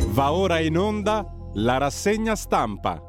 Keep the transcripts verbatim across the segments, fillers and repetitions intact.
Va ora in onda la rassegna stampa.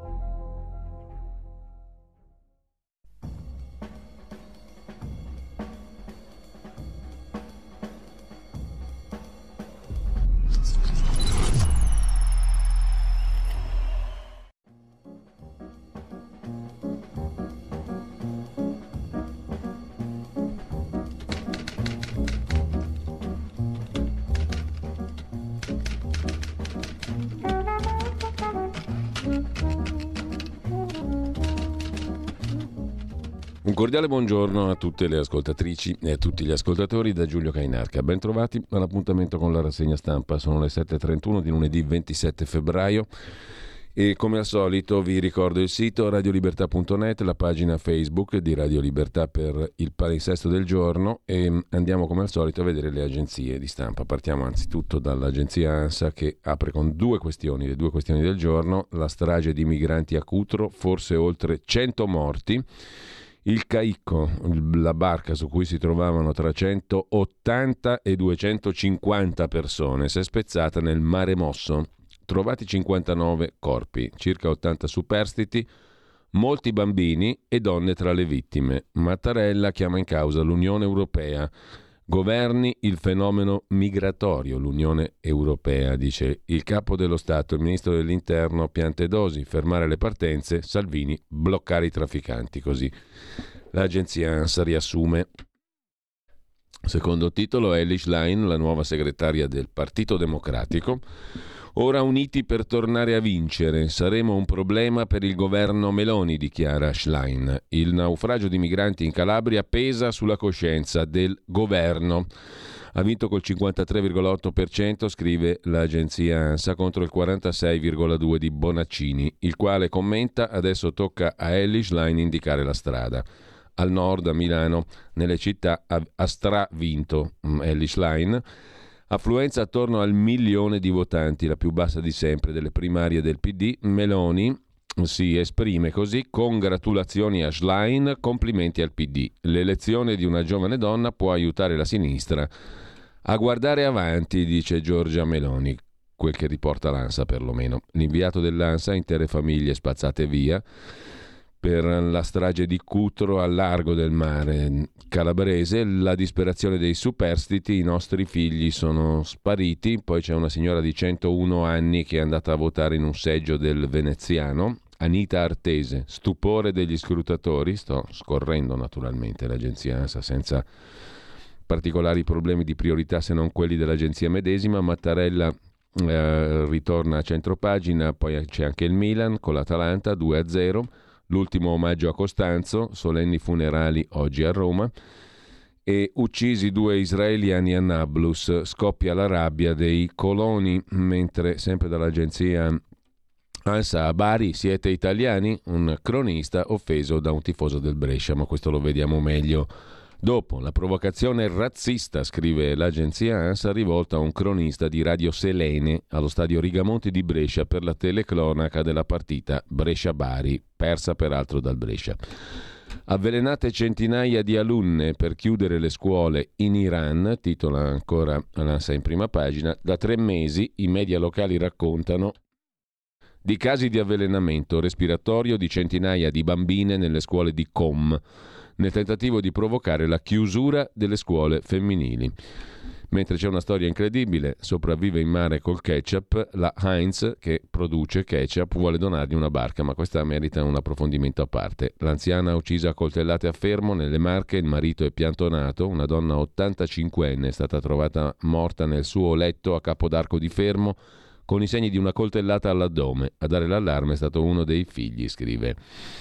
Un cordiale buongiorno a tutte le ascoltatrici e a tutti gli ascoltatori da Giulio Cainarca. Ben trovati all'appuntamento con la rassegna stampa. Sono le sette e trentuno di lunedì ventisette febbraio e come al solito vi ricordo il sito radiolibertà punto net, la pagina Facebook di Radio Libertà per il palinsesto del giorno e andiamo come al solito a vedere le agenzie di stampa. Partiamo anzitutto dall'agenzia ANSA che apre con due questioni, le due questioni del giorno: la strage di migranti a Cutro, forse oltre cento morti. Il Caicco, la barca su cui si trovavano tra centottanta e duecentocinquanta persone, si è spezzata nel Mare Mosso. Trovati cinquantanove corpi, circa ottanta superstiti, molti bambini e donne tra le vittime. Mattarella chiama in causa l'Unione Europea. Governi il fenomeno migratorio, l'Unione Europea, dice il capo dello Stato, il ministro dell'Interno Piantedosi, fermare le partenze, Salvini bloccare i trafficanti, così l'agenzia ANSA riassume. Secondo titolo, Elly Schlein, la nuova segretaria del Partito Democratico. Ora uniti per tornare a vincere, saremo un problema per il governo Meloni, dichiara Schlein. Il naufragio di migranti in Calabria pesa sulla coscienza del governo. Ha vinto col cinquantatré virgola otto per cento, scrive l'agenzia ANSA, contro il quarantasei virgola due per cento di Bonaccini, il quale commenta: adesso tocca a Elly Schlein indicare la strada. Al nord, a Milano, nelle città ha, ha stravinto Elly Schlein. Affluenza attorno al milione di votanti, la più bassa di sempre delle primarie del P D. Meloni si esprime così: congratulazioni a Schlein, complimenti al P D. L'elezione di una giovane donna può aiutare la sinistra a guardare avanti, dice Giorgia Meloni, quel che riporta l'ANSA perlomeno. L'inviato dell'ANSA, intere famiglie spazzate via per la strage di Cutro al largo del mare calabrese, la disperazione dei superstiti, i nostri figli sono spariti. Poi c'è una signora di centouno anni che è andata a votare in un seggio del veneziano, Anita Artese, stupore degli scrutatori. Sto scorrendo naturalmente l'agenzia ANSA senza particolari problemi di priorità se non quelli dell'agenzia medesima. Mattarella eh, ritorna a centropagina, poi c'è anche il Milan con l'Atalanta due a zero. L'ultimo omaggio a Costanzo, solenni funerali oggi a Roma. E uccisi due israeliani a Nablus, scoppia la rabbia dei coloni, mentre sempre dall'agenzia ANSA a Bari, siete italiani? Un cronista offeso da un tifoso del Brescia, ma questo lo vediamo meglio dopo. La provocazione razzista, scrive l'agenzia ANSA, rivolta a un cronista di Radio Selene allo stadio Rigamonti di Brescia per la telecronaca della partita Brescia-Bari, persa peraltro dal Brescia. Avvelenate centinaia di alunne per chiudere le scuole in Iran, titola ancora l'ANSA in prima pagina. Da tre mesi i media locali raccontano di casi di avvelenamento respiratorio di centinaia di bambine nelle scuole di Qom, nel tentativo di provocare la chiusura delle scuole femminili. Mentre c'è una storia incredibile, sopravvive in mare col ketchup, la Heinz, che produce ketchup, vuole donargli una barca, ma questa merita un approfondimento a parte. L'anziana uccisa a coltellate a Fermo, nelle Marche, il marito è piantonato, una donna ottantacinquenne è stata trovata morta nel suo letto a Capodarco di Fermo, con i segni di una coltellata all'addome. A dare l'allarme è stato uno dei figli, scrive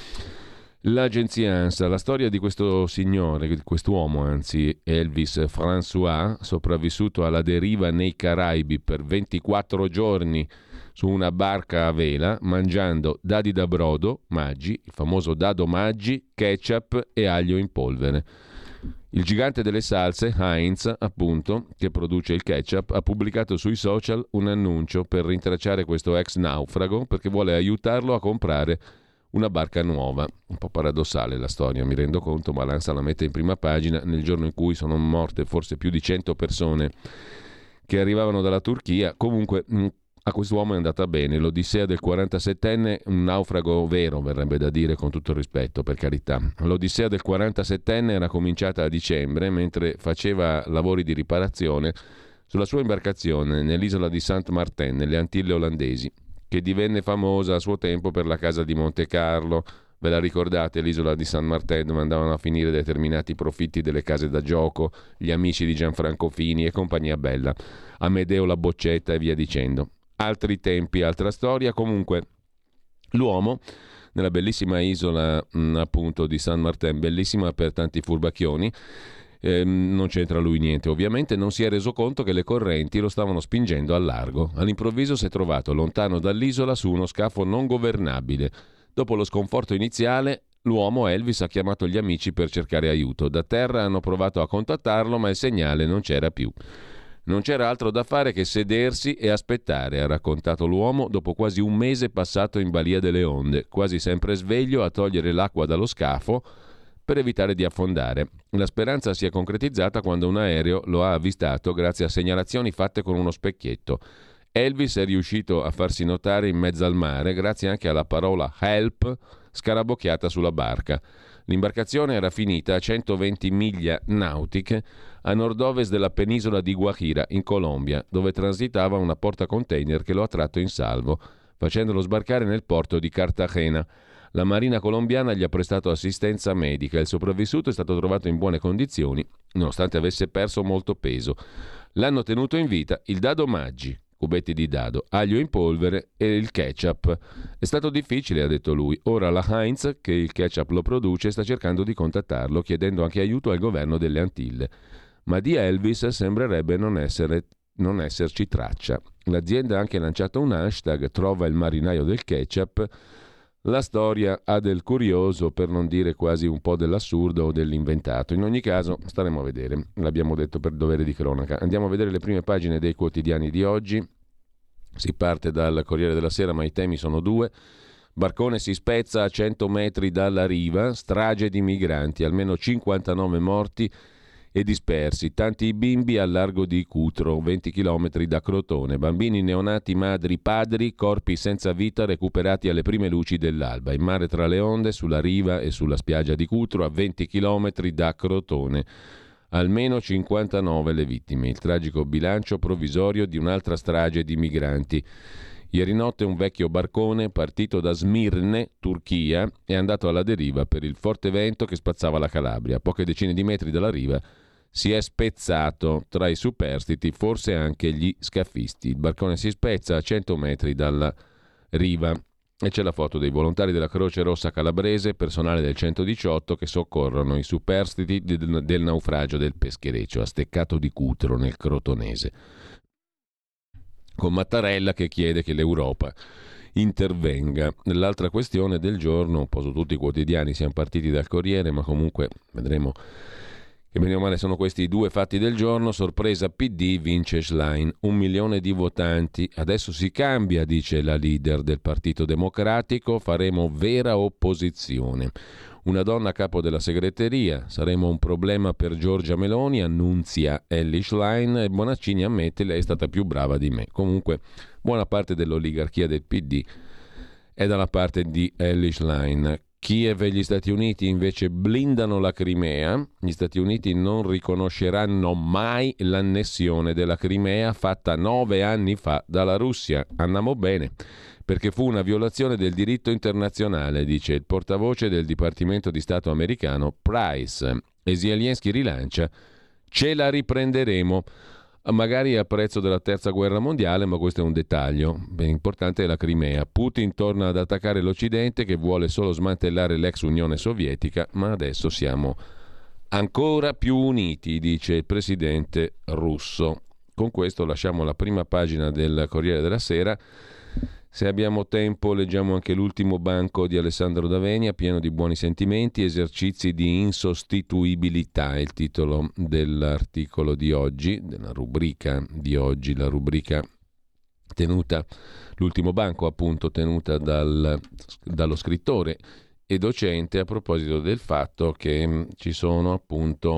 l'agenzia ANSA. La storia di questo signore, di quest'uomo anzi, Elvis François, sopravvissuto alla deriva nei Caraibi per ventiquattro giorni su una barca a vela, mangiando dadi da brodo, Maggi, il famoso dado Maggi, ketchup e aglio in polvere. Il gigante delle salse, Heinz, appunto, che produce il ketchup, ha pubblicato sui social un annuncio per rintracciare questo ex naufrago perché vuole aiutarlo a comprare una barca nuova. Un po' paradossale la storia, mi rendo conto, ma l'ANSA la mette in prima pagina nel giorno in cui sono morte forse più di cento persone che arrivavano dalla Turchia. Comunque mh, A quest'uomo è andata bene. L'odissea del quarantasettenne, un naufrago vero, verrebbe da dire, con tutto il rispetto, per carità. L'odissea del quarantasettenne era cominciata a dicembre, mentre faceva lavori di riparazione sulla sua imbarcazione nell'isola di Saint Martin, nelle Antille olandesi, che divenne famosa a suo tempo per la casa di Monte Carlo. Ve la ricordate, l'isola di Saint Martin, dove andavano a finire determinati profitti delle case da gioco, gli amici di Gianfranco Fini e compagnia bella, Amedeo la Boccetta e via dicendo. Altri tempi, altra storia. Comunque l'uomo nella bellissima isola mh, appunto di Saint Martin, bellissima per tanti furbacchioni, eh, non c'entra lui niente ovviamente, non si è reso conto che le correnti lo stavano spingendo al largo. All'improvviso si è trovato lontano dall'isola su uno scafo non governabile. Dopo lo sconforto iniziale, l'uomo Elvis ha chiamato gli amici per cercare aiuto. Da terra hanno provato a contattarlo, ma il segnale non c'era più. Non c'era altro da fare che sedersi e aspettare, ha raccontato l'uomo dopo quasi un mese passato in balia delle onde, quasi sempre sveglio a togliere l'acqua dallo scafo per evitare di affondare. La speranza si è concretizzata quando un aereo lo ha avvistato grazie a segnalazioni fatte con uno specchietto. Elvis è riuscito a farsi notare in mezzo al mare grazie anche alla parola help scarabocchiata sulla barca. L'imbarcazione era finita a centoventi miglia nautiche a nord-ovest della penisola di Guajira, in Colombia, dove transitava una portacontainer che lo ha tratto in salvo, facendolo sbarcare nel porto di Cartagena. La marina colombiana gli ha prestato assistenza medica. Il sopravvissuto è stato trovato in buone condizioni, nonostante avesse perso molto peso. L'hanno tenuto in vita il Dado Maggi, cubetti di dado, aglio in polvere e il ketchup. È stato difficile, ha detto lui. Ora la Heinz, che il ketchup lo produce, sta cercando di contattarlo, chiedendo anche aiuto al governo delle Antille. Ma di Elvis sembrerebbe non, essere, non esserci traccia. L'azienda ha anche lanciato un hashtag, trova il marinaio del ketchup. La storia ha del curioso, per non dire quasi un po' dell'assurdo o dell'inventato. In ogni caso staremo a vedere, l'abbiamo detto per dovere di cronaca. Andiamo a vedere le prime pagine dei quotidiani di oggi. Si parte dal Corriere della Sera, ma i temi sono due. Barcone si spezza a cento metri dalla riva, strage di migranti, almeno cinquantanove morti e dispersi, tanti bimbi al largo di Cutro, venti chilometri da Crotone, bambini neonati, madri, padri, corpi senza vita recuperati alle prime luci dell'alba, in mare tra le onde, sulla riva e sulla spiaggia di Cutro, a venti chilometri da Crotone. Almeno cinquantanove le vittime, il tragico bilancio provvisorio di un'altra strage di migranti. Ieri notte un vecchio barcone partito da Smirne, Turchia, è andato alla deriva per il forte vento che spazzava la Calabria. A poche decine di metri dalla riva si è spezzato, tra i superstiti forse anche gli scafisti. Il barcone si spezza a cento metri dalla riva e c'è la foto dei volontari della Croce Rossa Calabrese, personale del centodiciotto, che soccorrono i superstiti del, del naufragio del peschereccio a Steccato di Cutro nel Crotonese, con Mattarella che chiede che l'Europa intervenga. L'altra questione del giorno, un po' su tutti i quotidiani, siamo partiti dal Corriere, ma comunque vedremo che bene o male sono questi i due fatti del giorno. Sorpresa P D, vince Schlein, un milione di votanti. Adesso si cambia, dice la leader del Partito Democratico, faremo vera opposizione. Una donna a capo della segreteria, saremo un problema per Giorgia Meloni, annunzia Elly Schlein, e Bonaccini ammette lei è stata più brava di me. Comunque buona parte dell'oligarchia del P D è dalla parte di Elly Schlein. Kiev e gli Stati Uniti invece blindano la Crimea. Gli Stati Uniti non riconosceranno mai l'annessione della Crimea fatta nove anni fa dalla Russia. Andiamo bene, perché fu una violazione del diritto internazionale, dice il portavoce del Dipartimento di Stato americano Price. E Zelensky rilancia: ce la riprenderemo. Magari a prezzo della terza guerra mondiale, ma questo è un dettaglio. Ben importante è la Crimea. Putin torna ad attaccare l'Occidente che vuole solo smantellare l'ex Unione Sovietica, ma adesso siamo ancora più uniti, dice il presidente russo. Con questo lasciamo la prima pagina del Corriere della Sera. Se abbiamo tempo leggiamo anche l'ultimo banco di Alessandro D'Avenia, pieno di buoni sentimenti, esercizi di insostituibilità, è il titolo dell'articolo di oggi, della rubrica di oggi, la rubrica tenuta, l'ultimo banco appunto tenuta dal, dallo scrittore e docente a proposito del fatto che ci sono appunto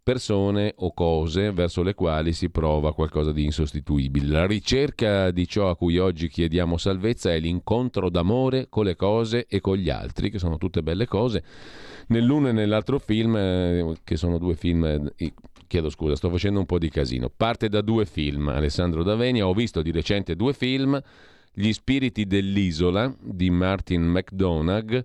persone o cose verso le quali si prova qualcosa di insostituibile. La ricerca di ciò a cui oggi chiediamo salvezza è l'incontro d'amore con le cose e con gli altri, che sono tutte belle cose. Nell'uno e nell'altro film, eh, che sono due film, eh, chiedo scusa, sto facendo un po' di casino, parte da due film, Alessandro D'Avenia. Ho visto di recente due film, Gli spiriti dell'isola di Martin McDonagh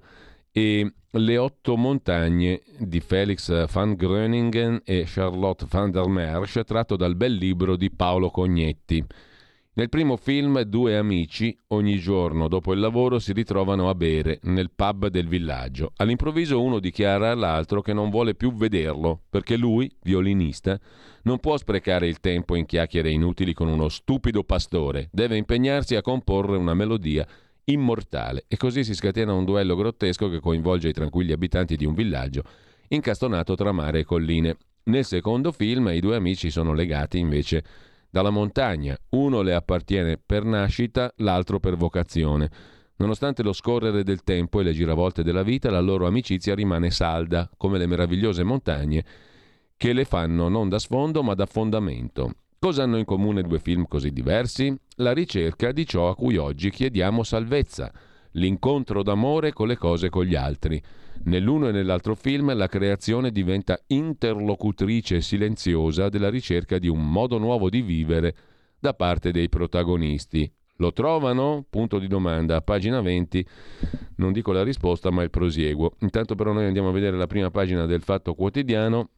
e Le otto montagne di Felix van Groeningen e Charlotte van der Merch, tratto dal bel libro di Paolo Cognetti. Nel primo film due amici ogni giorno dopo il lavoro si ritrovano a bere nel pub del villaggio. All'improvviso uno dichiara all'altro che non vuole più vederlo perché lui, violinista, non può sprecare il tempo in chiacchiere inutili con uno stupido pastore, deve impegnarsi a comporre una melodia immortale, e così si scatena un duello grottesco che coinvolge i tranquilli abitanti di un villaggio incastonato tra mare e colline. Nel secondo film i due amici sono legati invece dalla montagna, uno le appartiene per nascita, l'altro per vocazione. Nonostante lo scorrere del tempo e le giravolte della vita, la loro amicizia rimane salda, come le meravigliose montagne che le fanno non da sfondo ma da fondamento. Cosa hanno in comune due film così diversi? La ricerca di ciò a cui oggi chiediamo salvezza, l'incontro d'amore con le cose e con gli altri. Nell'uno e nell'altro film la creazione diventa interlocutrice silenziosa della ricerca di un modo nuovo di vivere da parte dei protagonisti. Lo trovano? Punto di domanda. A pagina venti, non dico la risposta ma il prosieguo. Intanto però noi andiamo a vedere la prima pagina del Fatto Quotidiano,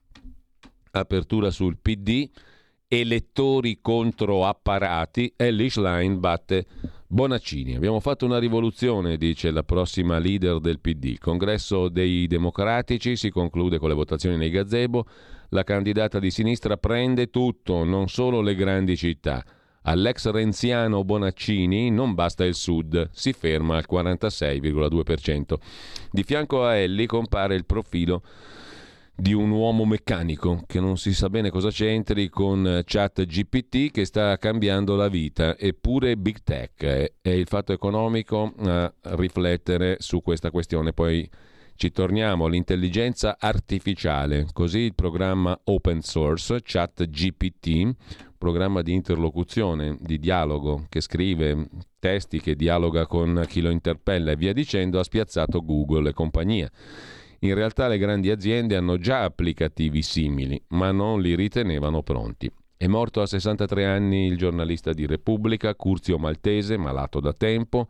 apertura sul P D, elettori contro apparati, Elly Schlein batte Bonaccini. Abbiamo fatto una rivoluzione, dice la prossima leader del P D. Il congresso dei democratici si conclude con le votazioni nei gazebo. La candidata di sinistra prende tutto, non solo le grandi città. All'ex renziano Bonaccini non basta il sud, si ferma al quarantasei virgola due per cento. Di fianco a Elly compare il profilo di un uomo meccanico che non si sa bene cosa c'entri con ChatGPT, che sta cambiando la vita, eppure Big Tech è il Fatto Economico a riflettere su questa questione. Poi ci torniamo all'intelligenza artificiale, così il programma open source ChatGPT, programma di interlocuzione, di dialogo, che scrive testi, che dialoga con chi lo interpella e via dicendo, ha spiazzato Google e compagnia. In realtà le grandi aziende hanno già applicativi simili, ma non li ritenevano pronti. È morto a sessantatré anni il giornalista di Repubblica, Curzio Maltese, malato da tempo.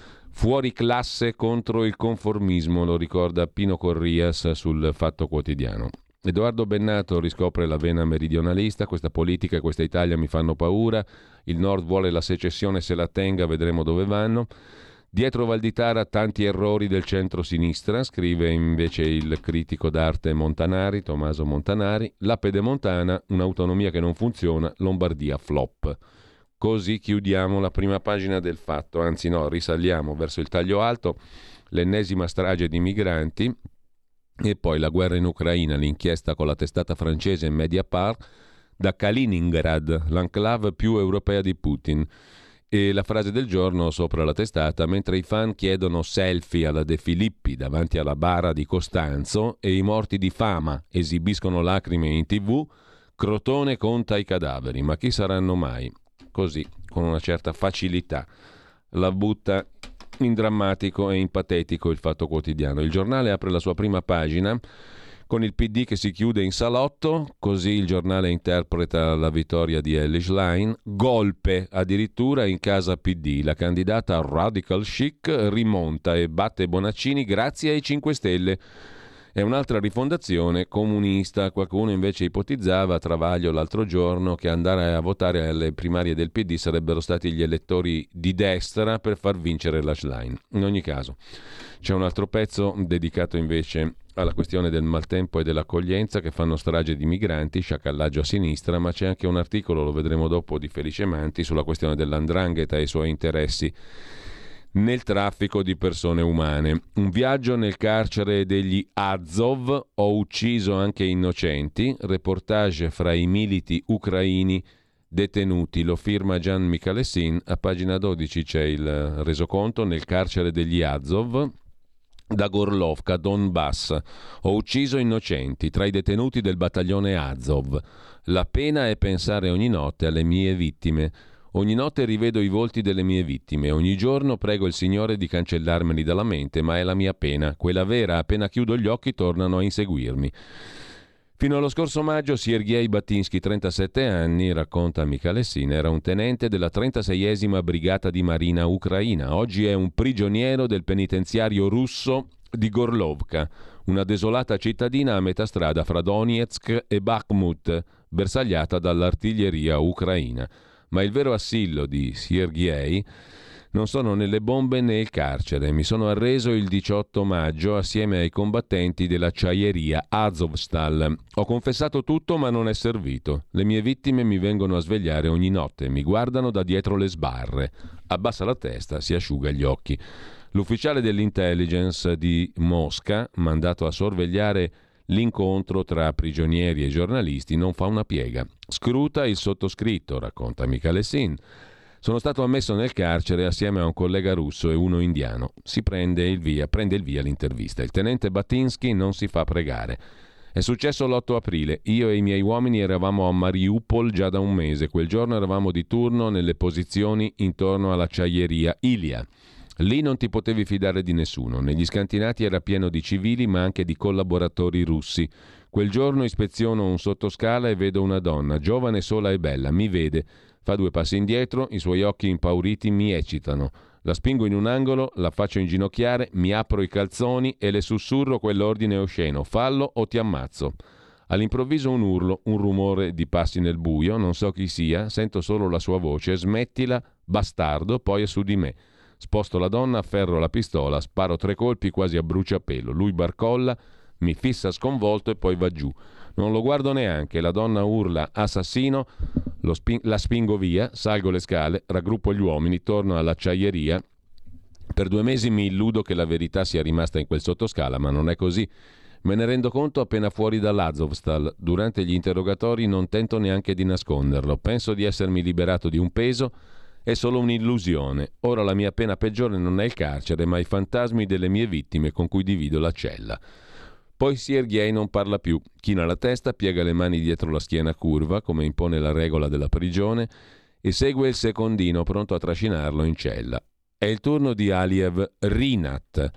Fuori classe contro il conformismo, lo ricorda Pino Corrias sul Fatto Quotidiano. Edoardo Bennato riscopre la vena meridionalista, questa politica e questa Italia mi fanno paura, il Nord vuole la secessione, se la tenga vedremo dove vanno. Dietro Valditara tanti errori del centro-sinistra, scrive invece il critico d'arte Montanari, Tommaso Montanari. La Pedemontana, un'autonomia che non funziona, Lombardia flop. Così chiudiamo la prima pagina del Fatto, anzi no, risaliamo verso il taglio alto, l'ennesima strage di migranti e poi la guerra in Ucraina, l'inchiesta con la testata francese Mediapart, da Kaliningrad, l'enclave più europea di Putin. E la frase del giorno sopra la testata: mentre i fan chiedono selfie alla De Filippi davanti alla bara di Costanzo e i morti di fama esibiscono lacrime in tv, Crotone conta i cadaveri, ma chi saranno mai? Così, con una certa facilità, la butta in drammatico e in patetico il Fatto Quotidiano. Il giornale apre la sua prima pagina con il P D che si chiude in salotto, così il giornale interpreta la vittoria di Elly Schlein. Golpe addirittura in casa P D, la candidata radical chic rimonta e batte Bonaccini grazie ai cinque Stelle. È un'altra rifondazione comunista. Qualcuno invece ipotizzava, Travaglio l'altro giorno, che andare a votare alle primarie del P D sarebbero stati gli elettori di destra per far vincere la Schlein. In ogni caso c'è un altro pezzo dedicato invece alla questione del maltempo e dell'accoglienza, che fanno strage di migranti, sciacallaggio a sinistra, ma c'è anche un articolo, lo vedremo dopo, di Felice Manti sulla questione dell'andrangheta e i suoi interessi nel traffico di persone umane. Un viaggio nel carcere degli Azov, ho ucciso anche innocenti, reportage fra i militi ucraini detenuti, lo firma Gian Michalessin. A pagina dodici c'è il resoconto. Nel carcere degli Azov, da Gorlovka, Donbass. Ho ucciso innocenti tra i detenuti del battaglione Azov. La pena è pensare ogni notte alle mie vittime. Ogni notte rivedo i volti delle mie vittime. Ogni giorno prego il Signore di cancellarmeli dalla mente, ma è la mia pena. Quella vera, appena chiudo gli occhi, tornano a inseguirmi. Fino allo scorso maggio Sergei Batinsky, trentasette anni, racconta Michalessin, era un tenente della trentaseiesima Brigata di Marina ucraina. Oggi è un prigioniero del penitenziario russo di Gorlovka, una desolata cittadina a metà strada fra Donetsk e Bakhmut, bersagliata dall'artiglieria ucraina. Ma il vero assillo di Sergei non sono né le bombe né il carcere. Mi sono arreso il diciotto maggio assieme ai combattenti dell'acciaieria Azovstal. Ho confessato tutto, ma non è servito. Le mie vittime mi vengono a svegliare ogni notte, mi guardano da dietro le sbarre. Abbassa la testa, si asciuga gli occhi. L'ufficiale dell'intelligence di Mosca, mandato a sorvegliare l'incontro tra prigionieri e giornalisti, non fa una piega. Scruta il sottoscritto, racconta Michalessin. Sono stato ammesso nel carcere assieme a un collega russo e uno indiano. Si prende il via, prende il via l'intervista. Il tenente Batinsky non si fa pregare. È successo l'otto aprile. Io e i miei uomini eravamo a Mariupol già da un mese. Quel giorno eravamo di turno nelle posizioni intorno all'acciaieria Ilia. Lì non ti potevi fidare di nessuno. Negli scantinati era pieno di civili, ma anche di collaboratori russi. Quel giorno ispeziono un sottoscala e vedo una donna, giovane, sola e bella. Mi vede. Fa due passi indietro, i suoi occhi impauriti mi eccitano. La spingo in un angolo, la faccio inginocchiare, mi apro i calzoni e le sussurro quell'ordine osceno: fallo o ti ammazzo. All'improvviso un urlo, un rumore di passi nel buio, non so chi sia, sento solo la sua voce: smettila, bastardo, poi è su di me. Sposto la donna, afferro la pistola, sparo tre colpi quasi a bruciapelo. Lui barcolla, mi fissa sconvolto e poi va giù. Non lo guardo neanche, la donna urla assassino, lo spin- la spingo via, salgo le scale, raggruppo gli uomini, torno all'acciaieria. Per due mesi mi illudo che la verità sia rimasta in quel sottoscala, ma non è così. Me ne rendo conto appena fuori dall'Azovstal. Durante gli interrogatori non tento neanche di nasconderlo. Penso di essermi liberato di un peso. È solo un'illusione. Ora la mia pena peggiore non è il carcere, ma i fantasmi delle mie vittime con cui divido la cella. Poi Sergei non parla più, china la testa, piega le mani dietro la schiena curva, come impone la regola della prigione, e segue il secondino pronto a trascinarlo in cella. È il turno di Aliev Rinat.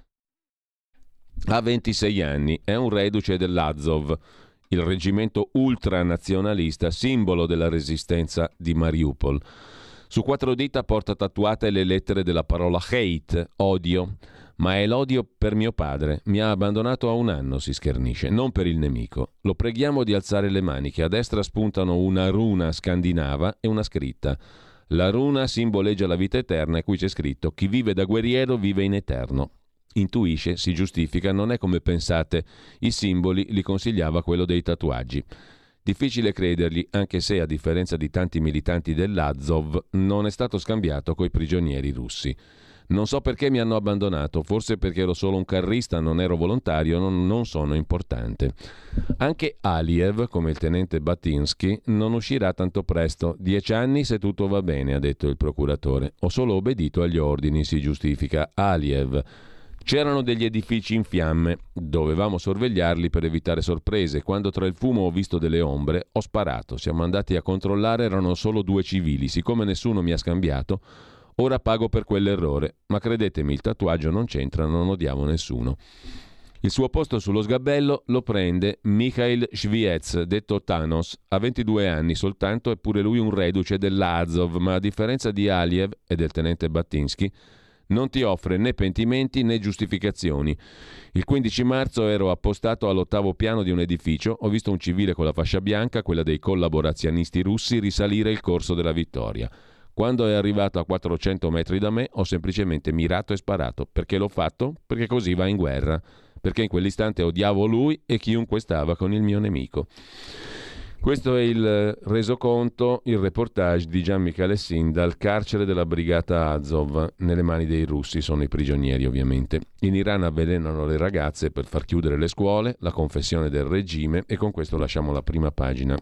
Ha ventisei anni, è un reduce dell'Azov, il reggimento ultranazionalista, simbolo della resistenza di Mariupol. Su quattro dita porta tatuate le lettere della parola hate, odio. Ma è l'odio per mio padre. Mi ha abbandonato a un anno, si schernisce, non per il nemico. Lo preghiamo di alzare le mani, che a destra spuntano una runa scandinava e una scritta. La runa simboleggia la vita eterna e qui c'è scritto: chi vive da guerriero vive in eterno. Intuisce, si giustifica, non è come pensate. I simboli li consigliava quello dei tatuaggi. Difficile credergli, anche se, a differenza di tanti militanti dell'Azov, non è stato scambiato coi prigionieri russi. Non so perché mi hanno abbandonato, forse perché ero solo un carrista, non ero volontario, non, non sono importante. Anche Aliev, come il tenente Batinsky, non uscirà tanto presto. Dieci anni se tutto va bene, ha detto il procuratore. Ho solo obbedito agli ordini, si giustifica Aliev. C'erano degli edifici in fiamme, dovevamo sorvegliarli per evitare sorprese. Quando tra il fumo ho visto delle ombre, ho sparato. Siamo andati a controllare, erano solo due civili. Siccome nessuno mi ha scambiato, ora pago per quell'errore, ma credetemi, il tatuaggio non c'entra, non odiamo nessuno. Il suo posto sullo sgabello lo prende Mikhail Shviets, detto Thanos. Ha ventidue anni soltanto, è pure lui un reduce dell'Azov, ma a differenza di Aliev e del tenente Batinsky, non ti offre né pentimenti né giustificazioni. Il quindici marzo ero appostato all'ottavo piano di un edificio, ho visto un civile con la fascia bianca, quella dei collaborazionisti russi, risalire il corso della vittoria. Quando è arrivato a quattrocento metri da me, ho semplicemente mirato e sparato. Perché l'ho fatto? Perché così va in guerra. Perché in quell'istante odiavo lui e chiunque stava con il mio nemico. Questo è il resoconto, il reportage di Gian Michalessin dal carcere della brigata Azov. Nelle mani dei russi, sono i prigionieri ovviamente. In Iran avvelenano le ragazze per far chiudere le scuole, la confessione del regime, e con questo lasciamo la prima pagina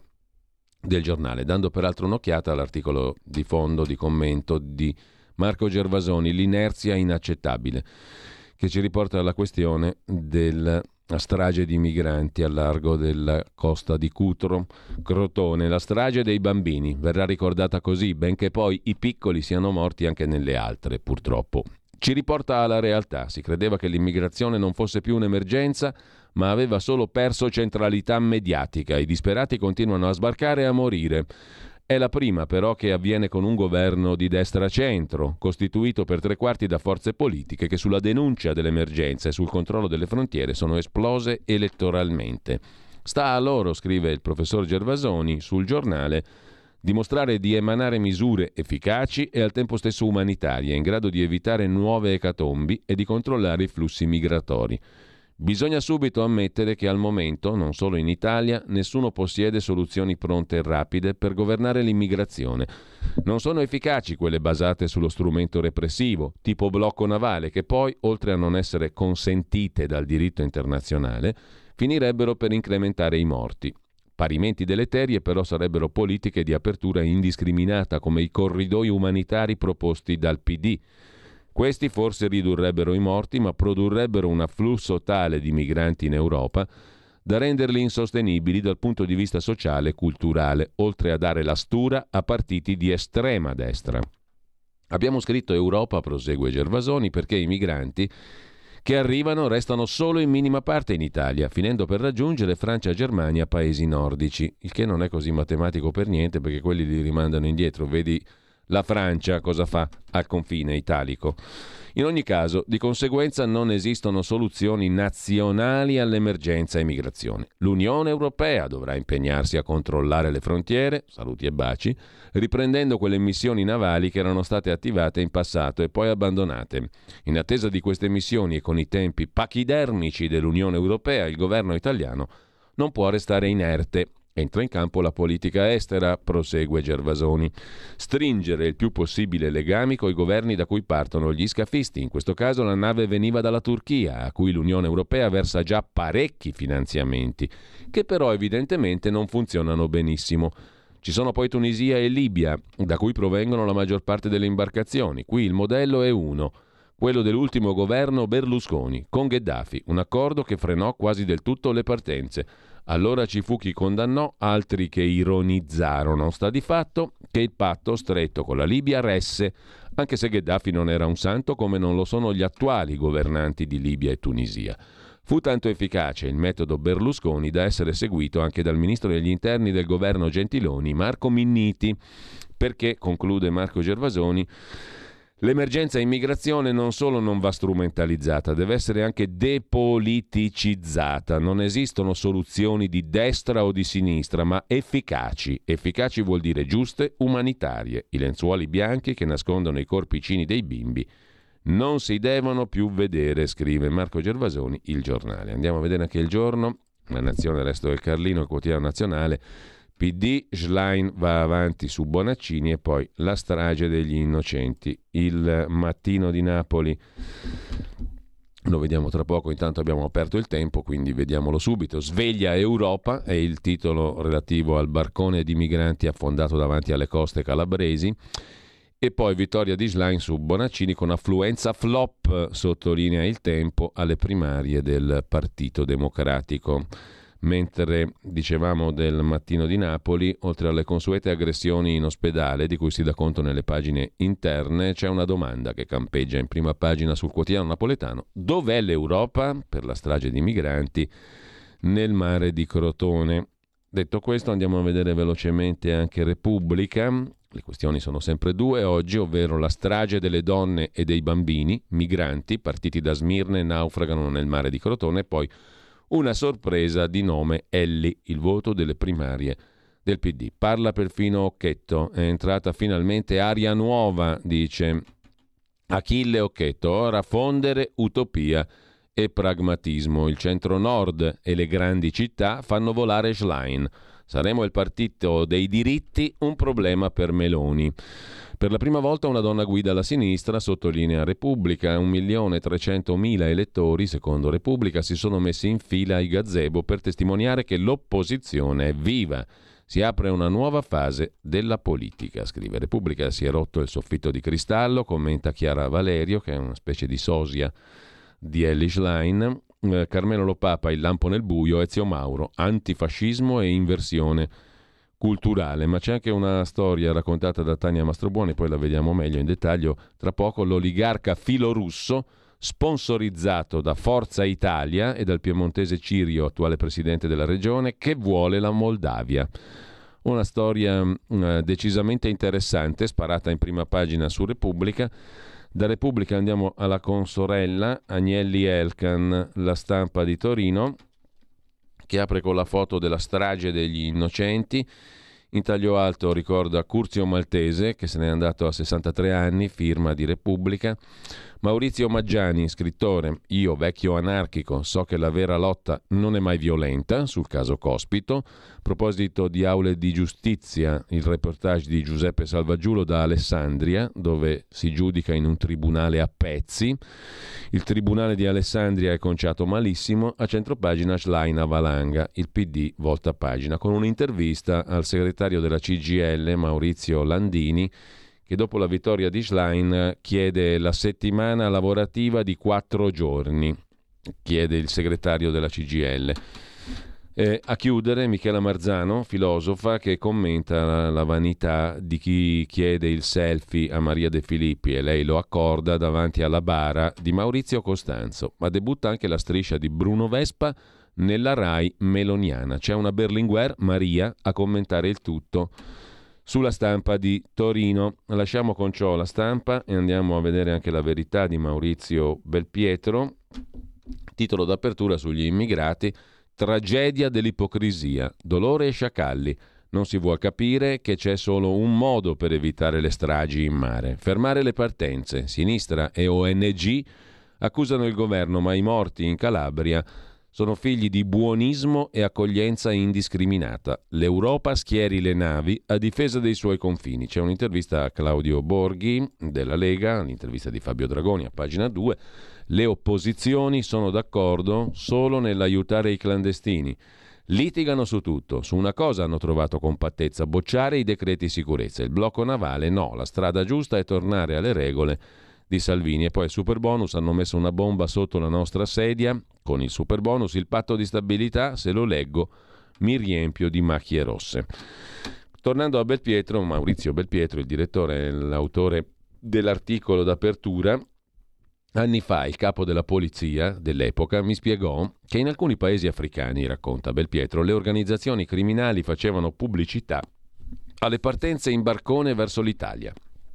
del giornale, dando peraltro un'occhiata all'articolo di fondo, di commento di Marco Gervasoni, l'inerzia inaccettabile, che ci riporta alla questione della strage di migranti al largo della costa di Cutro, Crotone. La strage dei bambini verrà ricordata così, benché poi i piccoli siano morti anche nelle altre, purtroppo. Ci riporta alla realtà. Si credeva che l'immigrazione non fosse più un'emergenza, ma aveva solo perso centralità mediatica. I disperati continuano a sbarcare e a morire. È la prima però che avviene con un governo di destra-centro, costituito per tre quarti da forze politiche che sulla denuncia dell'emergenza e sul controllo delle frontiere sono esplose elettoralmente. Sta a loro, scrive il professor Gervasoni sul Giornale, dimostrare di emanare misure efficaci e al tempo stesso umanitarie, in grado di evitare nuove ecatombi e di controllare i flussi migratori. Bisogna subito ammettere che al momento, non solo in Italia, nessuno possiede soluzioni pronte e rapide per governare l'immigrazione. Non sono efficaci quelle basate sullo strumento repressivo, tipo blocco navale, che poi, oltre a non essere consentite dal diritto internazionale, finirebbero per incrementare i morti. Parimenti deleterie però sarebbero politiche di apertura indiscriminata, come i corridoi umanitari proposti dal P D. Questi forse ridurrebbero i morti, ma produrrebbero un afflusso tale di migranti in Europa da renderli insostenibili dal punto di vista sociale e culturale, oltre a dare la stura a partiti di estrema destra. Abbiamo scritto Europa, prosegue Gervasoni, perché i migranti che arrivano restano solo in minima parte in Italia, finendo per raggiungere Francia, Germania, paesi nordici, il che non è così matematico per niente, perché quelli li rimandano indietro. Vedi la Francia cosa fa al confine italico. In ogni caso, di conseguenza non esistono soluzioni nazionali all'emergenza immigrazione. L'Unione Europea dovrà impegnarsi a controllare le frontiere, saluti e baci, riprendendo quelle missioni navali che erano state attivate in passato e poi abbandonate. In attesa di queste missioni e con i tempi pachidermici dell'Unione Europea, il governo italiano non può restare inerte. Entra in campo la politica estera, prosegue Gervasoni. Stringere il più possibile legami coi governi da cui partono gli scafisti. In questo caso la nave veniva dalla Turchia, a cui l'Unione Europea versa già parecchi finanziamenti, che però evidentemente non funzionano benissimo. Ci sono poi Tunisia e Libia, da cui provengono la maggior parte delle imbarcazioni. Qui il modello è uno, quello dell'ultimo governo Berlusconi, con Gheddafi, un accordo che frenò quasi del tutto le partenze. Allora ci fu chi condannò, altri che ironizzarono. Sta di fatto che il patto stretto con la Libia resse, anche se Gheddafi non era un santo come non lo sono gli attuali governanti di Libia e Tunisia. Fu tanto efficace il metodo Berlusconi da essere seguito anche dal ministro degli interni del governo Gentiloni, Marco Minniti, perché, conclude Marco Gervasoni, l'emergenza immigrazione non solo non va strumentalizzata, deve essere anche depoliticizzata. Non esistono soluzioni di destra o di sinistra, ma efficaci. Efficaci vuol dire giuste, umanitarie. I lenzuoli bianchi che nascondono i corpicini dei bimbi non si devono più vedere, scrive Marco Gervasoni, Il Giornale. Andiamo a vedere anche Il Giorno, La Nazione, Il Resto del Carlino, il quotidiano nazionale. P D, Schlein va avanti su Bonaccini e poi la strage degli innocenti. Il Mattino di Napoli lo vediamo tra poco, intanto abbiamo aperto il tempo, quindi vediamolo subito. Sveglia Europa è il titolo relativo al barcone di migranti affondato davanti alle coste calabresi. E poi vittoria di Schlein su Bonaccini con affluenza flop, sottolinea il tempo, alle primarie del Partito Democratico. Mentre dicevamo del Mattino di Napoli, oltre alle consuete aggressioni in ospedale, di cui si dà conto nelle pagine interne, c'è una domanda che campeggia in prima pagina sul quotidiano napoletano. Dov'è l'Europa per la strage di migranti nel mare di Crotone? Detto questo, andiamo a vedere velocemente anche Repubblica. Le questioni sono sempre due oggi, ovvero la strage delle donne e dei bambini, migranti partiti da Smirne, naufragano nel mare di Crotone, e poi una sorpresa di nome Elli, il voto delle primarie del P D. Parla perfino Occhetto, è entrata finalmente aria nuova, dice Achille Occhetto, ora fondere utopia e pragmatismo. Il centro-nord e le grandi città fanno volare Schlein. Saremo il partito dei diritti, un problema per Meloni. Per la prima volta una donna guida la sinistra, sottolinea Repubblica. Un milione trecentomila elettori, secondo Repubblica, si sono messi in fila ai gazebo per testimoniare che l'opposizione è viva. Si apre una nuova fase della politica, scrive Repubblica. Si è rotto il soffitto di cristallo, commenta Chiara Valerio, che è una specie di sosia di Elly Schlein, eh, Carmelo Lopapa, Il lampo nel buio, Ezio Mauro, antifascismo e inversione culturale. Ma c'è anche una storia raccontata da Tania Mastrobuoni, poi la vediamo meglio in dettaglio tra poco. L'oligarca filorusso sponsorizzato da Forza Italia e dal piemontese Cirio, attuale presidente della regione, che vuole la Moldavia. Una storia eh, decisamente interessante, sparata in prima pagina su Repubblica. Da Repubblica andiamo alla consorella Agnelli Elkann, La Stampa di Torino, che apre con la foto della strage degli innocenti. In taglio alto ricorda Curzio Maltese, che se n'è andato a sessantatré anni, firma di Repubblica. Maurizio Maggiani, scrittore, io vecchio anarchico, so che la vera lotta non è mai violenta, sul caso Cospito. A proposito di aule di giustizia, il reportage di Giuseppe Salvaggiulo da Alessandria, dove si giudica in un tribunale a pezzi. Il tribunale di Alessandria è conciato malissimo. A centropagina Schlein a valanga, il P D volta pagina, con un'intervista al segretario della C G I L, Maurizio Landini, che dopo la vittoria di Schlein chiede la settimana lavorativa di quattro giorni, chiede il segretario della C G I L. Eh, a chiudere Michela Marzano, filosofa, che commenta la, la vanità di chi chiede il selfie a Maria De Filippi e lei lo accorda davanti alla bara di Maurizio Costanzo. Ma debutta anche la striscia di Bruno Vespa nella Rai meloniana. C'è una Berlinguer, Maria, a commentare il tutto sulla Stampa di Torino. Lasciamo con ciò la Stampa e andiamo a vedere anche La Verità di Maurizio Belpietro. Titolo d'apertura sugli immigrati: tragedia dell'ipocrisia, dolore e sciacalli. Non si vuol capire che c'è solo un modo per evitare le stragi in mare: fermare le partenze. Sinistra e O N G accusano il governo, ma i morti in Calabria sono figli di buonismo e accoglienza indiscriminata. L'Europa schieri le navi a difesa dei suoi confini. C'è un'intervista a Claudio Borghi della Lega, l'intervista di Fabio Dragoni a pagina due. Le opposizioni sono d'accordo solo nell'aiutare i clandestini. Litigano su tutto. Su una cosa hanno trovato compattezza: bocciare i decreti sicurezza. Il blocco navale no, la strada giusta è tornare alle regole di Salvini. E poi il superbonus, hanno messo una bomba sotto la nostra sedia. Con il superbonus il patto di stabilità, se lo leggo, mi riempio di macchie rosse. Tornando a Belpietro, Maurizio Belpietro, il direttore e l'autore dell'articolo d'apertura, anni fa il capo della polizia dell'epoca mi spiegò che in alcuni paesi africani, racconta Belpietro, le organizzazioni criminali facevano pubblicità alle partenze in barcone verso l'Italia.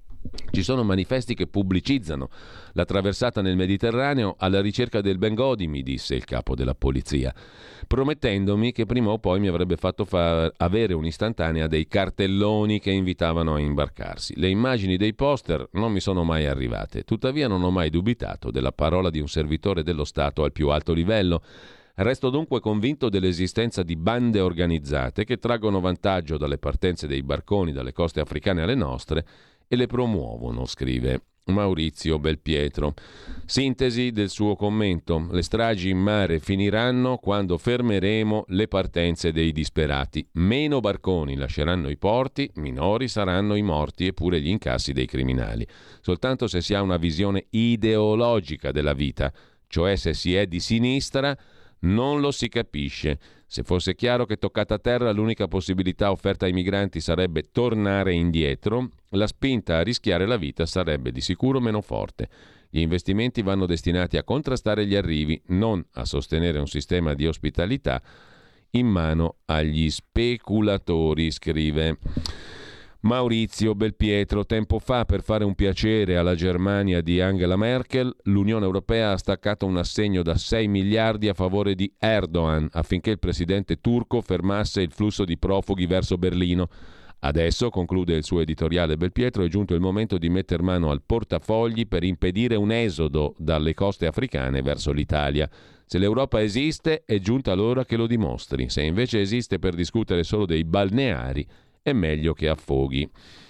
Ci sono manifesti che pubblicizzano la traversata nel Mediterraneo alla ricerca del Bengodi, mi disse il capo della polizia, promettendomi che prima o poi mi avrebbe fatto far avere un'istantanea dei cartelloni che invitavano a imbarcarsi. Le immagini dei poster non mi sono mai arrivate, tuttavia non ho mai dubitato della parola di un servitore dello Stato al più alto livello. Resto dunque convinto dell'esistenza di bande organizzate che traggono vantaggio dalle partenze dei barconi dalle coste africane alle nostre e le promuovono, scrive Maurizio Belpietro. Sintesi del suo commento: le stragi in mare finiranno quando fermeremo le partenze dei disperati. Meno barconi lasceranno i porti, minori saranno i morti e pure gli incassi dei criminali. Soltanto se si ha una visione ideologica della vita, cioè se si è di sinistra, non lo si capisce. Se fosse chiaro che toccata a terra l'unica possibilità offerta ai migranti sarebbe tornare indietro, la spinta a rischiare la vita sarebbe di sicuro meno forte. Gli investimenti vanno destinati a contrastare gli arrivi, non a sostenere un sistema di ospitalità in mano agli speculatori, scrive Maurizio Belpietro. Tempo fa, per fare un piacere alla Germania di Angela Merkel, l'Unione Europea ha staccato un assegno da sei miliardi a favore di Erdogan affinché il presidente turco fermasse il flusso di profughi verso Berlino. Adesso, conclude il suo editoriale Belpietro, è giunto il momento di metter mano al portafogli per impedire un esodo dalle coste africane verso l'Italia. Se l'Europa esiste, è giunta l'ora che lo dimostri. Se invece esiste per discutere solo dei balneari, è meglio che affoghi.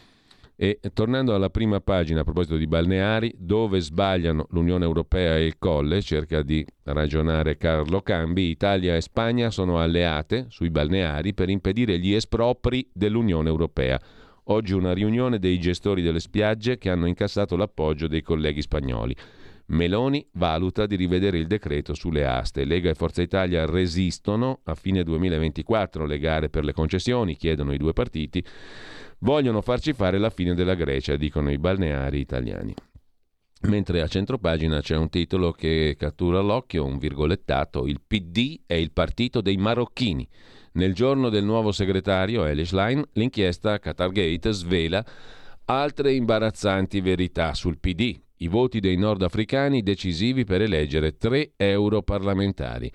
E tornando alla prima pagina, a proposito di balneari, dove sbagliano l'Unione Europea e il Colle, cerca di ragionare Carlo Cambi, Italia e Spagna sono alleate sui balneari per impedire gli espropri dell'Unione Europea. Oggi una riunione dei gestori delle spiagge che hanno incassato l'appoggio dei colleghi spagnoli. Meloni valuta di rivedere il decreto sulle aste. Lega e Forza Italia resistono. A fine duemilaventiquattro le gare per le concessioni, chiedono i due partiti. Vogliono farci fare la fine della Grecia, dicono i balneari italiani. Mentre a centropagina c'è un titolo che cattura l'occhio, un virgolettato: il P D è il partito dei marocchini. Nel giorno del nuovo segretario, Eli Schlein, l'inchiesta Qatargate svela altre imbarazzanti verità sul P D. I voti dei nordafricani decisivi per eleggere tre europarlamentari.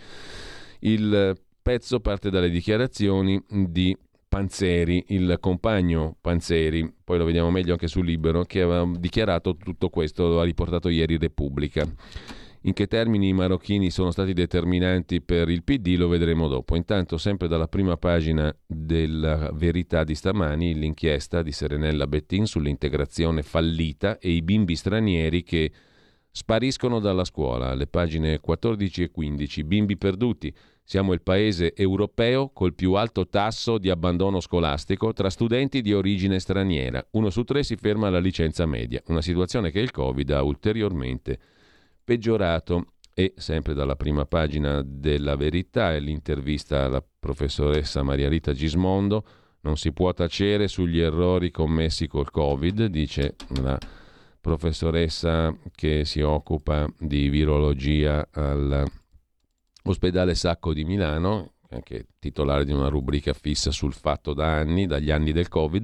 Il pezzo parte dalle dichiarazioni di Panzeri, il compagno Panzeri, poi lo vediamo meglio anche su Libero, che aveva dichiarato tutto questo, lo ha riportato ieri Repubblica. In che termini i marocchini sono stati determinanti per il P D lo vedremo dopo. Intanto, sempre dalla prima pagina della Verità di stamani, l'inchiesta di Serenella Bettin sull'integrazione fallita e i bimbi stranieri che spariscono dalla scuola. Le pagine quattordici e quindici, bimbi perduti. Siamo il paese europeo col più alto tasso di abbandono scolastico tra studenti di origine straniera. Uno su tre si ferma alla licenza media, una situazione che il Covid ha ulteriormente peggiorato. E sempre dalla prima pagina della Verità è l'intervista alla professoressa Maria Rita Gismondo. Non si può tacere sugli errori commessi col Covid, dice la professoressa che si occupa di virologia all'ospedale Sacco di Milano, anche titolare di una rubrica fissa sul fatto da anni, dagli anni del Covid.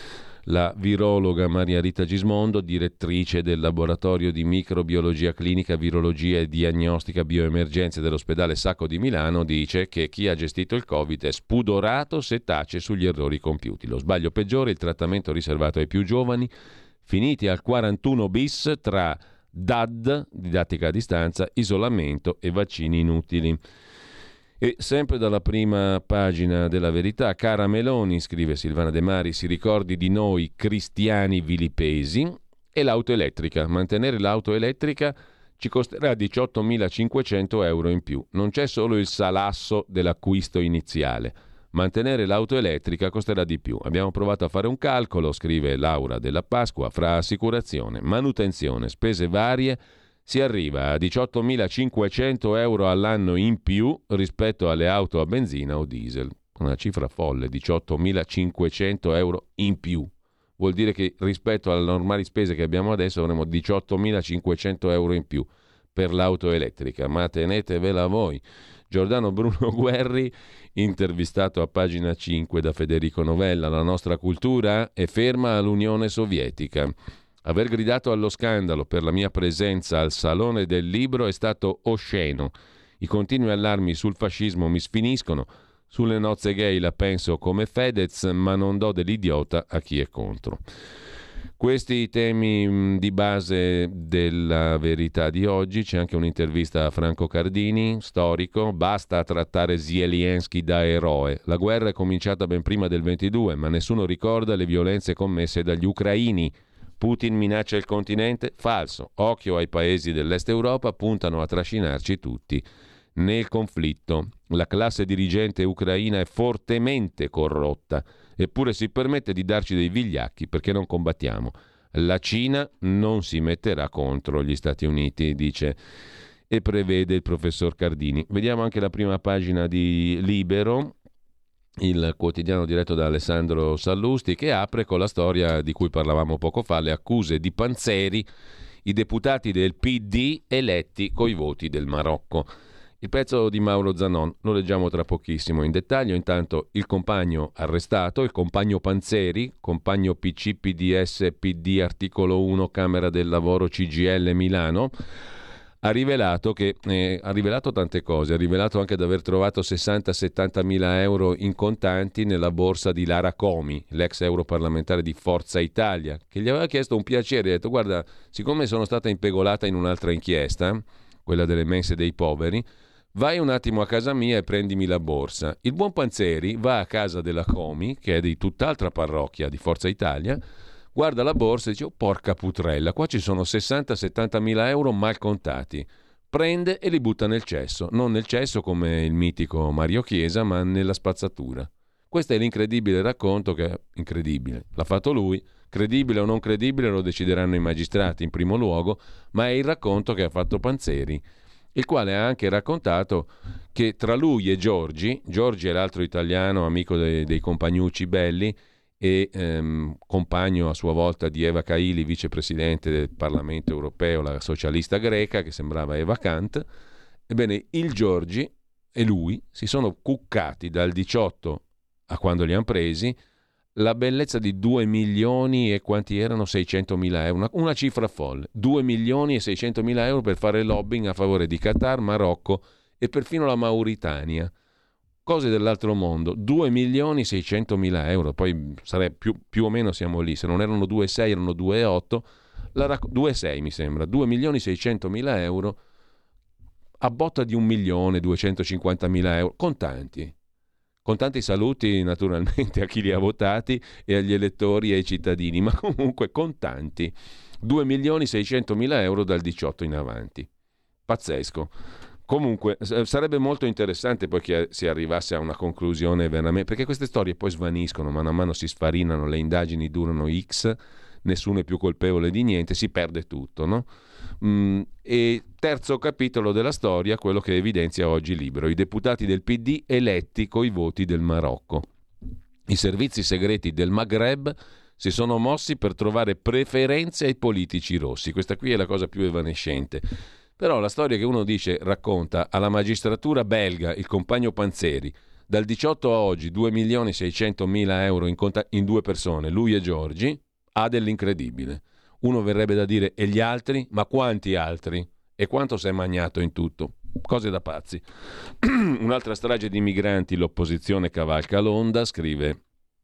La virologa Maria Rita Gismondo, direttrice del laboratorio di microbiologia clinica, virologia e diagnostica bioemergenze dell'ospedale Sacco di Milano, dice che chi ha gestito il Covid è spudorato se tace sugli errori compiuti. Lo sbaglio peggiore, il trattamento riservato ai più giovani, finiti al quarantuno bis tra D A D, didattica a distanza, isolamento e vaccini inutili. E sempre dalla prima pagina della Verità, cara Meloni, scrive Silvana De Mari, si ricordi di noi cristiani vilipesi. E l'auto elettrica. Mantenere l'auto elettrica ci costerà diciottomilacinquecento euro in più. Non c'è solo il salasso dell'acquisto iniziale. Mantenere l'auto elettrica costerà di più. Abbiamo provato a fare un calcolo, scrive Laura Della Pasqua, fra assicurazione, manutenzione, spese varie, si arriva a diciottomilacinquecento euro all'anno in più rispetto alle auto a benzina o diesel. Una cifra folle, diciottomilacinquecento euro in più. Vuol dire che rispetto alle normali spese che abbiamo adesso avremo diciottomilacinquecento euro in più per l'auto elettrica, ma tenetevela voi. Giordano Bruno Guerri, intervistato a pagina cinque da Federico Novella, la nostra cultura è ferma all'Unione Sovietica. Aver gridato allo scandalo per la mia presenza al Salone del Libro è stato osceno. I continui allarmi sul fascismo mi sfiniscono. Sulle nozze gay la penso come Fedez, ma non do dell'idiota a chi è contro. Questi i temi di base della Verità di oggi. C'è anche un'intervista a Franco Cardini, storico. Basta trattare Zelensky da eroe. La guerra è cominciata ben prima del ventidue, ma nessuno ricorda le violenze commesse dagli ucraini. Putin minaccia il continente? Falso. Occhio ai paesi dell'Est Europa, puntano a trascinarci tutti nel conflitto. La classe dirigente ucraina è fortemente corrotta, eppure si permette di darci dei vigliacchi perché non combattiamo. La Cina non si metterà contro gli Stati Uniti, dice e prevede il professor Cardini. Vediamo anche la prima pagina di Libero, il quotidiano diretto da Alessandro Sallusti, che apre con la storia di cui parlavamo poco fa, le accuse di Panzeri, i deputati del P D eletti coi voti del Marocco. Il pezzo di Mauro Zanon lo leggiamo tra pochissimo in dettaglio. Intanto il compagno arrestato, il compagno Panzeri, compagno P C, P D S, P D, articolo uno, Camera del Lavoro, C G I L Milano, ha rivelato che eh, ha rivelato tante cose, ha rivelato anche di aver trovato sessanta settanta mila euro in contanti nella borsa di Lara Comi, l'ex europarlamentare di Forza Italia, che gli aveva chiesto un piacere, ha detto: guarda, siccome sono stata impegolata in un'altra inchiesta, quella delle mense dei poveri, vai un attimo a casa mia e prendimi la borsa. Il buon Panzeri va a casa della Comi, che è di tutt'altra parrocchia di Forza Italia, guarda la borsa e dice: oh, porca putrella, qua ci sono sessanta settanta mila euro mal contati. Prende e li butta nel cesso, non nel cesso come il mitico Mario Chiesa, ma nella spazzatura. Questo è l'incredibile racconto che, incredibile, l'ha fatto lui, credibile o non credibile lo decideranno i magistrati in primo luogo, ma è il racconto che ha fatto Panzeri, il quale ha anche raccontato che tra lui e Giorgi, Giorgi è l'altro italiano, amico dei, dei compagnucci belli e ehm, compagno a sua volta di Eva Kaili, vicepresidente del Parlamento europeo, la socialista greca che sembrava Eva Kant, ebbene il Giorgi e lui si sono cuccati dal diciotto a quando li hanno presi la bellezza di due milioni e quanti erano? seicentomila euro, una, una cifra folle, due milioni e seicentomila euro per fare lobbying a favore di Qatar, Marocco e perfino la Mauritania, cose dell'altro mondo. Due milioni e seicentomila euro, poi sarebbe più, più o meno siamo lì, se non erano due virgola sei erano due virgola otto, la rac- due virgola sei mi sembra, due milioni e seicentomila euro a botta di un milione e duecentocinquantamila euro, contanti. Con tanti saluti naturalmente a chi li ha votati e agli elettori e ai cittadini, ma comunque contanti. due milioni e seicentomila euro dal diciotto in avanti. Pazzesco. Comunque sarebbe molto interessante poi che si arrivasse a una conclusione veramente, perché queste storie poi svaniscono, mano a mano si sfarinano, le indagini durano X, nessuno è più colpevole di niente, si perde tutto, no? Mm, e terzo capitolo della storia, quello che evidenzia oggi Libero, i deputati del P D eletti coi voti del Marocco. I servizi segreti del Maghreb si sono mossi per trovare preferenze ai politici rossi. Questa qui è la cosa più evanescente. Però la storia che uno dice, racconta alla magistratura belga, il compagno Panzeri, dal diciotto a oggi due milioni e seicentomila euro in, conta- in due persone, lui e Giorgi, ha dell'incredibile. Uno verrebbe da dire, e gli altri? Ma quanti altri? E quanto si è magnato in tutto? Cose da pazzi. Un'altra strage di migranti, l'opposizione cavalca l'onda, scrive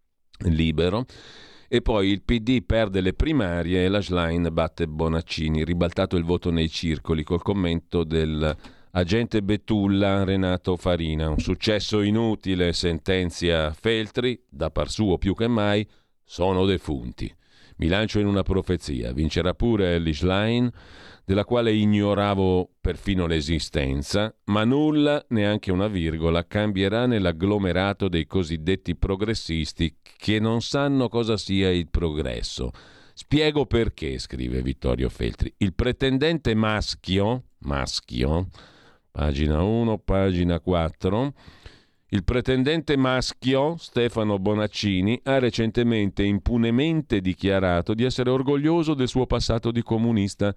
Libero. E poi il P D perde le primarie e la Schlein batte Bonaccini. Ribaltato il voto nei circoli col commento dell'agente Betulla Renato Farina. Un successo inutile, sentenzia Feltri, da par suo più che mai, sono defunti. Mi lancio in una profezia, vincerà pure Elly Schlein, della quale ignoravo perfino l'esistenza, ma nulla, neanche una virgola, cambierà nell'agglomerato dei cosiddetti progressisti che non sanno cosa sia il progresso. Spiego perché, scrive Vittorio Feltri. Il pretendente maschio, maschio, pagina uno, pagina quattro... Il pretendente maschio, Stefano Bonaccini, ha recentemente impunemente dichiarato di essere orgoglioso del suo passato di comunista.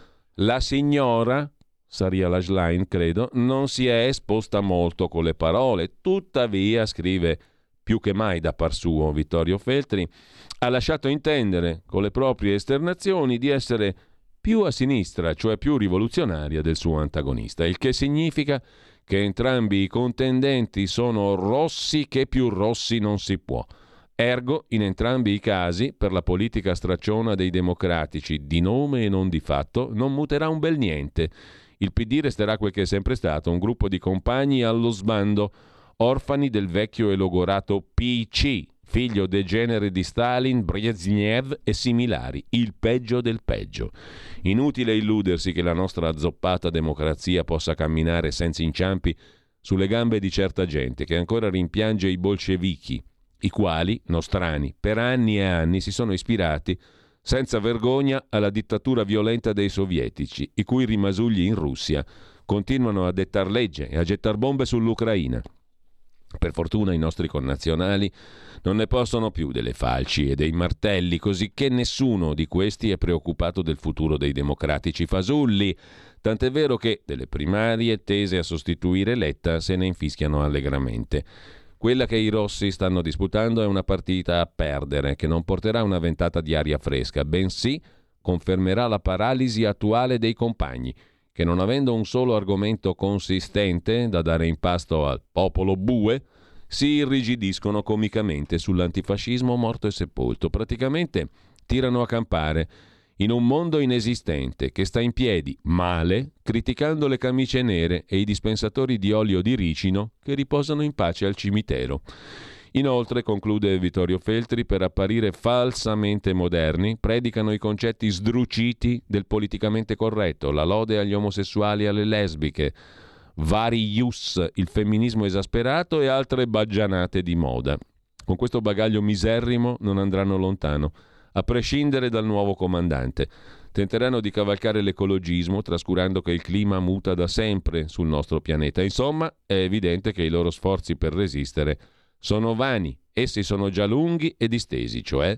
La signora, Saria la Schlein, credo, non si è esposta molto con le parole. Tuttavia, scrive più che mai da par suo Vittorio Feltri, ha lasciato intendere con le proprie esternazioni di essere più a sinistra, cioè più rivoluzionaria del suo antagonista, il che significa che entrambi i contendenti sono rossi che più rossi non si può. Ergo, in entrambi i casi, per la politica stracciona dei democratici, di nome e non di fatto, non muterà un bel niente. Il P D resterà quel che è sempre stato, un gruppo di compagni allo sbando, orfani del vecchio e logorato P C, figlio degenere di Stalin, Brezhnev e similari, il peggio del peggio. Inutile illudersi che la nostra azzoppata democrazia possa camminare senza inciampi sulle gambe di certa gente che ancora rimpiange i bolscevichi, i quali, nostrani, per anni e anni si sono ispirati senza vergogna alla dittatura violenta dei sovietici, i cui rimasugli in Russia continuano a dettar legge e a gettar bombe sull'Ucraina. Per fortuna i nostri connazionali non ne possono più delle falci e dei martelli, così che nessuno di questi è preoccupato del futuro dei democratici fasulli, tant'è vero che delle primarie tese a sostituire Letta se ne infischiano allegramente. Quella che i rossi stanno disputando è una partita a perdere, che non porterà una ventata di aria fresca, bensì confermerà la paralisi attuale dei compagni, che non avendo un solo argomento consistente da dare in pasto al popolo bue, si irrigidiscono comicamente sull'antifascismo morto e sepolto. Praticamente tirano a campare in un mondo inesistente che sta in piedi male, criticando le camicie nere e i dispensatori di olio di ricino che riposano in pace al cimitero. Inoltre, conclude Vittorio Feltri, per apparire falsamente moderni, predicano i concetti sdruciti del politicamente corretto, la lode agli omosessuali e alle lesbiche, vari ius, il femminismo esasperato e altre baggianate di moda. Con questo bagaglio miserrimo non andranno lontano, a prescindere dal nuovo comandante. Tenteranno di cavalcare l'ecologismo, trascurando che il clima muta da sempre sul nostro pianeta. Insomma, è evidente che i loro sforzi per resistere sono vani. Essi sono già lunghi e distesi, cioè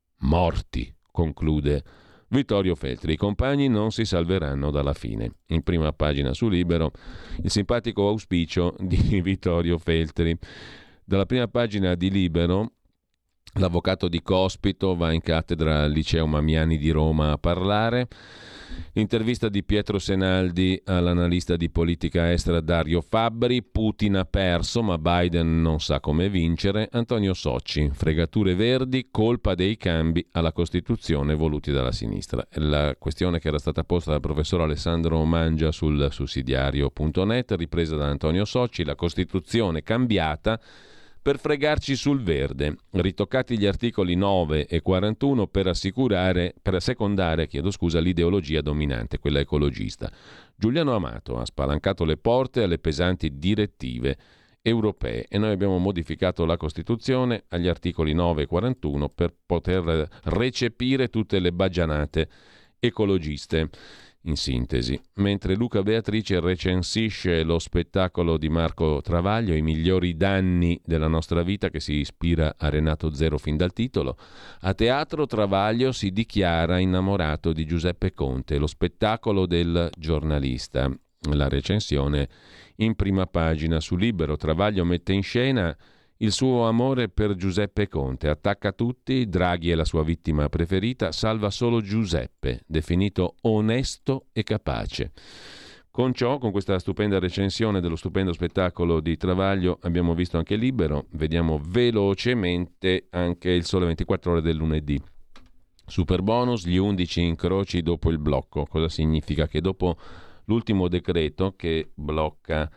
morti, conclude Vittorio Feltri. I compagni non si salveranno dalla fine. In prima pagina su Libero il simpatico auspicio di Vittorio Feltri. Dalla prima pagina di Libero l'avvocato di Cospito va in cattedra al Liceo Mamiani di Roma a parlare. Intervista di Pietro Senaldi all'analista di politica estera Dario Fabbri. Putin ha perso, ma Biden non sa come vincere. Antonio Socci, fregature verdi, colpa dei cambi alla Costituzione voluti dalla sinistra. La questione che era stata posta dal professor Alessandro Mangia sul sussidiario punto net, ripresa da Antonio Socci: la Costituzione cambiata per fregarci sul verde, ritoccati gli articoli nove e quarantuno per assicurare, per assecondare, chiedo scusa, l'ideologia dominante, quella ecologista. Giuliano Amato ha spalancato le porte alle pesanti direttive europee e noi abbiamo modificato la Costituzione agli articoli nove e quarantuno per poter recepire tutte le baggianate ecologiste. In sintesi, mentre Luca Beatrice recensisce lo spettacolo di Marco Travaglio, I migliori danni della nostra vita, che si ispira a Renato Zero fin dal titolo, a teatro Travaglio si dichiara innamorato di Giuseppe Conte, lo spettacolo del giornalista. La recensione in prima pagina su Libero. Travaglio mette in scena il suo amore per Giuseppe Conte, attacca tutti, Draghi è la sua vittima preferita, salva solo Giuseppe, definito onesto e capace. Con ciò, con questa stupenda recensione dello stupendo spettacolo di Travaglio, abbiamo visto anche Libero, vediamo velocemente anche il Sole ventiquattro Ore del lunedì. Super bonus, gli undici incroci dopo il blocco. Cosa significa? Che dopo l'ultimo decreto che blocca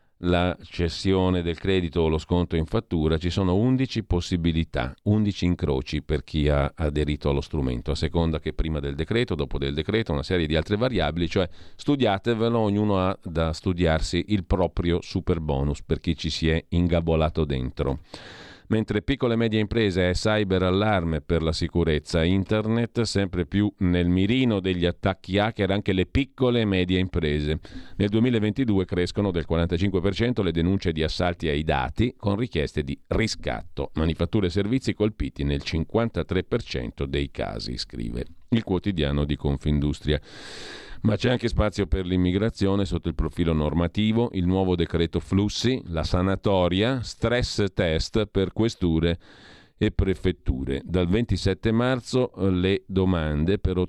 la cessione del credito o lo sconto in fattura, ci sono undici possibilità, undici incroci per chi ha aderito allo strumento, a seconda che prima del decreto, dopo del decreto, una serie di altre variabili, cioè studiatevelo, ognuno ha da studiarsi il proprio super bonus per chi ci si è ingabolato dentro. Mentre piccole e medie imprese è cyber allarme per la sicurezza internet, sempre più nel mirino degli attacchi hacker anche le piccole e medie imprese. Nel duemilaventidue crescono del quarantacinque per cento le denunce di assalti ai dati con richieste di riscatto. Manifatture e servizi colpiti nel cinquantatré per cento dei casi, scrive il quotidiano di Confindustria. Ma c'è anche spazio per l'immigrazione sotto il profilo normativo, il nuovo decreto flussi, la sanatoria, stress test per questure e prefetture. Dal ventisette marzo le domande per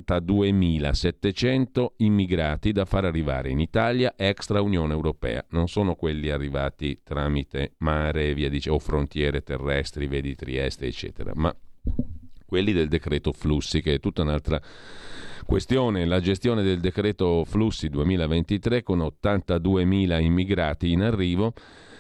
ottantaduemilasettecento immigrati da far arrivare in Italia extra Unione Europea. Non sono quelli arrivati tramite mare via dice, o frontiere terrestri, vedi Trieste, eccetera, ma quelli del decreto flussi, che è tutta un'altra questione. La gestione del decreto flussi duemilaventitré con ottantaduemila immigrati in arrivo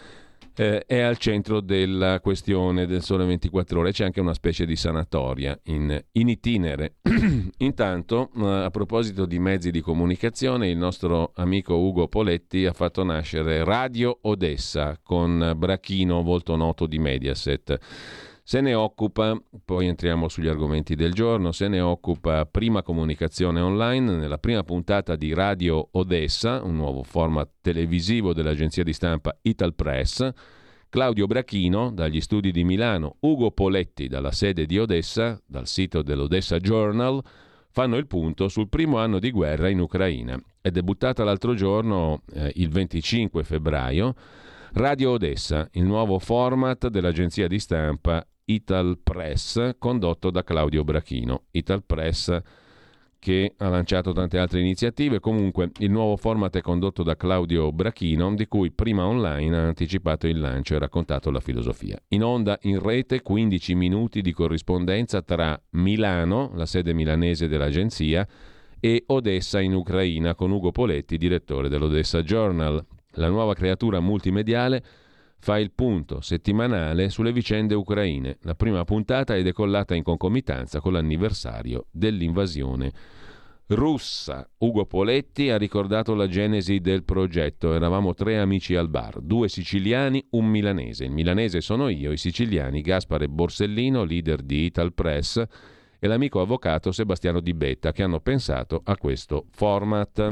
eh, è al centro della questione del Sole ventiquattro Ore. C'è anche una specie di sanatoria in, in itinere. Intanto, eh, a proposito di mezzi di comunicazione, il nostro amico Ugo Poletti ha fatto nascere Radio Odessa con Brachino, volto noto di Mediaset. Se ne occupa, poi entriamo sugli argomenti del giorno, se ne occupa Prima Comunicazione Online. Nella prima puntata di Radio Odessa, un nuovo format televisivo dell'agenzia di stampa Italpress, Claudio Brachino dagli studi di Milano, Ugo Poletti dalla sede di Odessa, dal sito dell'Odessa Journal, fanno il punto sul primo anno di guerra in Ucraina. È debuttata l'altro giorno, eh, il venticinque febbraio, Radio Odessa, il nuovo format dell'agenzia di stampa Italpress, condotto da Claudio Brachino. Italpress che ha lanciato tante altre iniziative. Comunque il nuovo format è condotto da Claudio Brachino, di cui Prima Online ha anticipato il lancio e raccontato la filosofia. In onda in rete quindici minuti di corrispondenza tra Milano, la sede milanese dell'agenzia, e Odessa in Ucraina, con Ugo Poletti, direttore dell'Odessa Journal. La nuova creatura multimediale fa il punto settimanale sulle vicende ucraine. La prima puntata è decollata in concomitanza con l'anniversario dell'invasione russa. Ugo Poletti ha ricordato la genesi del progetto. Eravamo tre amici al bar, due siciliani, un milanese. Il milanese sono io, i siciliani Gaspare Borsellino, leader di Italpress, e l'amico avvocato Sebastiano Di Betta, che hanno pensato a questo format.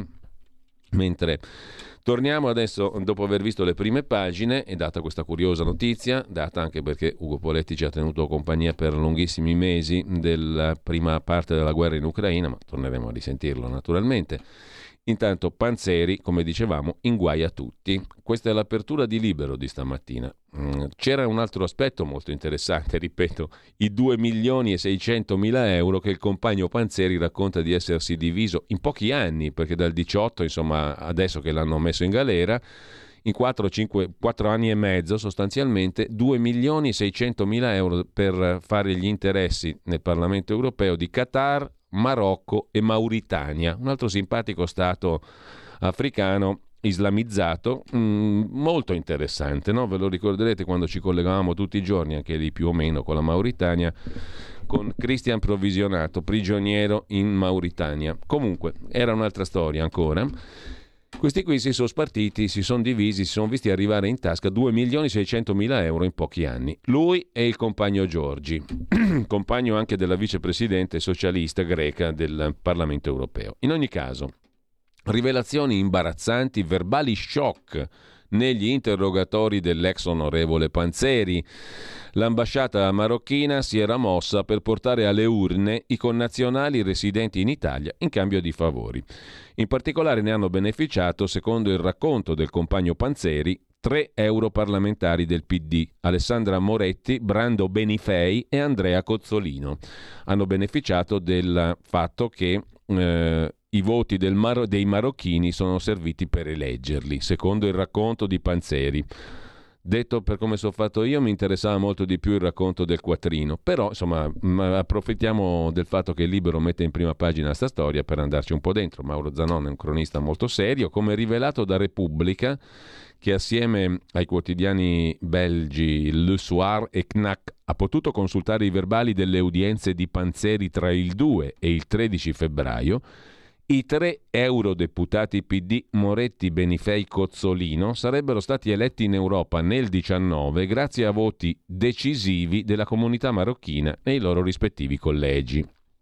Mentre torniamo adesso, dopo aver visto le prime pagine, e data questa curiosa notizia, data anche perché Ugo Poletti ci ha tenuto compagnia per lunghissimi mesi della prima parte della guerra in Ucraina, ma torneremo a risentirlo naturalmente. Intanto Panzeri, come dicevamo, inguaia tutti. Questa è l'apertura di Libero di stamattina. C'era un altro aspetto molto interessante, ripeto, i due milioni e seicentomila euro che il compagno Panzeri racconta di essersi diviso in pochi anni, perché dal diciotto, insomma, adesso che l'hanno messo in galera, in quattro anni e mezzo sostanzialmente due milioni e seicentomila euro per fare gli interessi nel Parlamento europeo di Qatar, Marocco e Mauritania, un altro simpatico stato africano islamizzato, mh, molto interessante, no? Ve lo ricorderete quando ci collegavamo tutti i giorni, anche lì più o meno con la Mauritania, con Christian Provvisionato, prigioniero in Mauritania. Comunque, era un'altra storia ancora. Questi qui si sono spartiti, si sono divisi, si sono visti arrivare in tasca due milioni e seicentomila euro in pochi anni. Lui e il compagno Giorgi, compagno anche della vicepresidente socialista greca del Parlamento europeo. In ogni caso, rivelazioni imbarazzanti, verbali shock negli interrogatori dell'ex onorevole Panzeri. L'ambasciata marocchina si era mossa per portare alle urne i connazionali residenti in Italia in cambio di favori. In particolare ne hanno beneficiato, secondo il racconto del compagno Panzeri, tre europarlamentari del P D, Alessandra Moretti, Brando Benifei e Andrea Cozzolino. Hanno beneficiato del fatto che eh, i voti del Mar- dei marocchini sono serviti per eleggerli, secondo il racconto di Panzeri. Detto per come sono fatto io, mi interessava molto di più il racconto del quattrino, però insomma approfittiamo del fatto che il Libero mette in prima pagina sta storia per andarci un po' dentro. Mauro Zanon è un cronista molto serio, come rivelato da Repubblica, che assieme ai quotidiani belgi Le Soir e Knack ha potuto consultare i verbali delle udienze di Panzeri tra il due e il tredici febbraio. I tre eurodeputati P D Moretti, Benifei, Cozzolino sarebbero stati eletti in Europa nel diciannove grazie a voti decisivi della comunità marocchina nei loro rispettivi collegi.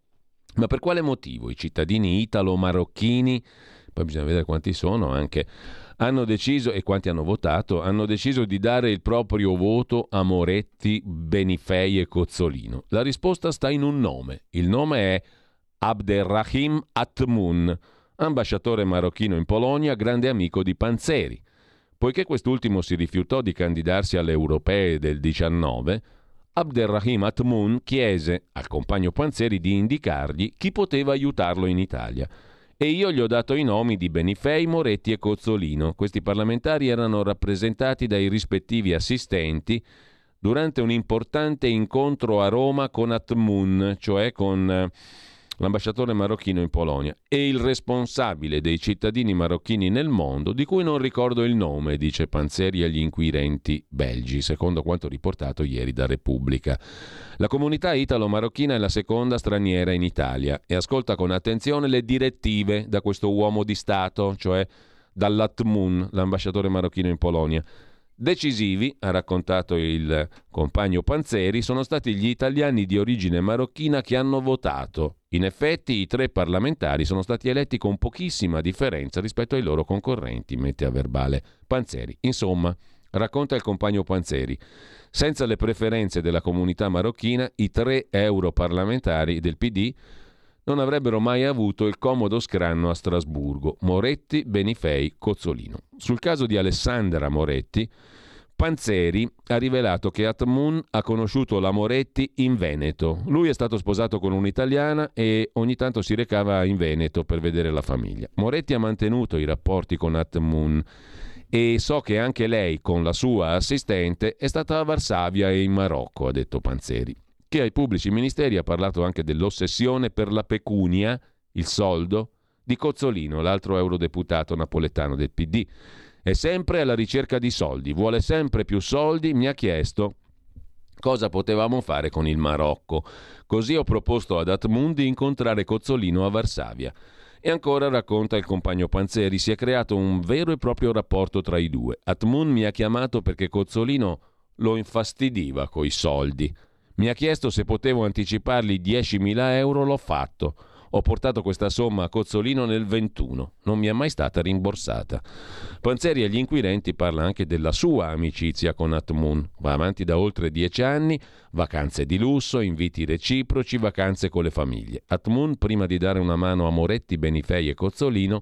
Ma per quale motivo i cittadini italo-marocchini, poi bisogna vedere quanti sono anche, hanno deciso, e quanti hanno votato, hanno deciso di dare il proprio voto a Moretti, Benifei e Cozzolino? La risposta sta in un nome. Il nome è Abderrahim Atmoun, ambasciatore marocchino in Polonia, grande amico di Panzeri. Poiché quest'ultimo si rifiutò di candidarsi alle europee del diciannove, Abderrahim Atmoun chiese al compagno Panzeri di indicargli chi poteva aiutarlo in Italia. E io gli ho dato i nomi di Benifei, Moretti e Cozzolino. Questi parlamentari erano rappresentati dai rispettivi assistenti durante un importante incontro a Roma con Atmoun, cioè con l'ambasciatore marocchino in Polonia, e il responsabile dei cittadini marocchini nel mondo, di cui non ricordo il nome, dice Panzeri agli inquirenti belgi, secondo quanto riportato ieri da Repubblica. La comunità italo-marocchina è la seconda straniera in Italia e ascolta con attenzione le direttive da questo uomo di Stato, cioè dall'Atmoun, l'ambasciatore marocchino in Polonia. Decisivi, ha raccontato il compagno Panzeri, sono stati gli italiani di origine marocchina che hanno votato. In effetti i tre parlamentari sono stati eletti con pochissima differenza rispetto ai loro concorrenti, mette a verbale Panzeri. Insomma, racconta il compagno Panzeri, senza le preferenze della comunità marocchina, i tre europarlamentari del P D non avrebbero mai avuto il comodo scranno a Strasburgo. Moretti, Benifei, Cozzolino. Sul caso di Alessandra Moretti, Panzeri ha rivelato che Atmoun ha conosciuto la Moretti in Veneto. Lui è stato sposato con un'italiana e ogni tanto si recava in Veneto per vedere la famiglia. Moretti ha mantenuto i rapporti con Atmoun e so che anche lei, con la sua assistente, è stata a Varsavia e in Marocco, ha detto Panzeri, che ai pubblici ministeri ha parlato anche dell'ossessione per la pecunia, il soldo, di Cozzolino, l'altro eurodeputato napoletano del P D. È sempre alla ricerca di soldi, vuole sempre più soldi, mi ha chiesto cosa potevamo fare con il Marocco. Così ho proposto ad Atmoun di incontrare Cozzolino a Varsavia. E ancora racconta il compagno Panzeri, si è creato un vero e proprio rapporto tra i due. Atmun mi ha chiamato perché Cozzolino lo infastidiva coi soldi. Mi ha chiesto se potevo anticipargli diecimila euro, l'ho fatto. Ho portato questa somma a Cozzolino nel ventuno, non mi è mai stata rimborsata. Panzeri agli inquirenti parla anche della sua amicizia con Atmun. Va avanti da oltre dieci anni, vacanze di lusso, inviti reciproci, vacanze con le famiglie. Atmun, prima di dare una mano a Moretti, Benifei e Cozzolino,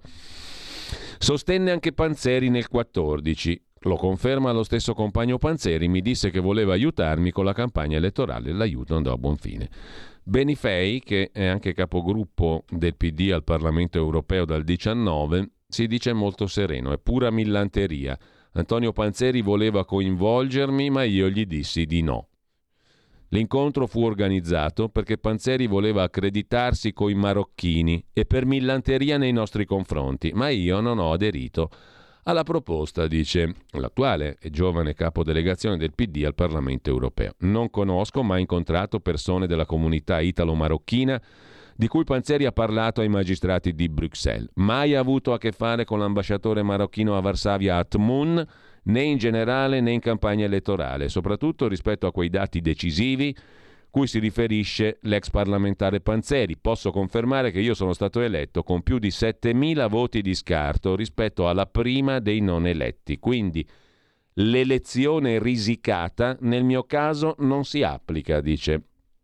sostenne anche Panzeri nel quattordici. Lo conferma lo stesso compagno Panzeri, mi disse che voleva aiutarmi con la campagna elettorale, l'aiuto andò a buon fine. Benifei, che è anche capogruppo del P D al Parlamento europeo dal diciannove, si dice molto sereno, è pura millanteria. Antonio Panzeri voleva coinvolgermi, ma io gli dissi di no. L'incontro fu organizzato perché Panzeri voleva accreditarsi coi marocchini e per millanteria nei nostri confronti, ma io non ho aderito alla proposta, dice l'attuale e giovane capodelegazione del P D al Parlamento europeo. Non conosco, mai incontrato persone della comunità italo-marocchina di cui Panzeri ha parlato ai magistrati di Bruxelles. Mai avuto a che fare con l'ambasciatore marocchino a Varsavia Atmun, né in generale né in campagna elettorale, soprattutto rispetto a quei dati decisivi cui si riferisce l'ex parlamentare Panzeri. Posso confermare che io sono stato eletto con più di settemila voti di scarto rispetto alla prima dei non eletti. Quindi l'elezione risicata nel mio caso non si applica, dice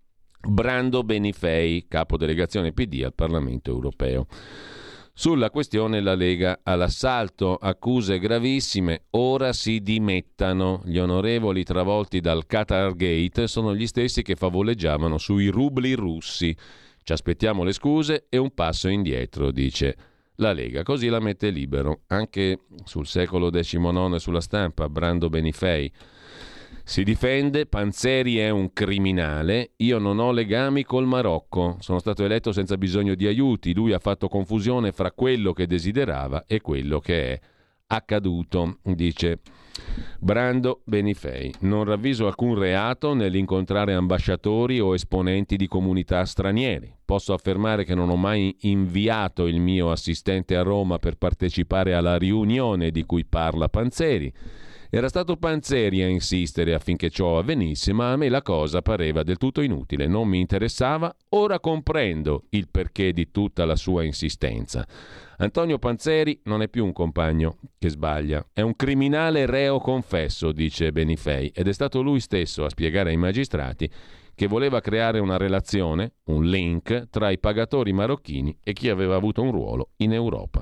Brando Benifei, capodelegazione P D al Parlamento europeo. Sulla questione la Lega all'assalto, accuse gravissime, ora si dimettano. Gli onorevoli travolti dal Qatar Gate sono gli stessi che favoleggiavano sui rubli russi. Ci aspettiamo le scuse e un passo indietro, dice la Lega. Così la mette libero. Anche sul Secolo diciannove e sulla Stampa, Brando Benifei si difende, Panzeri è un criminale, io non ho legami col Marocco, sono stato eletto senza bisogno di aiuti, lui ha fatto confusione fra quello che desiderava e quello che è accaduto, dice Brando Benifei. Non ravviso alcun reato nell'incontrare ambasciatori o esponenti di comunità stranieri. Posso affermare che non ho mai inviato il mio assistente a Roma per partecipare alla riunione di cui parla Panzeri. Era stato Panzeri a insistere affinché ciò avvenisse, ma a me la cosa pareva del tutto inutile, non mi interessava. Ora comprendo il perché di tutta la sua insistenza. Antonio Panzeri non è più un compagno che sbaglia, è un criminale reo confesso, dice Benifei, ed è stato lui stesso a spiegare ai magistrati che voleva creare una relazione, un link, tra i pagatori marocchini e chi aveva avuto un ruolo in Europa.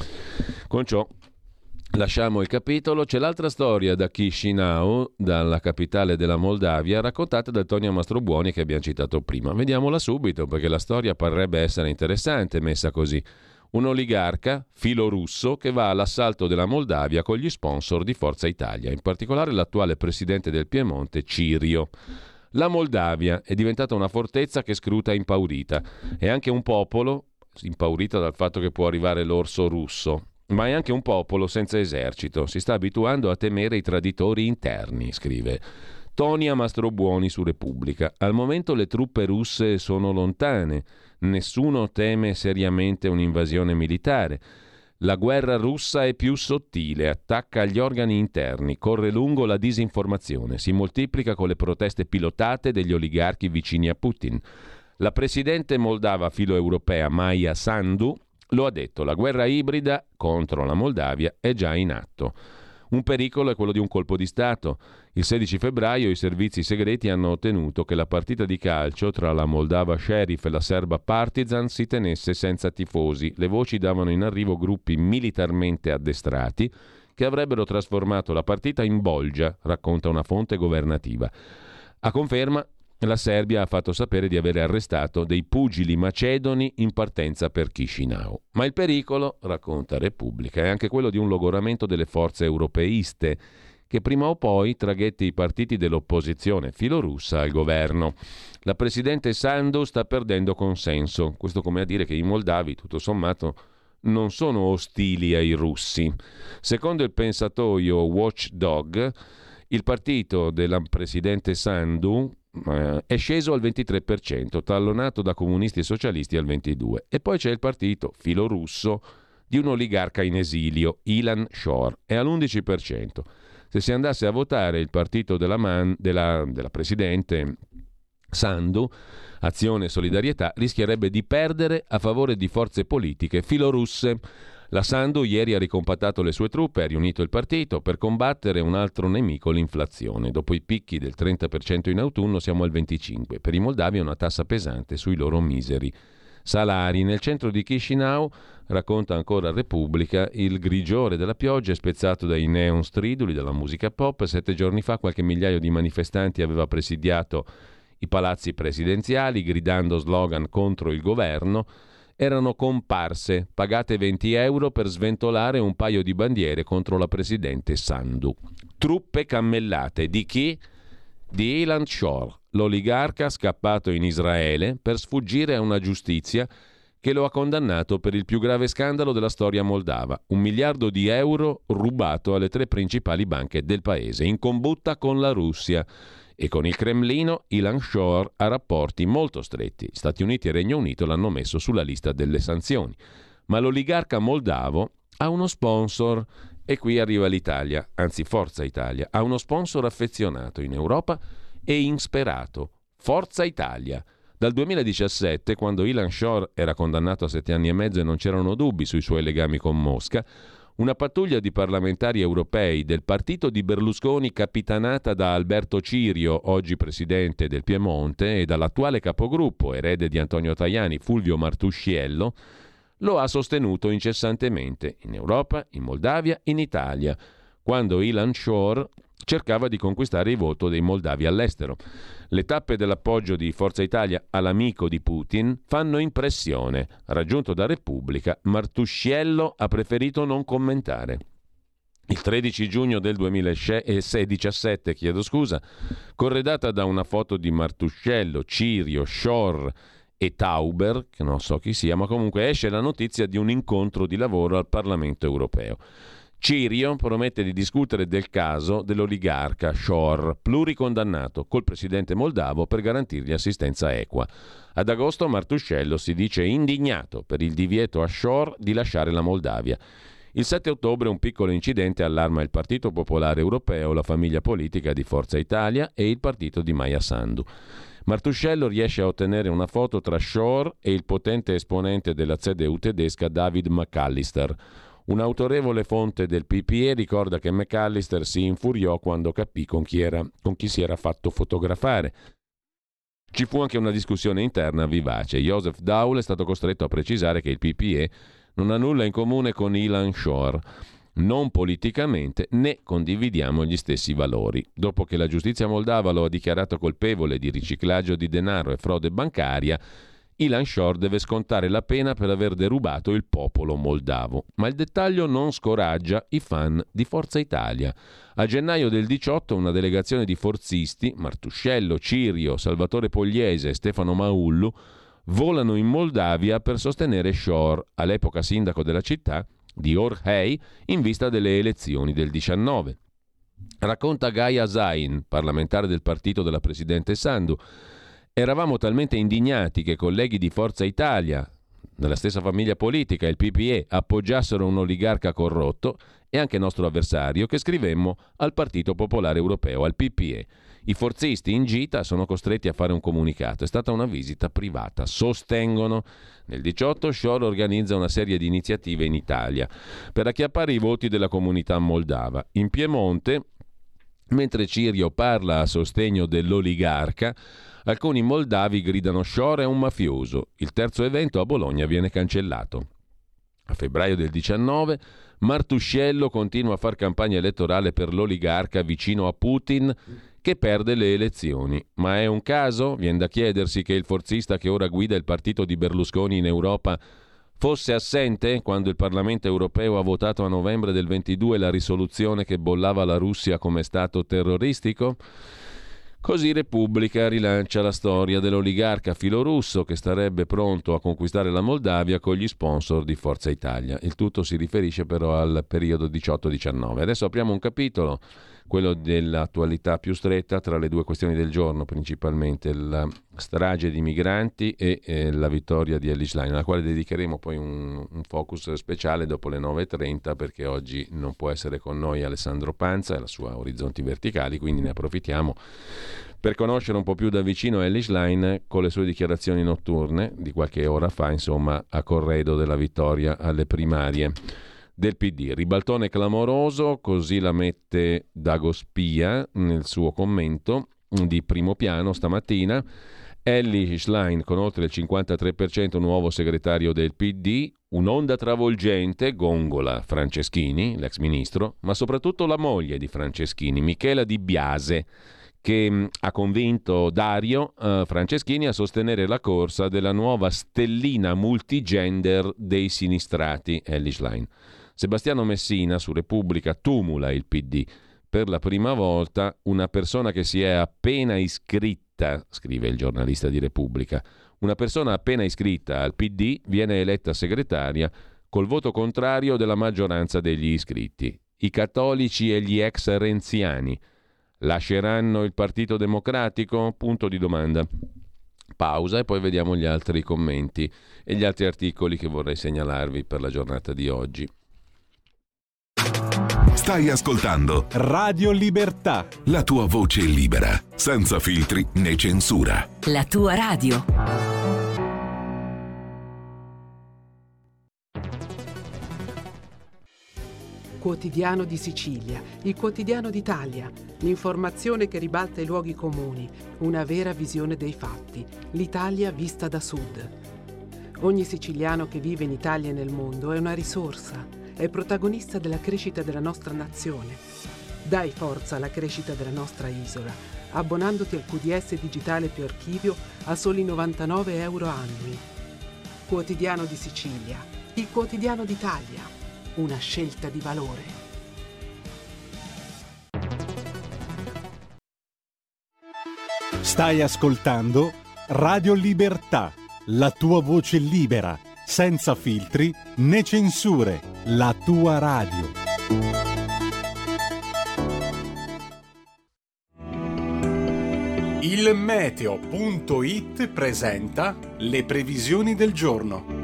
Con ciò lasciamo il capitolo. C'è l'altra storia da Chisinau, dalla capitale della Moldavia, raccontata da Tonia Mastrobuoni che abbiamo citato prima. Vediamola subito perché la storia parrebbe essere interessante messa così. Un oligarca filorusso che va all'assalto della Moldavia con gli sponsor di Forza Italia, in particolare l'attuale presidente del Piemonte, Cirio. La Moldavia è diventata una fortezza che scruta impaurita. È anche un popolo impaurita dal fatto che può arrivare l'orso russo. Ma è anche un popolo senza esercito, si sta abituando a temere i traditori interni, scrive Tonia Mastrobuoni su Repubblica. Al momento le truppe russe sono lontane, nessuno teme seriamente un'invasione militare. La guerra russa è più sottile, attacca agli organi interni, corre lungo la disinformazione, si moltiplica con le proteste pilotate degli oligarchi vicini a Putin. La presidente moldava filoeuropea Maia Sandu lo ha detto, la guerra ibrida contro la Moldavia è già in atto. Un pericolo è quello di un colpo di Stato. Il sedici febbraio i servizi segreti hanno ottenuto che la partita di calcio tra la Moldava Sheriff e la serba Partizan si tenesse senza tifosi. Le voci davano in arrivo gruppi militarmente addestrati che avrebbero trasformato la partita in bolgia, racconta una fonte governativa. A conferma, la Serbia ha fatto sapere di aver arrestato dei pugili macedoni in partenza per Chisinau. Ma il pericolo, racconta Repubblica, è anche quello di un logoramento delle forze europeiste che prima o poi traghetti i partiti dell'opposizione filorussa al governo. La presidente Sandu sta perdendo consenso. Questo come a dire che i moldavi, tutto sommato, non sono ostili ai russi. Secondo il pensatoio Watchdog, il partito della presidente Sandu eh, è sceso al ventitré per cento, tallonato da comunisti e socialisti al ventidue per cento. E poi c'è il partito filorusso di un oligarca in esilio, Ilan Shor, è all'undici per cento. Se si andasse a votare il partito della, man, della, della presidente Sandu, Azione e Solidarietà, rischierebbe di perdere a favore di forze politiche filorusse. La Sandu ieri ha ricompattato le sue truppe, ha riunito il partito per combattere un altro nemico, l'inflazione. Dopo i picchi del trenta per cento in autunno siamo al venticinque per cento. Per i moldavi è una tassa pesante sui loro miseri salari. Nel centro di Chisinau, racconta ancora Repubblica, il grigiore della pioggia è spezzato dai neon striduli della musica pop. Sette giorni fa qualche migliaio di manifestanti aveva presidiato i palazzi presidenziali gridando slogan contro il governo. Erano comparse, pagate venti euro per sventolare un paio di bandiere contro la presidente Sandu. Truppe cammellate. Di chi? Di Ilan Shor, l'oligarca scappato in Israele per sfuggire a una giustizia che lo ha condannato per il più grave scandalo della storia moldava. Un miliardo di euro rubato alle tre principali banche del paese, in combutta con la Russia. E con il Cremlino Ilan Shor ha rapporti molto stretti. Stati Uniti e Regno Unito l'hanno messo sulla lista delle sanzioni. Ma l'oligarca moldavo ha uno sponsor, e qui arriva l'Italia, anzi Forza Italia, ha uno sponsor affezionato in Europa e insperato, Forza Italia. Dal duemiladiciassette, quando Ilan Shor era condannato a sette anni e mezzo e non c'erano dubbi sui suoi legami con Mosca, una pattuglia di parlamentari europei del partito di Berlusconi, capitanata da Alberto Cirio, oggi presidente del Piemonte, e dall'attuale capogruppo, erede di Antonio Tajani, Fulvio Martusciello, lo ha sostenuto incessantemente in Europa, in Moldavia, in Italia, quando Ilan Shor cercava di conquistare il voto dei moldavi all'estero. Le tappe dell'appoggio di Forza Italia all'amico di Putin fanno impressione. Raggiunto da Repubblica, Martusciello ha preferito non commentare. Il tredici giugno del duemiladiciassette, chiedo scusa, corredata da una foto di Martusciello, Cirio, Shor e Tauber, che non so chi sia, ma comunque esce la notizia di un incontro di lavoro al Parlamento europeo. Cirio promette di discutere del caso dell'oligarca Shor, pluricondannato, col presidente moldavo per garantirgli assistenza equa. Ad agosto Martusciello si dice indignato per il divieto a Shor di lasciare la Moldavia. Il sette ottobre un piccolo incidente allarma il Partito Popolare Europeo, la famiglia politica di Forza Italia e il partito di Maia Sandu. Martusciello riesce a ottenere una foto tra Shor e il potente esponente della C D U tedesca David McAllister. Un'autorevole fonte del P P E ricorda che McAllister si infuriò quando capì con chi, era, con chi si era fatto fotografare. Ci fu anche una discussione interna vivace. Joseph Daul è stato costretto a precisare che il P P E non ha nulla in comune con Ilan Shor, non politicamente, né condividiamo gli stessi valori. Dopo che la giustizia moldava lo ha dichiarato colpevole di riciclaggio di denaro e frode bancaria, Ilan Shor deve scontare la pena per aver derubato il popolo moldavo. Ma il dettaglio non scoraggia i fan di Forza Italia. A gennaio del diciotto una delegazione di forzisti, Martusciello, Cirio, Salvatore Pogliese e Stefano Maullu, volano in Moldavia per sostenere Shor, all'epoca sindaco della città, di Orhei, in vista delle elezioni del diciannove. Racconta Gaia Zain, parlamentare del partito della presidente Sandu: eravamo talmente indignati che colleghi di Forza Italia, della stessa famiglia politica, il P P E, appoggiassero un oligarca corrotto e anche nostro avversario, che scrivemmo al Partito Popolare Europeo, al P P E. I forzisti in gita sono costretti a fare un comunicato. È stata una visita privata, sostengono. Nel diciotto Shor organizza una serie di iniziative in Italia per acchiappare i voti della comunità moldava. In Piemonte, mentre Cirio parla a sostegno dell'oligarca, alcuni moldavi gridano Shor è un mafioso. Il terzo evento a Bologna viene cancellato. A febbraio del diciannove Martusciello continua a far campagna elettorale per l'oligarca vicino a Putin, che perde le elezioni. Ma è un caso? Viene da chiedersi che il forzista che ora guida il partito di Berlusconi in Europa fosse assente quando il Parlamento europeo ha votato a novembre del ventidue la risoluzione che bollava la Russia come stato terroristico? Così Repubblica rilancia la storia dell'oligarca filorusso che starebbe pronto a conquistare la Moldavia con gli sponsor di Forza Italia. Il tutto si riferisce però al periodo diciotto diciannove. Adesso apriamo un capitolo, quello dell'attualità più stretta tra le due questioni del giorno, principalmente la strage di migranti e eh, la vittoria di Elly Schlein, alla quale dedicheremo poi un, un focus speciale dopo le nove e trenta, perché oggi non può essere con noi Alessandro Panza e la sua Orizzonti Verticali, quindi ne approfittiamo per conoscere un po' più da vicino Elly Schlein con le sue dichiarazioni notturne di qualche ora fa, insomma, a corredo della vittoria alle primarie del P D. Ribaltone clamoroso, così la mette Dago Spia nel suo commento di Primo Piano stamattina. Elly Schlein con oltre il cinquantatré per cento nuovo segretario del P D, un'onda travolgente, gongola Franceschini, l'ex ministro, ma soprattutto la moglie di Franceschini, Michela Di Biase, che mh, ha convinto Dario uh, Franceschini a sostenere la corsa della nuova stellina multigender dei sinistrati, Elly Schlein. Sebastiano Messina su Repubblica tumula il P D. Per la prima volta una persona che si è appena iscritta, scrive il giornalista di Repubblica, una persona appena iscritta al P D viene eletta segretaria col voto contrario della maggioranza degli iscritti. I cattolici e gli ex renziani lasceranno il Partito Democratico? Punto di domanda. Pausa e poi vediamo gli altri commenti e gli altri articoli che vorrei segnalarvi per la giornata di oggi. Stai ascoltando Radio Libertà, la tua voce libera, senza filtri né censura. La tua radio. Quotidiano di Sicilia, il quotidiano d'Italia, l'informazione che ribalta i luoghi comuni, una vera visione dei fatti, l'Italia vista da sud. Ogni siciliano che vive in Italia e nel mondo è una risorsa, è protagonista della crescita della nostra nazione. Dai forza alla crescita della nostra isola, abbonandoti al Q D S digitale più archivio a soli novantanove euro annui. Quotidiano di Sicilia, il quotidiano d'Italia, una scelta di valore. stai ascoltando Radio Libertà, la tua voce libera, senza filtri né censure, la tua radio. Il meteo punto it presenta le previsioni del giorno.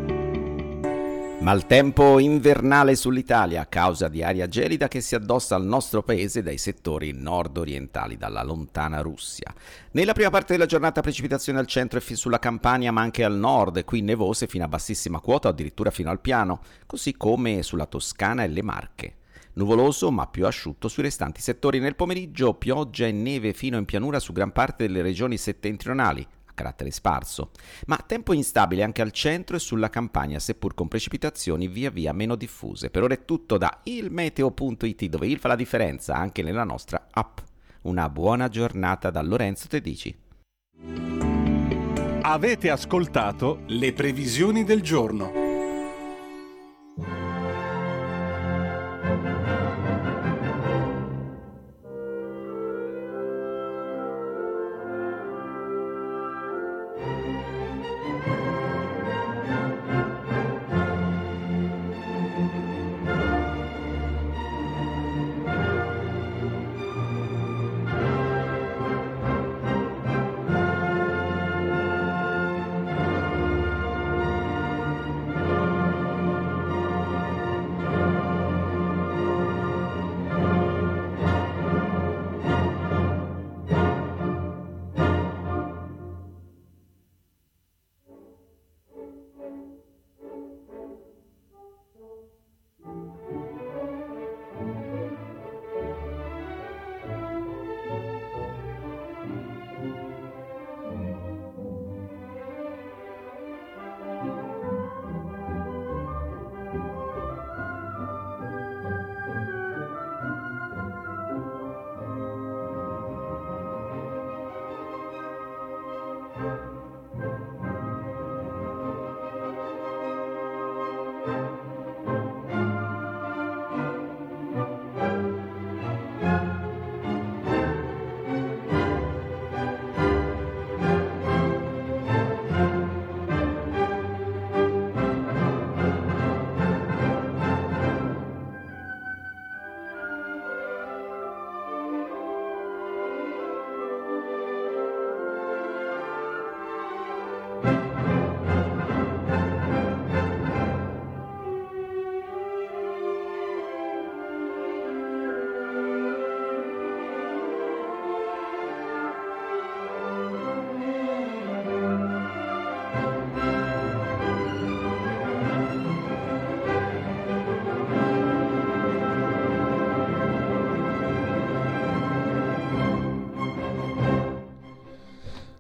Maltempo invernale sull'Italia a causa di aria gelida che si addossa al nostro paese dai settori nord-orientali, dalla lontana Russia. Nella prima parte della giornata precipitazioni al centro e sulla Campania, ma anche al nord, qui nevose fino a bassissima quota o addirittura fino al piano, così come sulla Toscana e le Marche. Nuvoloso ma più asciutto sui restanti settori. Nel pomeriggio pioggia e neve fino in pianura su gran parte delle regioni settentrionali, carattere sparso, ma tempo instabile anche al centro e sulla Campania, seppur con precipitazioni via via meno diffuse. Per ora è tutto da il meteo punto it, dove il fa la differenza anche nella nostra app. Una buona giornata da Lorenzo Tedici. Avete ascoltato le previsioni del giorno.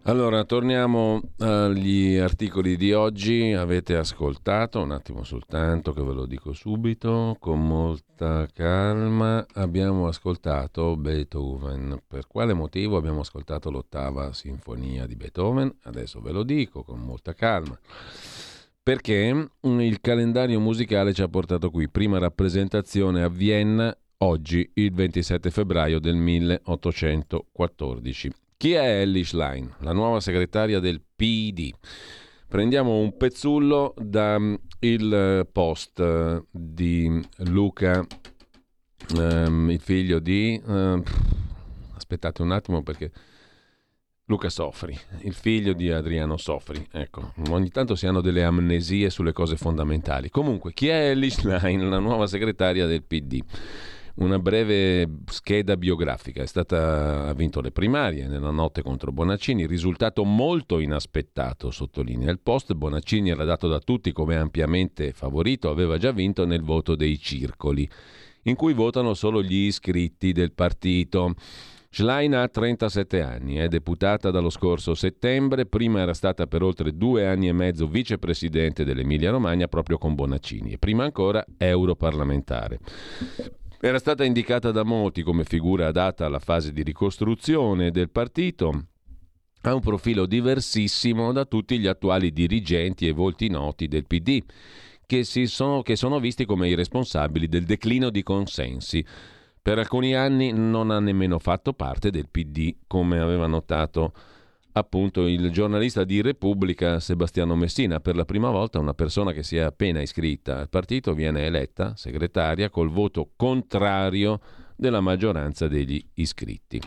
Allora, torniamo agli articoli di oggi. Avete ascoltato, un attimo soltanto che ve lo dico subito, con molta calma, abbiamo ascoltato Beethoven. Per quale motivo abbiamo ascoltato l'ottava sinfonia di Beethoven? Adesso ve lo dico con molta calma. Perché il calendario musicale ci ha portato qui. Prima rappresentazione a Vienna, oggi, il ventisette febbraio del milleottocentoquattordici. Chi è Elly Schlein, la nuova segretaria del P D? Prendiamo un pezzullo dal post di Luca, ehm, il figlio di... Eh, aspettate un attimo perché... Luca Sofri, il figlio di Adriano Sofri. Ecco, ogni tanto si hanno delle amnesie sulle cose fondamentali. Comunque, chi è Elly Schlein, la nuova segretaria del P D? Una breve scheda biografica. È stata, ha vinto le primarie nella notte contro Bonaccini, risultato molto inaspettato, sottolinea il post. Bonaccini era dato da tutti come ampiamente favorito, aveva già vinto nel voto dei circoli, in cui votano solo gli iscritti del partito. Schlein ha trentasette anni, è deputata dallo scorso settembre, prima era stata per oltre due anni e mezzo vicepresidente dell'Emilia Romagna proprio con Bonaccini e prima ancora europarlamentare. Era stata indicata da molti come figura adatta alla fase di ricostruzione del partito. Ha un profilo diversissimo da tutti gli attuali dirigenti e volti noti del P D, che, si sono, che sono visti come i responsabili del declino di consensi. Per alcuni anni non ha nemmeno fatto parte del P D, come aveva notato appunto il giornalista di Repubblica Sebastiano Messina. Per la prima volta una persona che si è appena iscritta al partito viene eletta segretaria col voto contrario della maggioranza degli iscritti.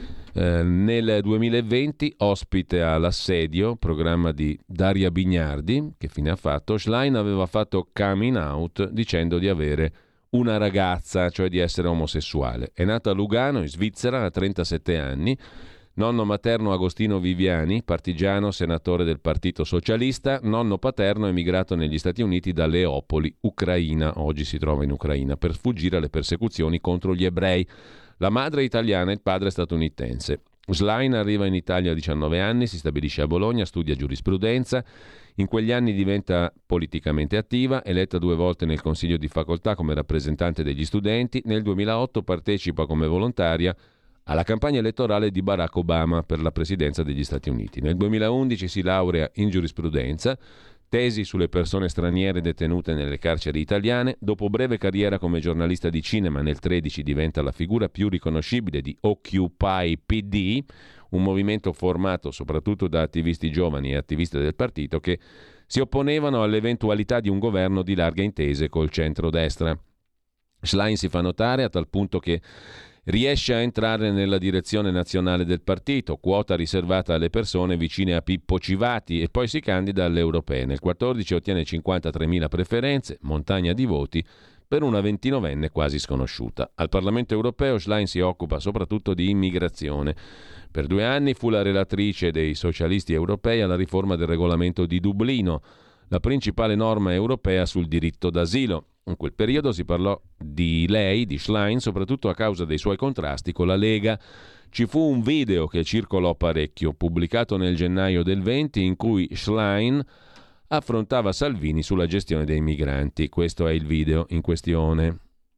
Eh, nel duemilaventi, ospite all'Assedio, programma di Daria Bignardi, che fine ha fatto, Schlein aveva fatto coming out dicendo di avere una ragazza, cioè di essere omosessuale. È nata a Lugano, in Svizzera, a trentasette anni. Nonno materno Agostino Viviani, partigiano, senatore del Partito Socialista. Nonno paterno emigrato negli Stati Uniti da Leopoli, Ucraina. Oggi si trova in Ucraina per sfuggire alle persecuzioni contro gli ebrei. La madre è italiana e il padre è statunitense. Schlein arriva in Italia a diciannove anni, si stabilisce a Bologna, studia giurisprudenza. In quegli anni diventa politicamente attiva, eletta due volte nel Consiglio di Facoltà come rappresentante degli studenti. Nel duemilaotto partecipa come volontaria alla campagna elettorale di Barack Obama per la presidenza degli Stati Uniti. Nel duemilaundici si laurea in giurisprudenza, tesi sulle persone straniere detenute nelle carceri italiane. Dopo breve carriera come giornalista di cinema, nel tredici diventa la figura più riconoscibile di Occupy P D, un movimento formato soprattutto da attivisti giovani e attivisti del partito che si opponevano all'eventualità di un governo di larghe intese col centrodestra. Schlein si fa notare a tal punto che riesce a entrare nella direzione nazionale del partito, quota riservata alle persone vicine a Pippo Civati, e poi si candida alle europee. Nel quattordici ottiene cinquantatremila preferenze, montagna di voti, per una ventinovenne quasi sconosciuta. Al Parlamento europeo Schlein si occupa soprattutto di immigrazione. Per due anni fu la relatrice dei socialisti europei alla riforma del regolamento di Dublino, la principale norma europea sul diritto d'asilo. In quel periodo si parlò di lei, di Schlein, soprattutto a causa dei suoi contrasti con la Lega. Ci fu un video che circolò parecchio, pubblicato nel gennaio del venti, in cui Schlein affrontava Salvini sulla gestione dei migranti. Questo è il video in questione.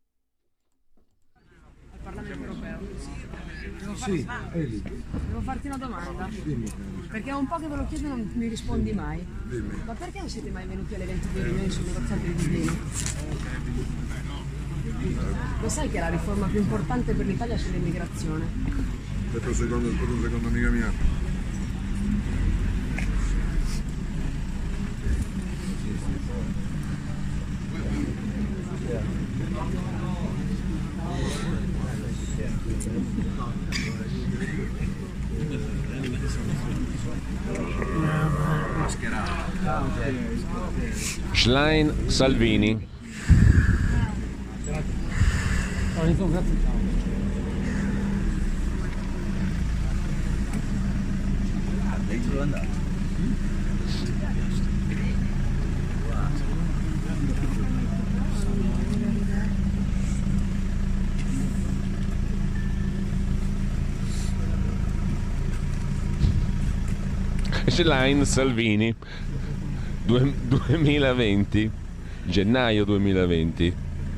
Al Parlamento europeo. Sì, devo farti una domanda. Dimmi. Perché è un po' che ve lo chiedo e non mi rispondi mai. Dimmi. Ma perché non siete mai venuti all'evento di riunione sul negoziato di Dublino? Lo sai che è la riforma più importante per l'Italia sull'immigrazione? Per un secondo, per un secondo, amica mia. Schlein Salvini. Schlein Salvini Due, duemilaventi, gennaio duemilaventi,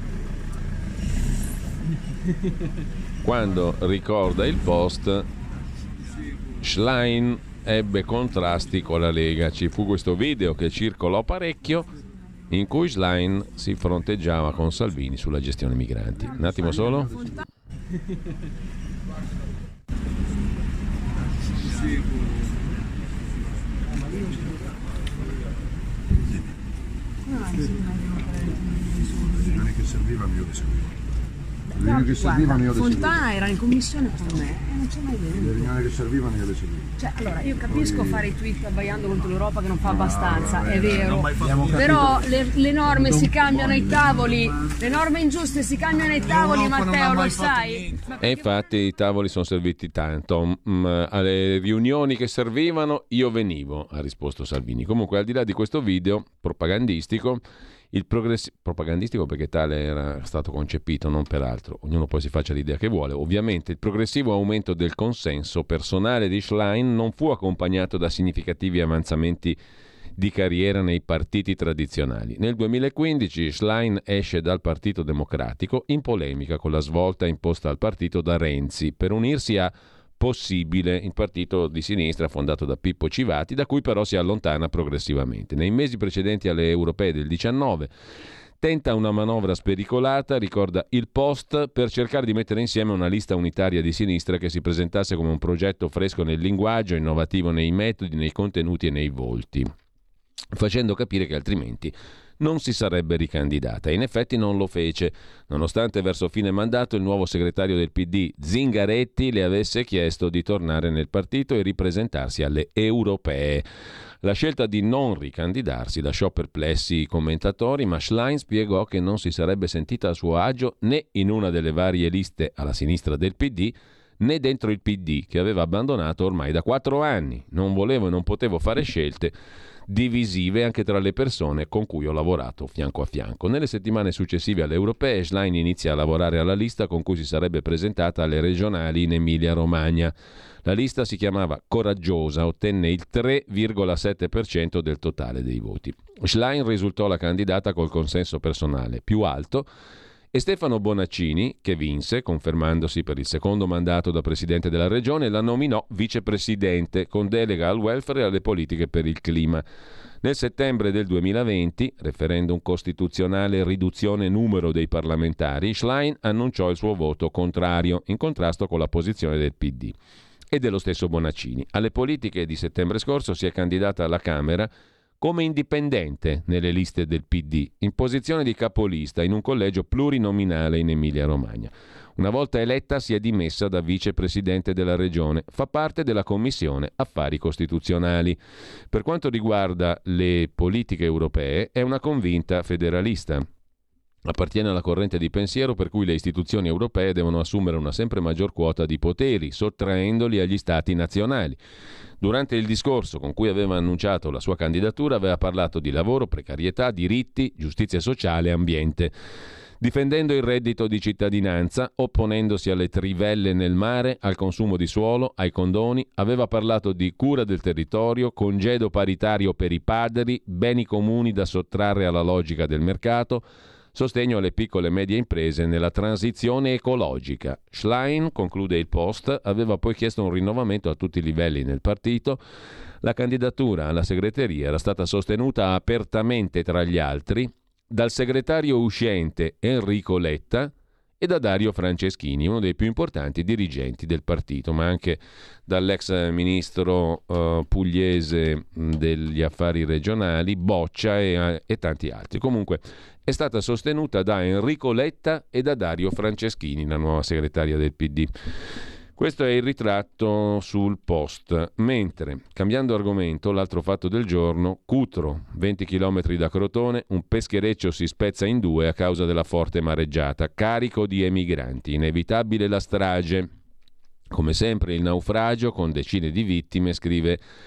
quando ricorda il post, Schlein ebbe contrasti con la Lega. Ci fu questo video che circolò parecchio in cui Schlein si fronteggiava con Salvini sulla gestione migranti. Un attimo solo. Le riunioni che servivano io le seguivo. Le riunioni che servivano io le seguivo. Fontana era in commissione con me e non c'è mai Le venuto. riunioni che servivano io le seguivo. Cioè, allora, io capisco Poi- fare i tweet abbaiando contro l'Europa che non fa abbastanza, vabbè, è vero. Però le, le norme si cambiano ai tavoli, le norme ingiuste si cambiano ai tavoli, Matteo, lo sai? Ma E perché infatti i tavoli sono serviti tanto. Mm, alle riunioni che servivano io venivo, ha risposto Salvini. Comunque, al di là di questo video propagandistico, il progressi- propagandistico perché tale era stato concepito, non per altro, ognuno poi si faccia l'idea che vuole. Ovviamente il progressivo aumento del consenso personale di Schlein non fu accompagnato da significativi avanzamenti di carriera nei partiti tradizionali. Nel duemilaquindici Schlein esce dal Partito Democratico in polemica con la svolta imposta al partito da Renzi per unirsi a Possibile, il partito di sinistra fondato da Pippo Civati, da cui però si allontana progressivamente. Nei mesi precedenti alle europee del diciannove tenta una manovra spericolata, ricorda il Post, per cercare di mettere insieme una lista unitaria di sinistra che si presentasse come un progetto fresco nel linguaggio, innovativo nei metodi, nei contenuti e nei volti, facendo capire che altrimenti non si sarebbe ricandidata. In effetti non lo fece, nonostante verso fine mandato il nuovo segretario del P D, Zingaretti, le avesse chiesto di tornare nel partito e ripresentarsi alle europee. La scelta di non ricandidarsi lasciò perplessi i commentatori, ma Schlein spiegò che non si sarebbe sentita a suo agio né in una delle varie liste alla sinistra del P D, né dentro il P D, che aveva abbandonato ormai da quattro anni. Non volevo e non potevo fare scelte divisive anche tra le persone con cui ho lavorato fianco a fianco. Nelle settimane successive alle europee Schlein inizia a lavorare alla lista con cui si sarebbe presentata alle regionali in Emilia-Romagna. La lista si chiamava Coraggiosa, ottenne il tre virgola sette per cento del totale dei voti. Schlein risultò la candidata col consenso personale più alto e Stefano Bonaccini, che vinse, confermandosi per il secondo mandato da presidente della regione, la nominò vicepresidente con delega al welfare e alle politiche per il clima. Nel settembre del duemilaventi, referendum costituzionale riduzione numero dei parlamentari, Schlein annunciò il suo voto contrario, in contrasto con la posizione del P D e dello stesso Bonaccini. Alle politiche di settembre scorso si è candidata alla Camera come indipendente nelle liste del P D, in posizione di capolista in un collegio plurinominale in Emilia-Romagna. Una volta eletta si è dimessa da vicepresidente della regione, fa parte della Commissione Affari Costituzionali. Per quanto riguarda le politiche europee, è una convinta federalista. Appartiene alla corrente di pensiero per cui le istituzioni europee devono assumere una sempre maggior quota di poteri, sottraendoli agli stati nazionali. Durante il discorso con cui aveva annunciato la sua candidatura aveva parlato di lavoro, precarietà, diritti, giustizia sociale e ambiente, difendendo il reddito di cittadinanza, opponendosi alle trivelle nel mare, al consumo di suolo, ai condoni. Aveva parlato di cura del territorio, congedo paritario per i padri, beni comuni da sottrarre alla logica del mercato, sostegno alle piccole e medie imprese nella transizione ecologica. Schlein, conclude il Post, aveva poi chiesto un rinnovamento a tutti i livelli nel partito. La candidatura alla segreteria era stata sostenuta apertamente tra gli altri dal segretario uscente Enrico Letta e da Dario Franceschini, uno dei più importanti dirigenti del partito, ma anche dall'ex ministro uh, pugliese degli affari regionali Boccia e, e tanti altri. Comunque è stata sostenuta da Enrico Letta e da Dario Franceschini, la nuova segretaria del P D. Questo è il ritratto sul Post. Mentre, cambiando argomento, l'altro fatto del giorno, Cutro, venti chilometri da Crotone, un peschereccio si spezza in due a causa della forte mareggiata, carico di emigranti. Inevitabile la strage. Come sempre il naufragio, con decine di vittime, scrive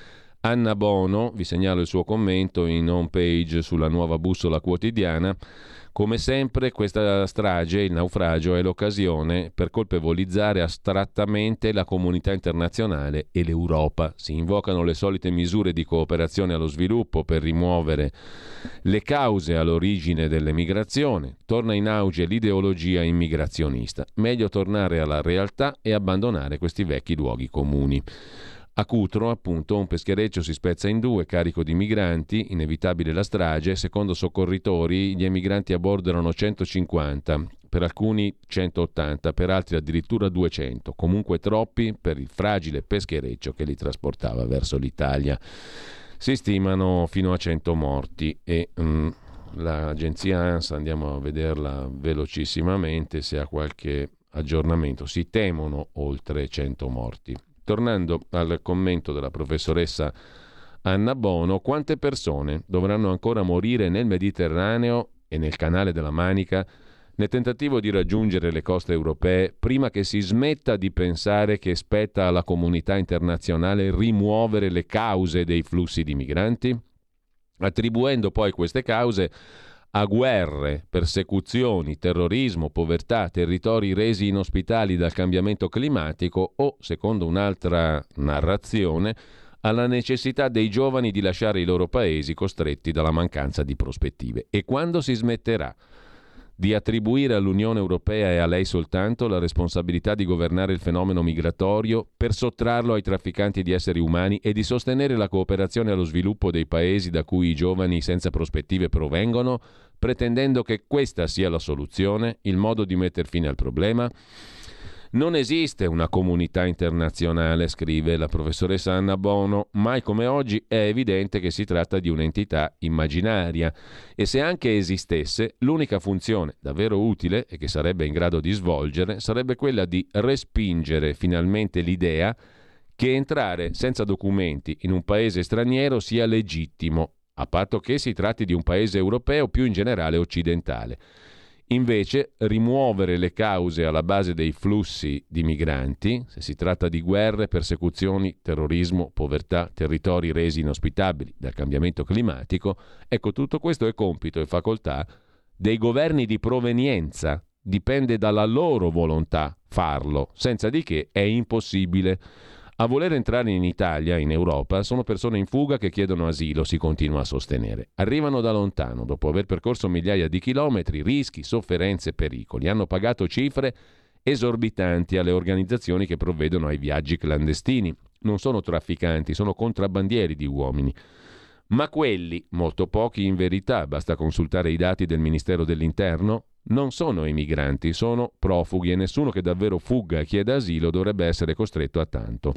Anna Bono, vi segnalo il suo commento in home page sulla Nuova Bussola Quotidiana. Come sempre questa strage, il naufragio, è l'occasione per colpevolizzare astrattamente la comunità internazionale e l'Europa. Si invocano le solite misure di cooperazione allo sviluppo per rimuovere le cause all'origine dell'emigrazione. Torna in auge l'ideologia immigrazionista. Meglio tornare alla realtà e abbandonare questi vecchi luoghi comuni. A Cutro, appunto, un peschereccio si spezza in due, carico di migranti, inevitabile la strage. Secondo soccorritori, gli emigranti a bordo erano centocinquanta, per alcuni centottanta, per altri addirittura duecento, comunque troppi per il fragile peschereccio che li trasportava verso l'Italia. Si stimano fino a cento morti e um, l'agenzia ANSA, andiamo a vederla velocissimamente se ha qualche aggiornamento, si temono oltre cento morti. Tornando al commento della professoressa Anna Bono, quante persone dovranno ancora morire nel Mediterraneo e nel Canale della Manica nel tentativo di raggiungere le coste europee prima che si smetta di pensare che spetta alla comunità internazionale rimuovere le cause dei flussi di migranti, attribuendo poi queste cause a guerre, persecuzioni, terrorismo, povertà, territori resi inospitali dal cambiamento climatico o, secondo un'altra narrazione, alla necessità dei giovani di lasciare i loro paesi costretti dalla mancanza di prospettive. E quando si smetterà di attribuire all'Unione Europea e a lei soltanto la responsabilità di governare il fenomeno migratorio per sottrarlo ai trafficanti di esseri umani e di sostenere la cooperazione allo sviluppo dei paesi da cui i giovani senza prospettive provengono, pretendendo che questa sia la soluzione, il modo di metter fine al problema? Non esiste una comunità internazionale, scrive la professoressa Anna Bono, mai come oggi è evidente che si tratta di un'entità immaginaria e se anche esistesse, l'unica funzione davvero utile e che sarebbe in grado di svolgere sarebbe quella di respingere finalmente l'idea che entrare senza documenti in un paese straniero sia legittimo, a patto che si tratti di un paese europeo, più in generale occidentale. Invece, rimuovere le cause alla base dei flussi di migranti, se si tratta di guerre, persecuzioni, terrorismo, povertà, territori resi inospitabili dal cambiamento climatico, ecco, tutto questo è compito e facoltà dei governi di provenienza. Dipende dalla loro volontà farlo, senza di che è impossibile. A voler entrare in Italia, in Europa, sono persone in fuga che chiedono asilo, si continua a sostenere. Arrivano da lontano, dopo aver percorso migliaia di chilometri, rischi, sofferenze, pericoli. Hanno pagato cifre esorbitanti alle organizzazioni che provvedono ai viaggi clandestini. Non sono trafficanti, sono contrabbandieri di uomini. Ma quelli, molto pochi in verità, basta consultare i dati del Ministero dell'Interno, non sono emigranti, sono profughi e nessuno che davvero fugga e chieda asilo dovrebbe essere costretto a tanto.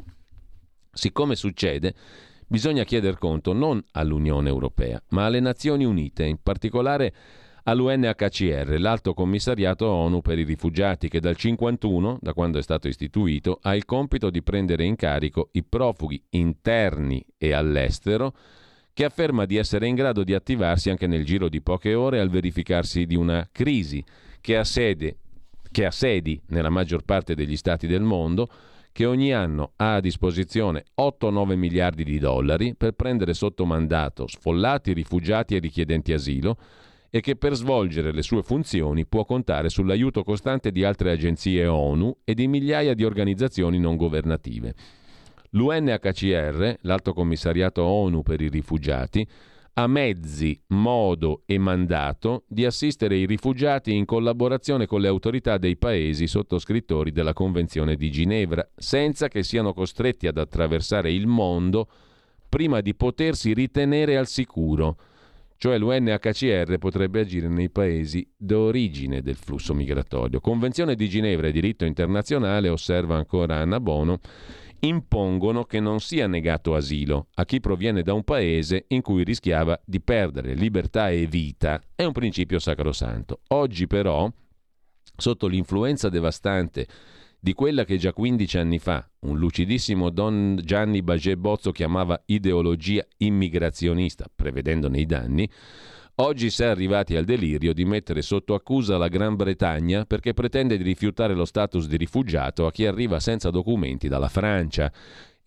Siccome succede, bisogna chieder conto non all'Unione Europea, ma alle Nazioni Unite, in particolare all'U N H C R, l'Alto Commissariato ONU per i rifugiati, che dal cinquantuno, da quando è stato istituito, ha il compito di prendere in carico i profughi interni e all'estero, che afferma di essere in grado di attivarsi anche nel giro di poche ore al verificarsi di una crisi che ha sede, che ha sedi nella maggior parte degli stati del mondo, che ogni anno ha a disposizione otto nove miliardi di dollari per prendere sotto mandato sfollati, rifugiati e richiedenti asilo e che per svolgere le sue funzioni può contare sull'aiuto costante di altre agenzie ONU e di migliaia di organizzazioni non governative. L'U N H C R, l'Alto Commissariato ONU per i rifugiati, ha mezzi, modo e mandato di assistere i rifugiati in collaborazione con le autorità dei paesi sottoscrittori della Convenzione di Ginevra, senza che siano costretti ad attraversare il mondo prima di potersi ritenere al sicuro. Cioè l'U N H C R potrebbe agire nei paesi d'origine del flusso migratorio. Convenzione di Ginevra e diritto internazionale, osserva ancora Anna Bono, impongono che non sia negato asilo a chi proviene da un paese in cui rischiava di perdere libertà e vita. È un principio sacrosanto. Oggi però, sotto l'influenza devastante di quella che già quindici anni fa un lucidissimo Don Gianni Baget Bozzo chiamava ideologia immigrazionista, prevedendone i danni, oggi si è arrivati al delirio di mettere sotto accusa la Gran Bretagna perché pretende di rifiutare lo status di rifugiato a chi arriva senza documenti dalla Francia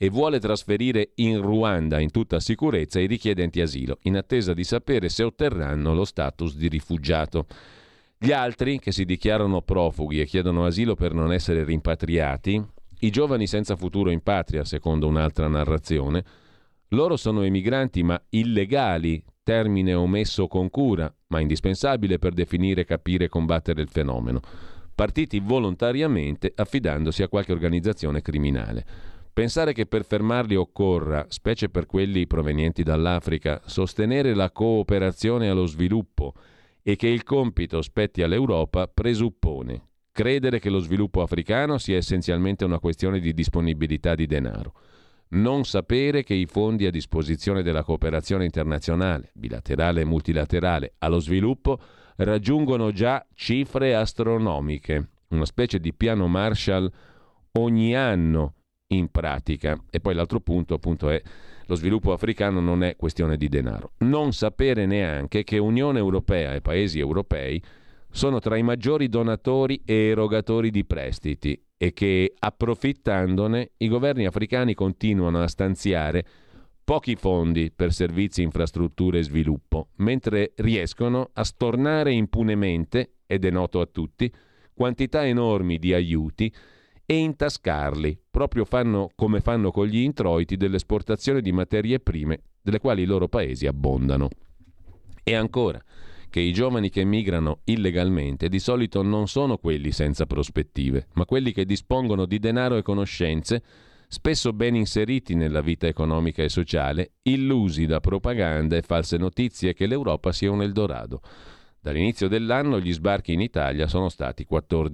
e vuole trasferire in Ruanda in tutta sicurezza i richiedenti asilo, in attesa di sapere se otterranno lo status di rifugiato. Gli altri, che si dichiarano profughi e chiedono asilo per non essere rimpatriati, i giovani senza futuro in patria, secondo un'altra narrazione, loro sono emigranti ma illegali, termine omesso con cura, ma indispensabile per definire, capire e combattere il fenomeno, partiti volontariamente affidandosi a qualche organizzazione criminale. Pensare che per fermarli occorra, specie per quelli provenienti dall'Africa, sostenere la cooperazione allo sviluppo e che il compito spetti all'Europa presuppone credere che lo sviluppo africano sia essenzialmente una questione di disponibilità di denaro, non sapere che i fondi a disposizione della cooperazione internazionale, bilaterale e multilaterale, allo sviluppo raggiungono già cifre astronomiche, una specie di piano Marshall ogni anno in pratica. E poi l'altro punto appunto è lo sviluppo africano non è questione di denaro. Non sapere neanche che Unione Europea e paesi europei sono tra i maggiori donatori e erogatori di prestiti e che, approfittandone, i governi africani continuano a stanziare pochi fondi per servizi, infrastrutture e sviluppo, mentre riescono a stornare impunemente, ed è noto a tutti, quantità enormi di aiuti e intascarli, proprio fanno come fanno con gli introiti dell'esportazione di materie prime delle quali i loro paesi abbondano. E ancora, che i giovani che migrano illegalmente di solito non sono quelli senza prospettive, ma quelli che dispongono di denaro e conoscenze, spesso ben inseriti nella vita economica e sociale, illusi da propaganda e false notizie che l'Europa sia un Eldorado. Dall'inizio dell'anno gli sbarchi in Italia sono stati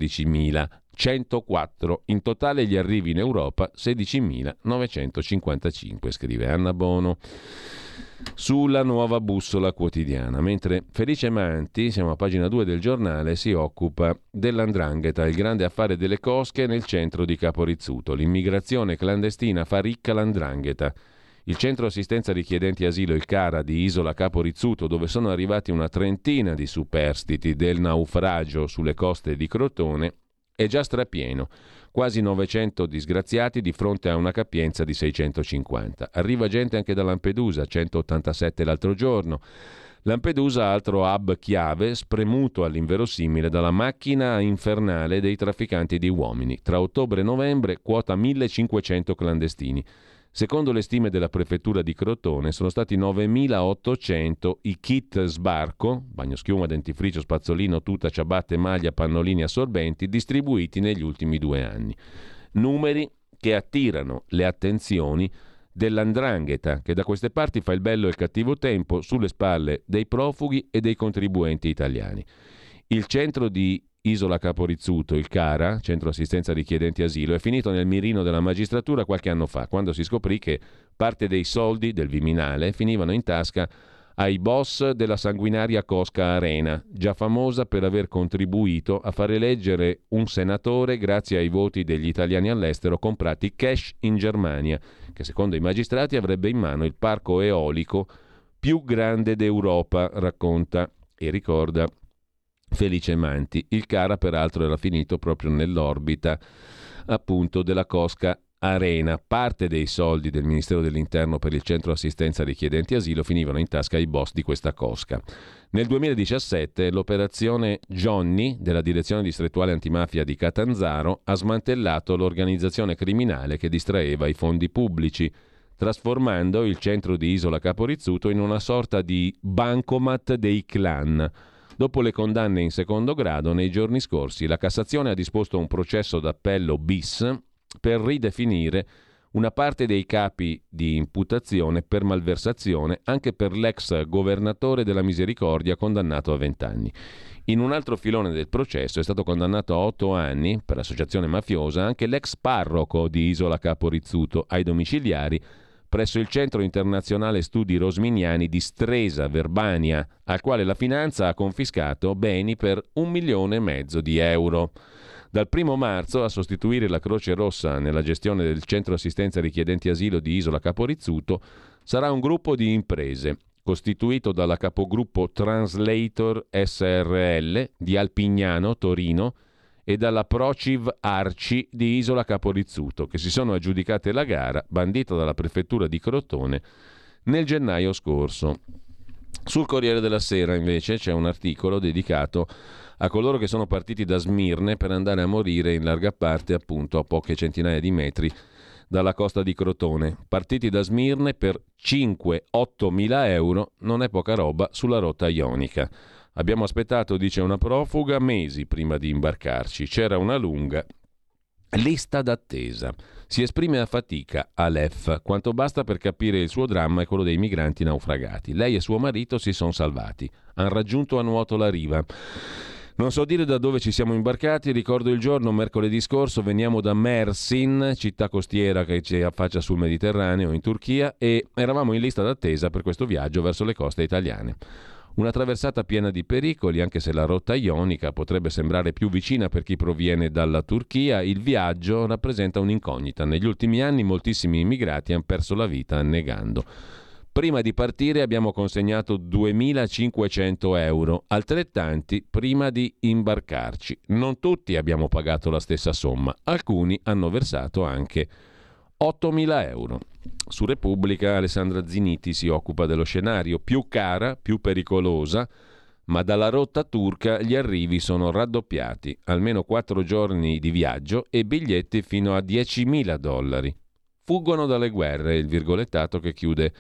quattordicimilacentoquattro, in totale gli arrivi in Europa sedicimilanovecentocinquantacinque, scrive Anna Bono sulla Nuova Bussola Quotidiana, mentre Felice Manti, siamo a pagina due del giornale, si occupa dell''ndrangheta, il grande affare delle cosche nel centro di Capo Rizzuto. L'immigrazione clandestina fa ricca l'Ndrangheta. Il centro assistenza richiedenti asilo, il CARA di Isola Capo Rizzuto, dove sono arrivati una trentina di superstiti del naufragio sulle coste di Crotone, è già strapieno. Quasi novecento disgraziati di fronte a una capienza di seicentocinquanta. Arriva gente anche da Lampedusa, centottantasette l'altro giorno. Lampedusa, altro hub chiave, spremuto all'inverosimile dalla macchina infernale dei trafficanti di uomini. Tra ottobre e novembre, quota millecinquecento clandestini. Secondo le stime della prefettura di Crotone, sono stati novemilaottocento i kit sbarco, bagnoschiuma, dentifricio, spazzolino, tuta, ciabatte, maglia, pannolini assorbenti, distribuiti negli ultimi due anni. Numeri che attirano le attenzioni dell'Ndrangheta, che da queste parti fa il bello e il cattivo tempo sulle spalle dei profughi e dei contribuenti italiani. Il centro di Isola Capo Rizzuto, il CARA, centro assistenza richiedenti asilo, è finito nel mirino della magistratura qualche anno fa, quando si scoprì che parte dei soldi del Viminale finivano in tasca ai boss della sanguinaria cosca Arena, già famosa per aver contribuito a far eleggere un senatore grazie ai voti degli italiani all'estero comprati cash in Germania, che secondo i magistrati avrebbe in mano il parco eolico più grande d'Europa, racconta e ricorda Felice Manti. Il CARA peraltro era finito proprio nell'orbita appunto della cosca Arena. Parte dei soldi del Ministero dell'Interno per il centro assistenza richiedenti asilo finivano in tasca ai boss di questa cosca. Nel duemiladiciassette l'operazione Johnny della Direzione Distrettuale Antimafia di Catanzaro ha smantellato l'organizzazione criminale che distraeva i fondi pubblici, trasformando il centro di Isola Capo Rizzuto in una sorta di bancomat dei clan. Dopo le condanne in secondo grado, nei giorni scorsi la Cassazione ha disposto un processo d'appello bis per ridefinire una parte dei capi di imputazione per malversazione anche per l'ex governatore della Misericordia condannato a vent'anni. In un altro filone del processo è stato condannato a otto anni per associazione mafiosa anche l'ex parroco di Isola Capo Rizzuto ai domiciliari presso il Centro Internazionale Studi Rosminiani di Stresa, Verbania, al quale la finanza ha confiscato beni per un milione e mezzo di euro. Dal primo marzo a sostituire la Croce Rossa nella gestione del Centro Assistenza Richiedenti Asilo di Isola Capo Rizzuto sarà un gruppo di imprese costituito dalla capogruppo Translator S R L di Alpignano, Torino, e dalla Prociv Arci di Isola Caporizzuto, che si sono aggiudicate la gara bandita dalla prefettura di Crotone nel gennaio scorso. Sul Corriere della Sera invece c'è un articolo dedicato a coloro che sono partiti da Smirne per andare a morire in larga parte appunto a poche centinaia di metri dalla costa di Crotone. Partiti da Smirne per cinque otto mila euro, non è poca roba, sulla rotta ionica. Abbiamo aspettato, dice una profuga, mesi prima di imbarcarci. C'era una lunga lista d'attesa. Si esprime a fatica Aleph, quanto basta per capire il suo dramma e quello dei migranti naufragati. Lei e suo marito si sono salvati. Han raggiunto a nuoto la riva. Non so dire da dove ci siamo imbarcati, ricordo il giorno, mercoledì scorso, veniamo da Mersin, città costiera che ci affaccia sul Mediterraneo in Turchia, e eravamo in lista d'attesa per questo viaggio verso le coste italiane. Una traversata piena di pericoli, anche se la rotta ionica potrebbe sembrare più vicina per chi proviene dalla Turchia, il viaggio rappresenta un'incognita. Negli ultimi anni moltissimi immigrati hanno perso la vita annegando. Prima di partire abbiamo consegnato duemilacinquecento euro, altrettanti prima di imbarcarci. Non tutti abbiamo pagato la stessa somma, alcuni hanno versato anche ottomila euro. Su Repubblica Alessandra Ziniti si occupa dello scenario, più cara, più pericolosa, ma dalla rotta turca gli arrivi sono raddoppiati, almeno quattro giorni di viaggio e biglietti fino a diecimila dollari. Fuggono dalle guerre, il virgolettato che chiude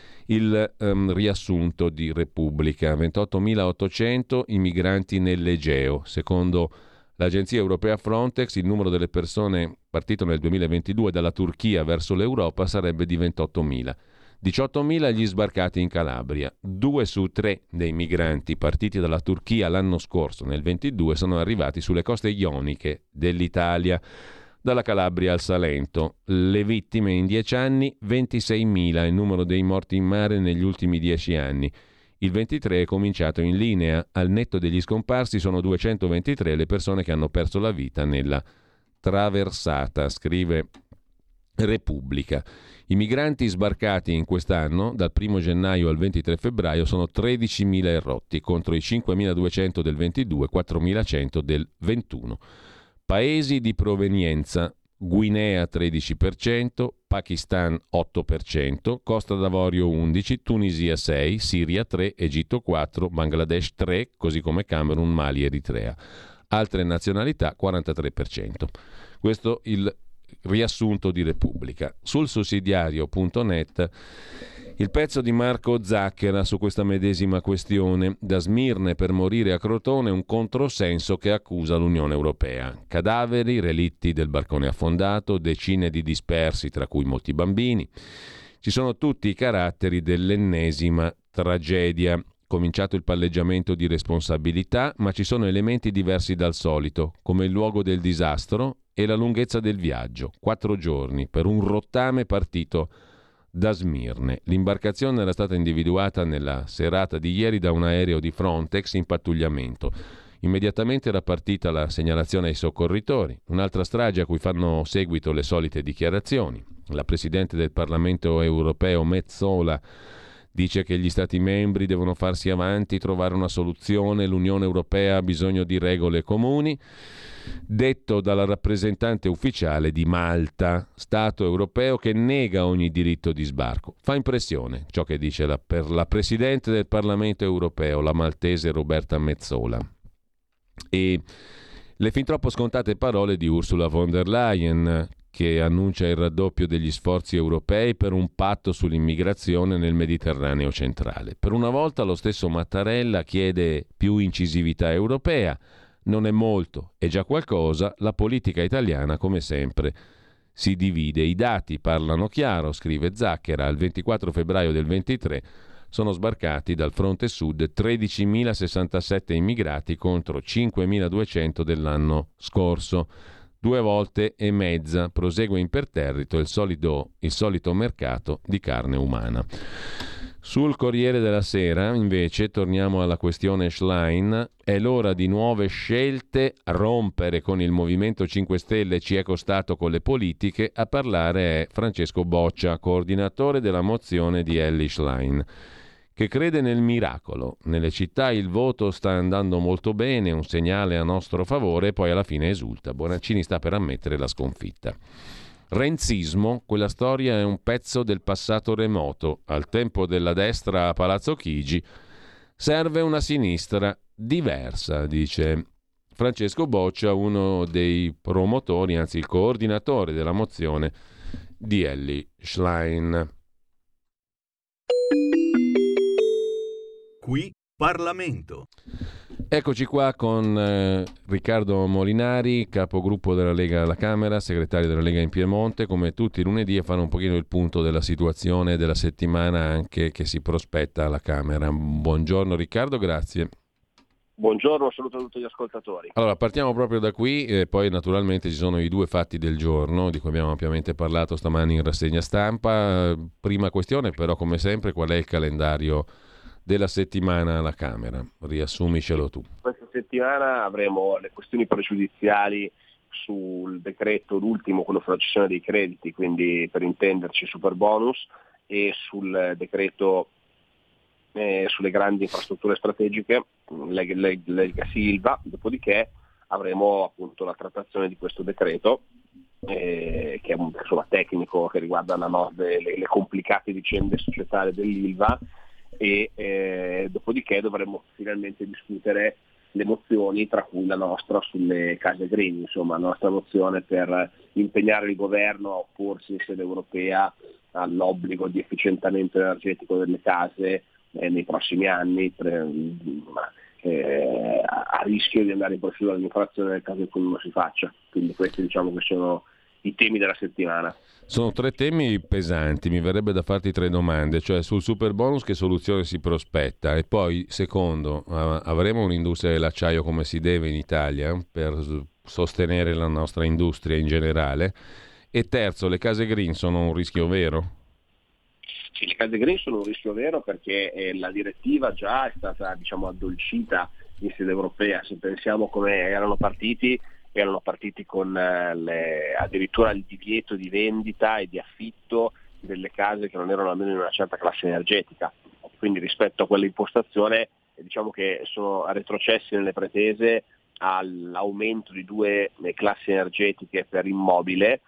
il um, riassunto di Repubblica. ventottomilaottocento i migranti nell'Egeo. Secondo l'agenzia europea Frontex, il numero delle persone partito nel duemilaventidue dalla Turchia verso l'Europa sarebbe di ventottomila. diciottomila gli sbarcati in Calabria. Due su tre dei migranti partiti dalla Turchia l'anno scorso, nel ventidue, sono arrivati sulle coste ioniche dell'Italia, dalla Calabria al Salento. Le vittime in dieci anni, ventiseimila, il numero dei morti in mare negli ultimi dieci anni. Il ventitré è cominciato in linea, al netto degli scomparsi sono duecentoventitré le persone che hanno perso la vita nella traversata, scrive Repubblica. I migranti sbarcati in quest'anno, dal primo gennaio al ventitré febbraio, sono tredicimila e rotti, contro i cinquemiladuecento del ventidue, quattromilacento del ventuno. Paesi di provenienza: Guinea tredici per cento, Pakistan otto per cento, Costa d'Avorio undici per cento, Tunisia sei per cento, Siria tre per cento, Egitto quattro per cento, Bangladesh tre per cento, così come Camerun, Mali e Eritrea. Altre nazionalità quarantatré per cento. Questo il riassunto di Repubblica. Sul sussidiario punto net il pezzo di Marco Zacchera su questa medesima questione. Da Smirne per morire a Crotone, un controsenso che accusa l'Unione Europea. Cadaveri, relitti del barcone affondato, decine di dispersi, tra cui molti bambini. Ci sono tutti i caratteri dell'ennesima tragedia. Cominciato il palleggiamento di responsabilità, ma ci sono elementi diversi dal solito, come il luogo del disastro e la lunghezza del viaggio. Quattro giorni per un rottame partito da Smirne. L'imbarcazione era stata individuata nella serata di ieri da un aereo di Frontex in pattugliamento. Immediatamente era partita la segnalazione ai soccorritori. Un'altra strage a cui fanno seguito le solite dichiarazioni. La Presidente del Parlamento europeo Metsola dice che gli Stati membri devono farsi avanti, trovare una soluzione, l'Unione Europea ha bisogno di regole comuni. Detto dalla rappresentante ufficiale di Malta, Stato europeo che nega ogni diritto di sbarco. Fa impressione ciò che dice la, per la Presidente del Parlamento europeo, la maltese Roberta Metsola. E le fin troppo scontate parole di Ursula von der Leyen, che annuncia il raddoppio degli sforzi europei per un patto sull'immigrazione nel Mediterraneo centrale. Per una volta lo stesso Mattarella chiede più incisività europea. Non è molto, è già qualcosa. La politica italiana, come sempre, si divide. I dati parlano chiaro, scrive Zacchera. Al ventiquattro febbraio del ventitré sono sbarcati dal fronte sud tredicimilasessantasette immigrati contro cinquemiladuecento dell'anno scorso. Due volte e mezza. Prosegue imperterrito il solito, il solito mercato di carne umana. Sul Corriere della Sera, invece, torniamo alla questione Schlein. È l'ora di nuove scelte. Rompere con il Movimento cinque Stelle ci è costato con le politiche. A parlare è Francesco Boccia, coordinatore della mozione di Elly Schlein, che crede nel miracolo. Nelle città il voto sta andando molto bene, un segnale a nostro favore, e poi alla fine esulta. Bonaccini sta per ammettere la sconfitta. Renzismo, quella storia è un pezzo del passato remoto. Al tempo della destra a Palazzo Chigi serve una sinistra diversa, dice Francesco Boccia, uno dei promotori, anzi il coordinatore della mozione di Elly Schlein. Qui Parlamento. Eccoci qua con eh, Riccardo Molinari, capogruppo della Lega alla Camera, segretario della Lega in Piemonte, come tutti i lunedì a fare un pochino il punto della situazione della settimana anche che si prospetta alla Camera. Buongiorno Riccardo, grazie. Buongiorno, saluto a tutti gli ascoltatori. Allora, partiamo proprio da qui, e poi naturalmente ci sono i due fatti del giorno, di cui abbiamo ampiamente parlato stamani in rassegna stampa. Prima questione, però, come sempre, qual è il calendario della settimana alla Camera? Riassumicelo tu. Questa settimana avremo le questioni pregiudiziali sul decreto, l'ultimo, quello sulla cessione dei crediti, quindi per intenderci super bonus, e sul decreto eh, sulle grandi infrastrutture strategiche, Lega Silva. Dopodiché avremo appunto la trattazione di questo decreto eh, che è un insomma, tecnico, che riguarda la no, le, le complicate vicende societarie dell'Ilva, e eh, dopodiché dovremo finalmente discutere le mozioni, tra cui la nostra sulle case green, insomma la nostra mozione per impegnare il governo a opporsi in sede europea all'obbligo di efficientamento energetico delle case eh, nei prossimi anni, pre, eh, a rischio di andare in procedura all'infrazione nel caso in cui non lo si faccia. Quindi questi diciamo che sono i temi della settimana. Sono tre temi pesanti, mi verrebbe da farti tre domande, cioè sul super bonus che soluzione si prospetta, e poi secondo, avremo un'industria dell'acciaio come si deve in Italia per sostenere la nostra industria in generale, e terzo, le case green sono un rischio vero? Sì, le case green sono un rischio vero perché eh, la direttiva già è stata diciamo addolcita in sede europea. Se pensiamo come erano partiti erano partiti con eh, le, addirittura il divieto di vendita e di affitto delle case che non erano almeno in una certa classe energetica, quindi rispetto a quell'impostazione eh, diciamo che sono retrocessi nelle pretese all'aumento di due eh, classi energetiche per immobile.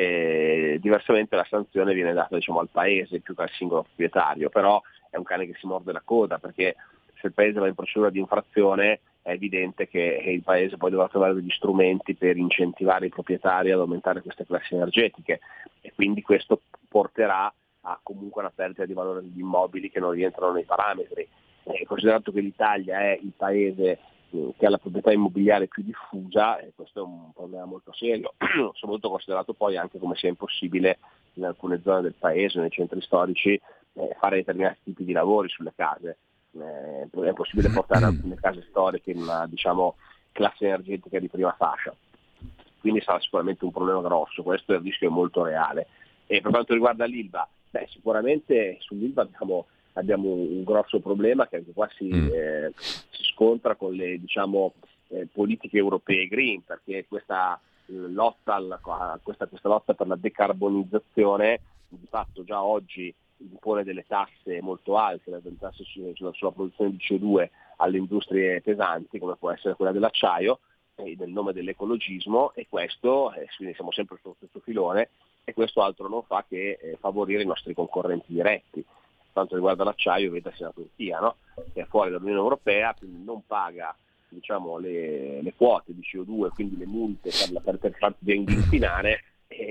Eh, diversamente la sanzione viene data diciamo al paese più che al singolo proprietario, però è un cane che si morde la coda, perché se il paese va in procedura di infrazione è evidente che il paese poi dovrà trovare degli strumenti per incentivare i proprietari ad aumentare queste classi energetiche, e quindi questo porterà a comunque una perdita di valore degli immobili che non rientrano nei parametri. Eh, considerato che l'Italia è il paese eh, che ha la proprietà immobiliare più diffusa, e questo è un problema molto serio, soprattutto considerato poi anche come sia impossibile in alcune zone del paese, nei centri storici, eh, fare determinati tipi di lavori sulle case. Eh, è possibile portare alcune case storiche in una diciamo classe energetica di prima fascia, quindi sarà sicuramente un problema grosso, questo il rischio è molto reale. E per quanto riguarda l'Ilva, beh, sicuramente sull'Ilva diciamo, abbiamo un grosso problema che anche qua si, eh, si scontra con le diciamo, eh, politiche europee green, perché questa eh, lotta alla, questa, questa lotta per la decarbonizzazione di fatto già oggi impone delle tasse molto alte, delle tasse sulla, sulla produzione di C O due alle industrie pesanti, come può essere quella dell'acciaio, eh, nel nome dell'ecologismo, e questo, eh, quindi siamo sempre sullo stesso filone, e questo altro non fa che eh, favorire i nostri concorrenti diretti. Per quanto riguarda l'acciaio, vedasi la Turchia, no? Che è fuori dall'Unione Europea, quindi non paga diciamo, le, le quote di C O due, quindi le multe per, la, per, per farti inquinare,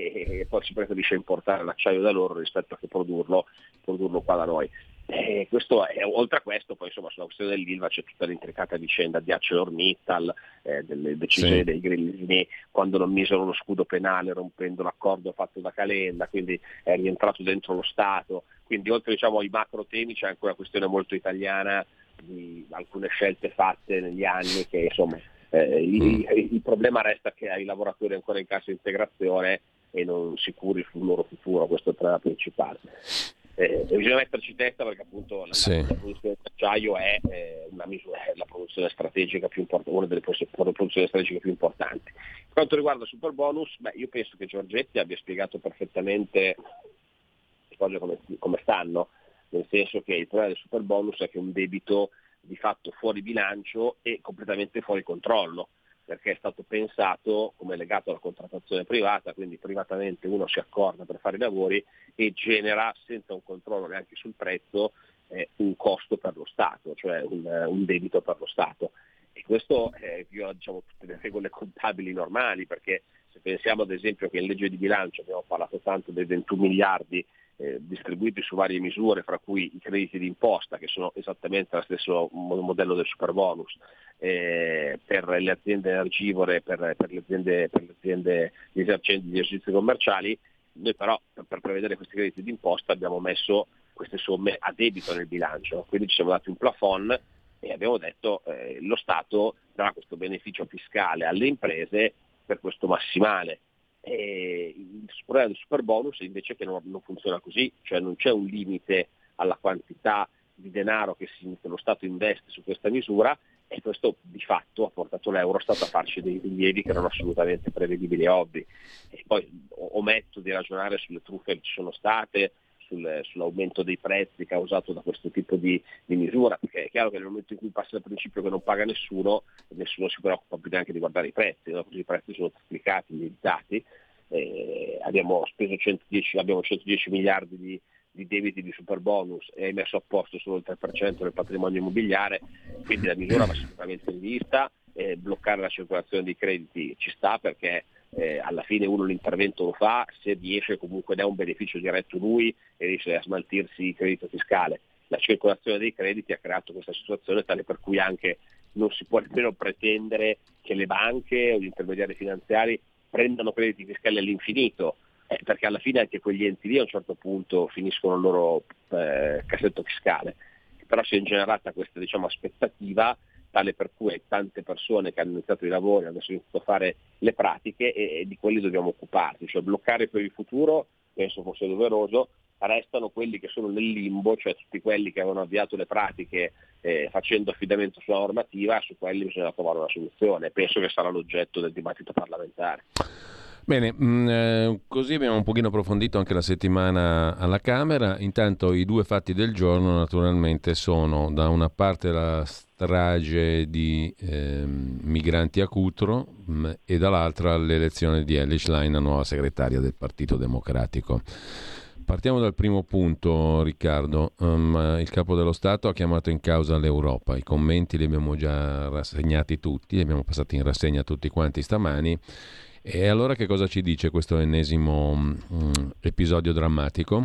e poi si preferisce importare l'acciaio da loro rispetto a che produrlo, produrlo qua da noi. E questo è, oltre a questo, poi insomma sulla questione dell'Ilva c'è tutta l'intricata vicenda di ArcelorMittal, eh, delle decisioni sì. dei grillini quando non misero lo scudo penale rompendo l'accordo fatto da Calenda, quindi è rientrato dentro lo Stato. Quindi oltre diciamo ai macro temi c'è anche una questione molto italiana di alcune scelte fatte negli anni che insomma Eh, il, il problema resta che ai lavoratori ancora in cassa integrazione e non sicuri sul loro futuro, questo è il problema principale. Eh, bisogna metterci testa perché appunto la, sì. la produzione d'acciaio è eh, una misura, è la produzione strategica più importante, una delle produzioni strategiche più importanti. Per quanto riguarda il super bonus, beh, io penso che Giorgetti abbia spiegato perfettamente le cose come, come stanno. nel senso che il problema del super bonus è che è un debito di fatto fuori bilancio e completamente fuori controllo, perché è stato pensato come legato alla contrattazione privata, quindi privatamente uno si accorda per fare i lavori e genera senza un controllo neanche sul prezzo eh, un costo per lo Stato, cioè un, un debito per lo Stato. E questo eh, viola diciamo, tutte le regole contabili normali, perché se pensiamo ad esempio che in legge di bilancio abbiamo parlato tanto dei ventuno miliardi eh, distribuiti su varie misure, fra cui i crediti d'imposta, che sono esattamente lo stesso modello del super bonus, eh, per le aziende energivore, per, per, le aziende, per le aziende gli esercenti di esercizi commerciali, noi però per, per prevedere questi crediti d'imposta abbiamo messo queste somme a debito nel bilancio, quindi ci siamo dati un plafond e abbiamo detto eh, lo Stato darà questo beneficio fiscale alle imprese per questo massimale. E il problema del super bonus è invece che non, non funziona così, cioè non c'è un limite alla quantità di denaro che, si, che lo Stato investe su questa misura, e questo di fatto ha portato l'Eurostat a farci dei rilievi che erano assolutamente prevedibili e ovvi. E poi ometto di ragionare sulle truffe che ci sono state, sul, sull'aumento dei prezzi causato da questo tipo di, di misura, perché è chiaro che nel momento in cui passa il principio che non paga nessuno, nessuno si preoccupa più neanche di guardare i prezzi, no? Così i prezzi sono triplicati, lievitati, eh, abbiamo speso centodieci, abbiamo centodieci miliardi di, di debiti di super bonus e hai messo a posto solo il tre per cento del patrimonio immobiliare, quindi la misura va sicuramente rivista, eh, bloccare la circolazione dei crediti ci sta, perché Eh, alla fine uno l'intervento lo fa se riesce, comunque dà un beneficio diretto lui e riesce a smaltirsi il credito fiscale. La circolazione dei crediti ha creato questa situazione tale per cui anche non si può nemmeno pretendere che le banche o gli intermediari finanziari prendano crediti fiscali all'infinito, eh, perché alla fine anche quegli enti lì a un certo punto finiscono il loro eh, cassetto fiscale. Però si è generata questa diciamo aspettativa tale per cui tante persone che hanno iniziato i lavori hanno iniziato a fare le pratiche e, e di quelli dobbiamo occuparci, cioè bloccare per il futuro penso fosse doveroso. Restano quelli che sono nel limbo, cioè tutti quelli che avevano avviato le pratiche eh, facendo affidamento sulla normativa, su quelli bisogna trovare una soluzione, penso che sarà l'oggetto del dibattito parlamentare. Bene, mh, eh, così abbiamo un pochino approfondito anche la settimana alla Camera. Intanto i due fatti del giorno naturalmente sono da una parte la strage di eh, migranti a Cutro mh, e dall'altra l'elezione di Elly Schlein a nuova segretaria del Partito Democratico. Partiamo dal primo punto, Riccardo. Um, il Capo dello Stato ha chiamato in causa l'Europa. I commenti li abbiamo già rassegnati tutti, li abbiamo passati in rassegna tutti quanti stamani. E allora che cosa ci dice questo ennesimo um, episodio drammatico?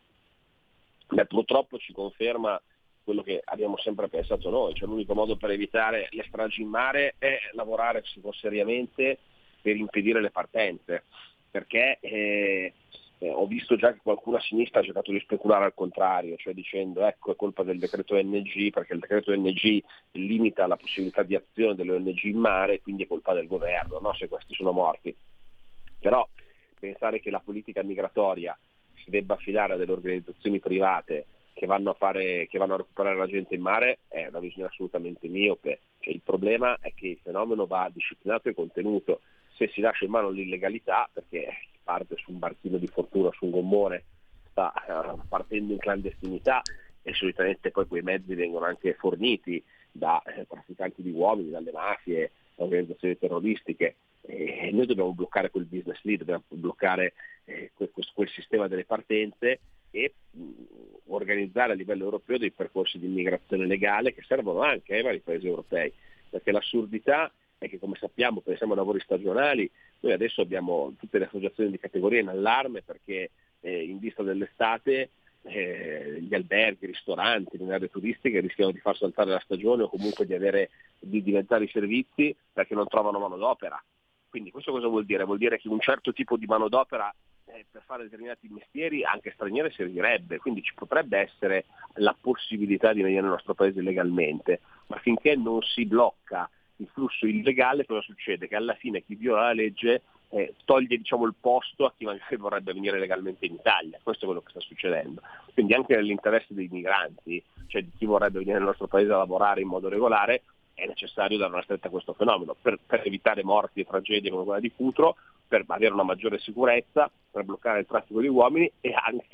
Beh, purtroppo ci conferma quello che abbiamo sempre pensato noi, cioè l'unico modo per evitare le stragi in mare è lavorare seriamente per impedire le partenze, perché eh, eh, ho visto già che qualcuno a sinistra ha cercato di speculare al contrario, cioè dicendo ecco è colpa del decreto O N G perché il decreto O N G limita la possibilità di azione delle O N G in mare, quindi è colpa del governo, no? Se questi sono morti. Però pensare che la politica migratoria si debba affidare a delle organizzazioni private che vanno a fare, che vanno a recuperare la gente in mare è una visione assolutamente miope. Cioè, il problema è che il fenomeno va disciplinato e contenuto. Se si lascia in mano l'illegalità, perché parte su un barchino di fortuna, su un gommone, sta uh, partendo in clandestinità e solitamente poi quei mezzi vengono anche forniti da eh, trafficanti di uomini, dalle mafie, da organizzazioni terroristiche. E noi dobbiamo bloccare quel business lì, dobbiamo bloccare eh, quel, quel sistema delle partenze e mh, organizzare a livello europeo dei percorsi di immigrazione legale che servono anche ai vari paesi europei, perché l'assurdità è che, come sappiamo, pensiamo a lavori stagionali, noi adesso abbiamo tutte le associazioni di categoria in allarme perché eh, in vista dell'estate eh, gli alberghi, i ristoranti, le aree turistiche rischiano di far saltare la stagione o comunque di, avere, di diventare i servizi perché non trovano manodopera. Quindi questo cosa vuol dire? Vuol dire che un certo tipo di manodopera eh, per fare determinati mestieri anche straniere servirebbe, quindi ci potrebbe essere la possibilità di venire nel nostro paese legalmente, ma finché non si blocca il flusso illegale cosa succede? Che alla fine chi viola la legge eh, toglie diciamo, il posto a chi magari vorrebbe venire legalmente in Italia, questo è quello che sta succedendo. Quindi anche nell'interesse dei migranti, cioè di chi vorrebbe venire nel nostro paese a lavorare in modo regolare, è necessario dare una stretta a questo fenomeno per, per evitare morti e tragedie come quella di Cutro, per avere una maggiore sicurezza, per bloccare il traffico di uomini e anche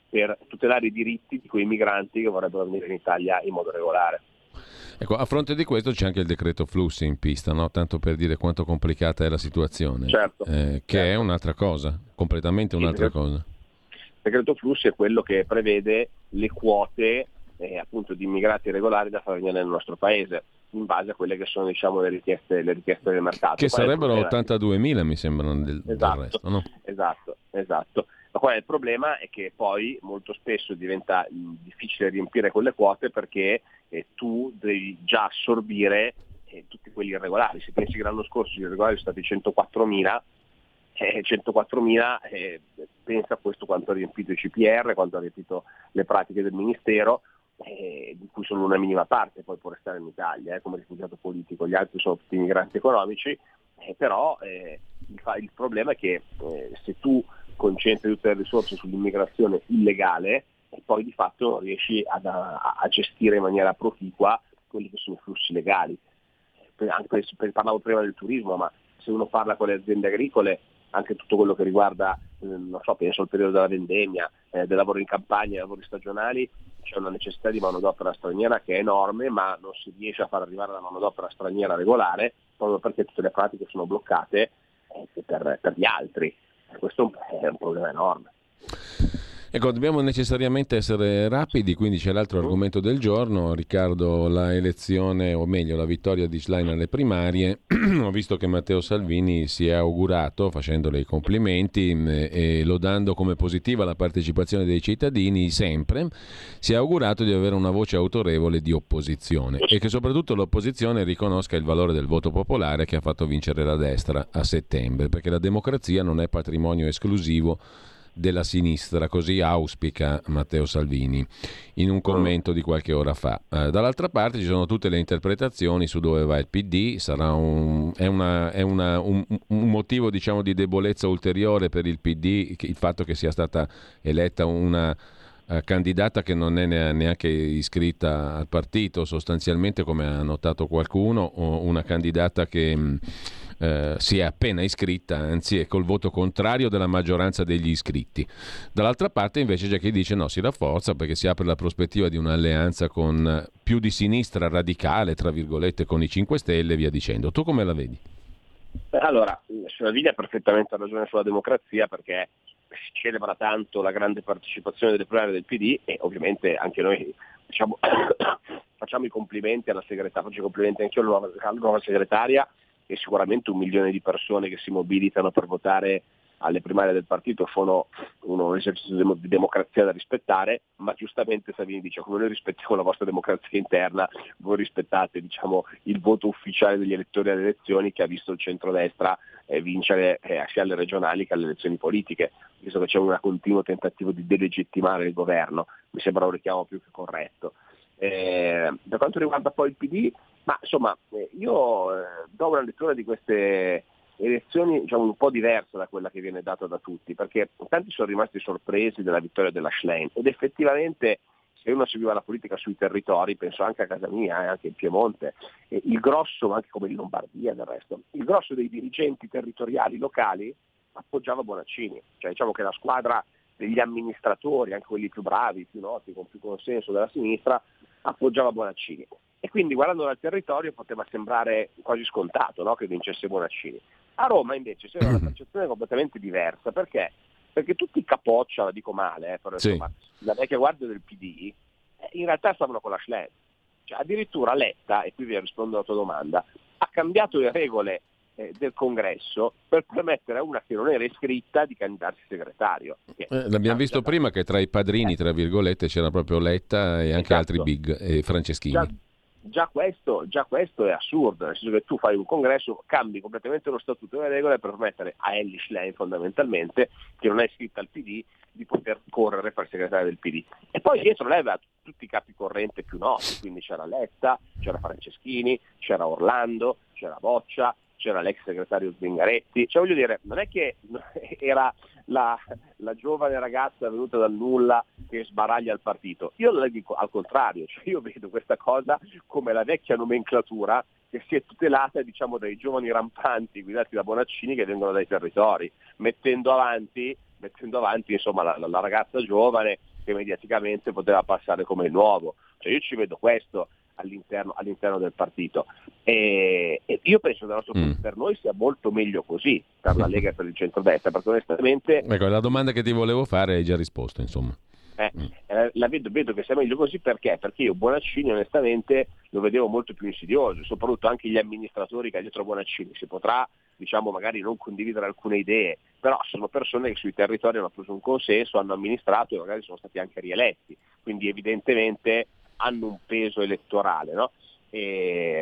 per tutelare i diritti di quei migranti che vorrebbero venire in Italia in modo regolare. Ecco, a fronte di questo c'è anche il decreto flussi in pista, no? Tanto per dire quanto complicata è la situazione, certo, eh, che certo. è un'altra cosa, completamente un'altra il cosa. Il decreto flussi è quello che prevede le quote eh, appunto di immigrati regolari da far venire nel nostro paese, in base a quelle che sono, diciamo, le richieste, le richieste del mercato. Che Qual sarebbero ottantaduemila, mi sembrano, del, esatto, del resto, no? Esatto, esatto. Ma qual è il problema? È che poi molto spesso diventa mh, difficile riempire quelle quote perché eh, tu devi già assorbire eh, tutti quelli irregolari. Se pensi che l'anno scorso gli irregolari sono stati centoquattromila, eh, centoquattromila eh, pensa a questo quanto ha riempito i C P R, quanto ha riempito le pratiche del Ministero, eh, di cui solo una minima parte poi può restare in Italia eh, come rifugiato politico, gli altri sono tutti migranti economici, eh, però eh, il, fa- il problema è che eh, se tu concentri tutte le risorse sull'immigrazione illegale e poi di fatto non riesci ad, a, a gestire in maniera proficua quelli che sono i flussi legali. Per, anche per, per, parlavo prima del turismo, ma se uno parla con le aziende agricole, anche tutto quello che riguarda, eh, non so, penso al periodo della vendemmia, eh, del lavoro in campagna, dei lavori stagionali, c'è una necessità di manodopera straniera che è enorme, ma non si riesce a far arrivare la manodopera straniera regolare proprio perché tutte le pratiche sono bloccate eh, per, per gli altri. Questo è un problema enorme. Ecco, dobbiamo necessariamente essere rapidi, quindi c'è l'altro argomento del giorno. Riccardo, la elezione, o meglio la vittoria di Schlein alle primarie. Ho visto che Matteo Salvini si è augurato, facendole i complimenti e lodando come positiva la partecipazione dei cittadini sempre, si è augurato di avere una voce autorevole di opposizione e che soprattutto l'opposizione riconosca il valore del voto popolare che ha fatto vincere la destra a settembre, perché la democrazia non è patrimonio esclusivo della sinistra, così auspica Matteo Salvini in un commento di qualche ora fa. Eh, dall'altra parte ci sono tutte le interpretazioni su dove va il P D, sarà un, è, una, è una, un, un motivo, diciamo, di debolezza ulteriore per il P D il fatto che sia stata eletta una uh, candidata che non è neanche iscritta al partito, sostanzialmente, come ha notato qualcuno, o una candidata che mh, Eh, si è appena iscritta, anzi è col voto contrario della maggioranza degli iscritti. Dall'altra parte invece c'è chi dice no, si rafforza perché si apre la prospettiva di un'alleanza con più di sinistra radicale, tra virgolette, con i cinque Stelle e via dicendo. Tu come la vedi? Allora, Salvini ha perfettamente ragione sulla democrazia, perché si celebra tanto la grande partecipazione delle primarie del P D e ovviamente anche noi diciamo, facciamo i complimenti alla segretaria, faccio i complimenti anche alla nuova, alla nuova segretaria, e sicuramente un milione di persone che si mobilitano per votare alle primarie del partito sono un esercizio di democrazia da rispettare, ma giustamente Salvini dice: come noi rispettiamo la vostra democrazia interna, voi rispettate, diciamo, il voto ufficiale degli elettori alle elezioni, che ha visto il centrodestra eh, vincere eh, sia alle regionali che alle elezioni politiche, visto che c'è un continuo tentativo di delegittimare il governo. Mi sembra un richiamo più che corretto. Eh, per quanto riguarda poi il P D, ma insomma eh, io eh, do una lettura di queste elezioni, diciamo, un po' diversa da quella che viene data da tutti, perché tanti sono rimasti sorpresi della vittoria della Schlein, ed effettivamente se uno seguiva la politica sui territori, penso anche a casa mia e eh, anche in Piemonte, eh, il grosso, anche come in Lombardia del resto, il grosso dei dirigenti territoriali locali appoggiava Bonaccini, cioè diciamo che la squadra degli amministratori, anche quelli più bravi, più noti, con più consenso della sinistra, appoggiava Bonaccini. E quindi guardando dal territorio poteva sembrare quasi scontato, no, che vincesse Bonaccini. A Roma invece c'era una percezione completamente diversa, perché? Perché tutti i capoccia, la dico male, eh, però, sì, insomma, la vecchia guardia del P D, eh, in realtà stavano con la Schlein. Cioè, addirittura Letta, e qui vi rispondo alla tua domanda, ha cambiato le regole eh, del congresso per permettere a una che non era iscritta di candidarsi segretario. Eh, l'abbiamo visto prima che tra i padrini, tra virgolette, c'era proprio Letta e anche esatto. altri big, e Franceschini. Già, già, questo, già questo è assurdo, nel senso che tu fai un congresso, cambi completamente lo statuto e le regole per permettere a Elly Schlein, fondamentalmente, che non è iscritta al P D, di poter correre per segretario del P D. E poi dietro lei aveva tutti i capi corrente più noti, quindi c'era Letta, c'era Franceschini, c'era Orlando, c'era Boccia, c'era l'ex segretario Zingaretti, cioè voglio dire, non è che era la, la giovane ragazza venuta dal nulla che sbaraglia il partito. Io le dico al contrario, cioè io vedo questa cosa come la vecchia nomenclatura che si è tutelata, diciamo, dai giovani rampanti guidati da Bonaccini che vengono dai territori, mettendo avanti, mettendo avanti insomma la, la ragazza giovane che mediaticamente poteva passare come il nuovo. Cioè io ci vedo questo all'interno, all'interno del partito e, e io penso che nostro, mm. per noi sia molto meglio così, per la Lega e per il centrodestra, perché onestamente... Ecco, la domanda che ti volevo fare hai già risposto, insomma. Eh, eh, la vedo, vedo che sia meglio così perché? Perché io Bonaccini onestamente lo vedevo molto più insidioso, soprattutto anche gli amministratori che ha dietro Bonaccini. Si potrà, diciamo, magari non condividere alcune idee, però sono persone che sui territori hanno preso un consenso, hanno amministrato e magari sono stati anche rieletti, quindi evidentemente hanno un peso elettorale, no? E,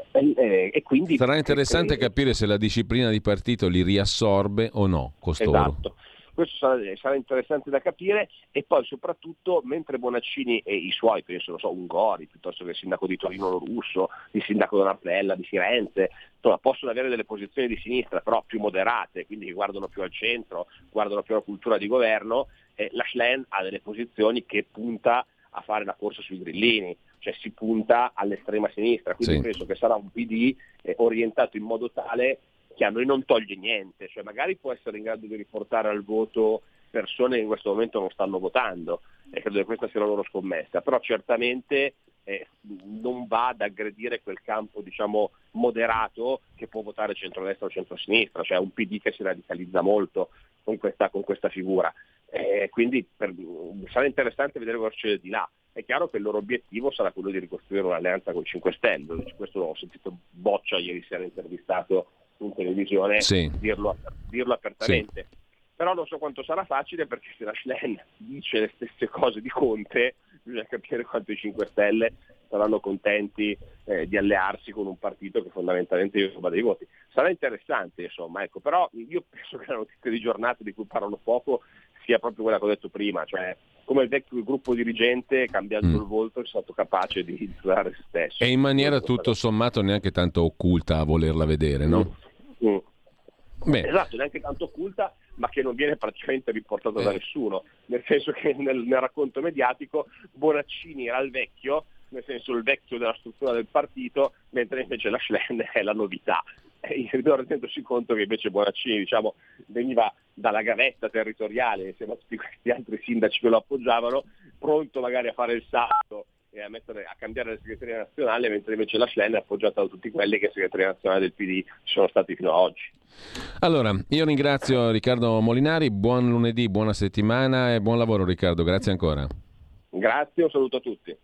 e, e quindi sarà interessante e, capire se la disciplina di partito li riassorbe o no costoro. Esatto. Questo sarà, sarà interessante da capire e poi soprattutto mentre Bonaccini e i suoi, penso, non so, Ungori, piuttosto che il sindaco di Torino Russo, il sindaco di Napella, di Firenze, insomma, possono avere delle posizioni di sinistra però più moderate, quindi che guardano più al centro, guardano più alla cultura di governo, eh, la Schlein ha delle posizioni che punta a fare la corsa sui grillini, cioè si punta all'estrema sinistra, quindi sì. penso che sarà un P D eh, orientato in modo tale che a noi non toglie niente, cioè magari può essere in grado di riportare al voto persone che in questo momento non stanno votando e credo che questa sia la loro scommessa, però certamente eh, non va ad aggredire quel campo, diciamo, moderato che può votare centrodestra o centrosinistra, cioè un P D che si radicalizza molto con questa, con questa figura. Eh, quindi per, sarà interessante vedere cosa c'è di là. È chiaro che il loro obiettivo sarà quello di ricostruire un'alleanza con i cinque Stelle, questo l'ho sentito Boccia ieri sera intervistato in televisione, sì. dirlo, dirlo apertamente. Sì. Però non so quanto sarà facile, perché se la Schlein dice le stesse cose di Conte, bisogna capire quanto i cinque Stelle saranno contenti eh, di allearsi con un partito che fondamentalmente ruba dei voti. Sarà interessante, insomma, ecco, però io penso che la notizia di giornata di cui parlano poco sia proprio quella che ho detto prima, cioè come il vecchio gruppo dirigente, cambiando mm. il volto, è stato capace di infiltrare se stesso. E in maniera tutto sommato neanche tanto occulta a volerla vedere, no? Mm. Mm. Esatto, neanche tanto occulta, ma che non viene praticamente riportato eh. da nessuno, nel senso che nel, nel racconto mediatico Bonaccini era il vecchio, nel senso il vecchio della struttura del partito, mentre invece la Schlein è la novità. E rendendosi conto che invece Bonaccini, diciamo, veniva dalla gavetta territoriale insieme a tutti questi altri sindaci che lo appoggiavano, pronto magari a fare il salto e a, mettere, a cambiare la segreteria nazionale, mentre invece la Schlein è appoggiata da tutti quelli che segreteria nazionale del P D ci sono stati fino ad oggi. Allora, io ringrazio Riccardo Molinari, buon lunedì, buona settimana e buon lavoro Riccardo, grazie ancora. Grazie, un saluto a tutti.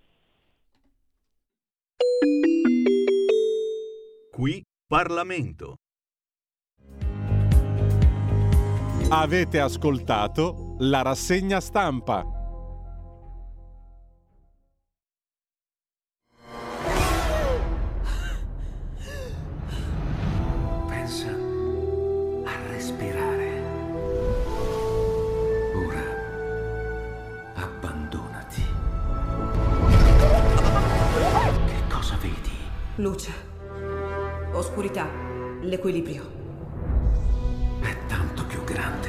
Qui Parlamento. Avete ascoltato la rassegna stampa. Pensa a respirare. Ora abbandonati. Che cosa vedi? Luce. Oscurità, l'equilibrio. È tanto più grande.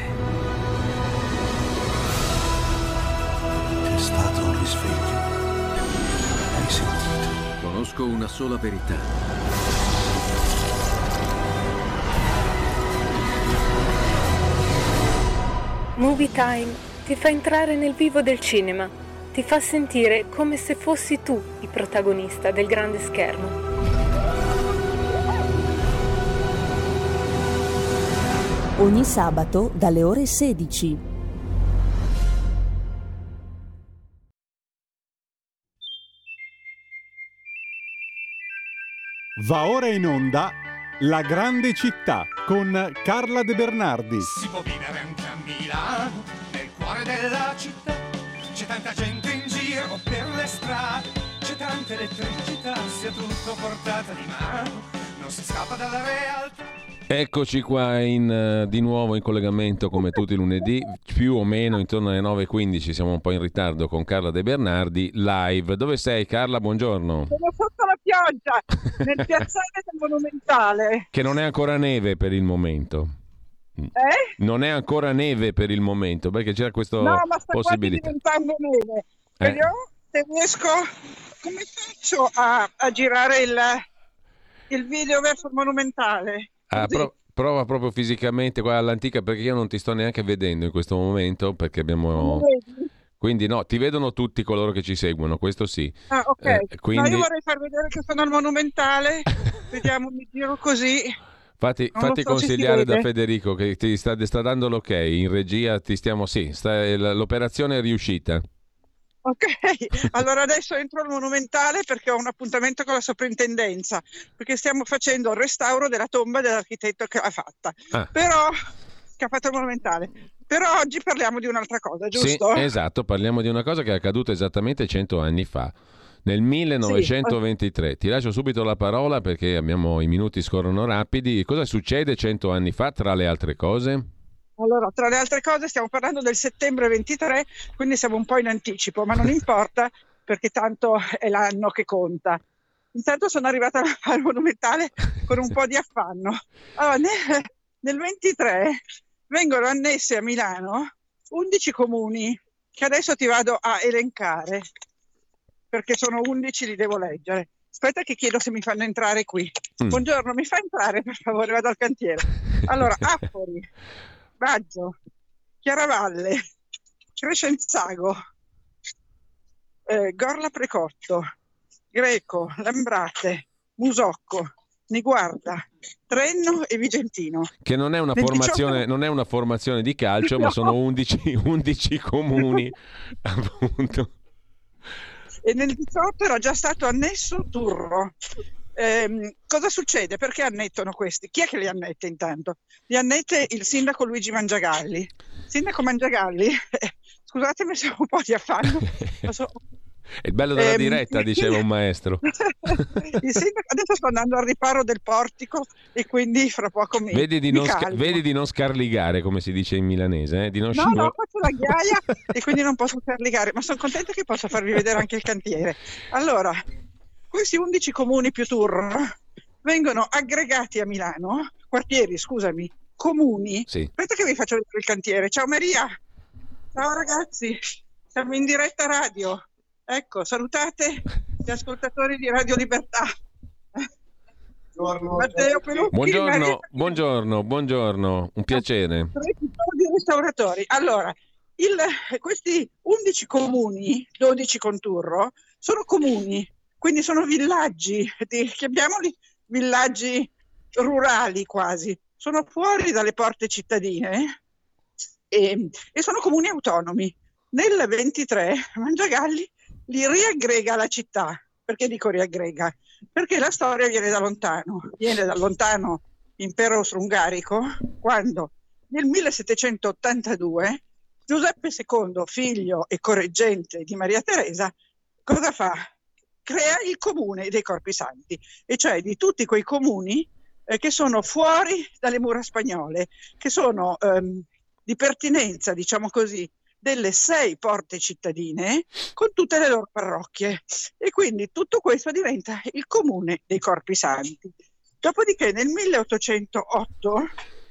C'è stato un risveglio. Hai sentito? Conosco una sola verità. Movie Time ti fa entrare nel vivo del cinema, ti fa sentire come se fossi tu il protagonista del grande schermo. Ogni sabato dalle ore sedici. Va ora in onda La grande città con Carla De Bernardi. Si può vivere anche a Milano, nel cuore della città. C'è tanta gente in giro per le strade, c'è tanta elettricità, sia tutto portata di mano, non si scappa dalla realtà. Eccoci qua in, uh, di nuovo in collegamento come tutti i lunedì, più o meno intorno alle nove e quindici, siamo un po' in ritardo con Carla De Bernardi, live. Dove sei Carla? Buongiorno. Sono sotto la pioggia, nel piazzale del Monumentale. Che non è ancora neve per il momento. Eh? Non è ancora neve per il momento, perché c'era questa no, ma sta possibilità. quasi diventando neve. Eh. Vediamo se riesco, come faccio a, a girare il, il video verso il Monumentale. Ah, pro- prova proprio fisicamente qua all'antica, perché io non ti sto neanche vedendo in questo momento, perché abbiamo Quindi no, ti vedono tutti coloro che ci seguono, questo sì. Ah, ok. Eh, quindi... No, io vorrei far vedere che sono al Monumentale, vediamo, mi giro così. Fatti, Non fatti lo so se si consigliare da vede. Federico che ti sta, sta dando l'ok, in regia ti stiamo, sì, sta, l'operazione è riuscita. Ok, allora adesso entro al Monumentale perché ho un appuntamento con la soprintendenza, perché stiamo facendo il restauro della tomba dell'architetto che l'ha fatta, Ah. però che ha fatto il Monumentale. Però oggi parliamo di un'altra cosa, giusto? Sì, esatto, parliamo di una cosa che è accaduta esattamente cento anni fa, nel millenovecentoventitré. Ti lascio subito la parola perché abbiamo, i minuti scorrono rapidi. Cosa succede cento anni fa, tra le altre cose? Allora, tra le altre cose stiamo parlando del settembre ventitré, quindi siamo un po' in anticipo, ma non importa perché tanto è l'anno che conta. Intanto sono arrivata al Monumentale con un po' di affanno. Allora, nel, nel ventitré vengono annesse a Milano undici comuni che adesso ti vado a elencare perché sono undici, li devo leggere. Aspetta che chiedo se mi fanno entrare qui. Mm. Buongiorno, mi fa entrare per favore, vado al cantiere. Allora, Affori, Baggio, Chiaravalle, Crescenzago, eh, Gorla Precotto, Greco, Lambrate, Musocco, Niguarda, Trenno e Vigentino. Che non è una Nel formazione, diciotto non è una formazione di calcio, No. ma sono undici, undici comuni, appunto. E nel diciotto era già stato annesso Turro. Ehm, cosa succede? Perché annettano questi? Chi è che li annette intanto? Li annette il sindaco Luigi Mangiagalli. Sindaco Mangiagalli, eh, scusatemi se ho un po' di affanno. ma so- È il bello della Ehm, diretta, il diceva un sindaco- maestro. il sindaco- adesso sto andando al riparo del portico e quindi fra poco mi, Vedi di, mi non sca- calmo. vedi di non scarligare, come si dice in milanese, eh? Di non No, scivol- no, faccio la ghiaia e quindi non posso caricare, ma sono contenta che possa farvi vedere anche il cantiere. Allora, questi undici comuni più Turro vengono aggregati a Milano, quartieri, scusami, comuni. Sì. Aspetta che vi faccio vedere il cantiere. Ciao Maria, ciao ragazzi, siamo in diretta radio. Ecco, salutate gli ascoltatori di Radio Libertà. Matteo Pelucchi, Buongiorno, Maria- buongiorno, buongiorno, un piacere. tre di restauratori. Allora, il- questi undici comuni, dodici con Turro, sono comuni, quindi sono villaggi, di- chiamiamoli villaggi rurali quasi, sono fuori dalle porte cittadine e, e sono comuni autonomi. Nel ventitré Mangiagalli li riaggrega alla città. Perché dico riaggrega? Perché la storia viene da lontano, viene dal lontano impero austro-ungarico, quando nel millesettecentottantadue Giuseppe secondo, figlio e correggente di Maria Teresa, cosa fa? Crea il comune dei Corpi Santi, e cioè di tutti quei comuni eh, che sono fuori dalle mura spagnole, che sono ehm, di pertinenza, diciamo così, delle sei porte cittadine con tutte le loro parrocchie, e quindi tutto questo diventa il comune dei Corpi Santi. Dopodiché nel milleottocentootto,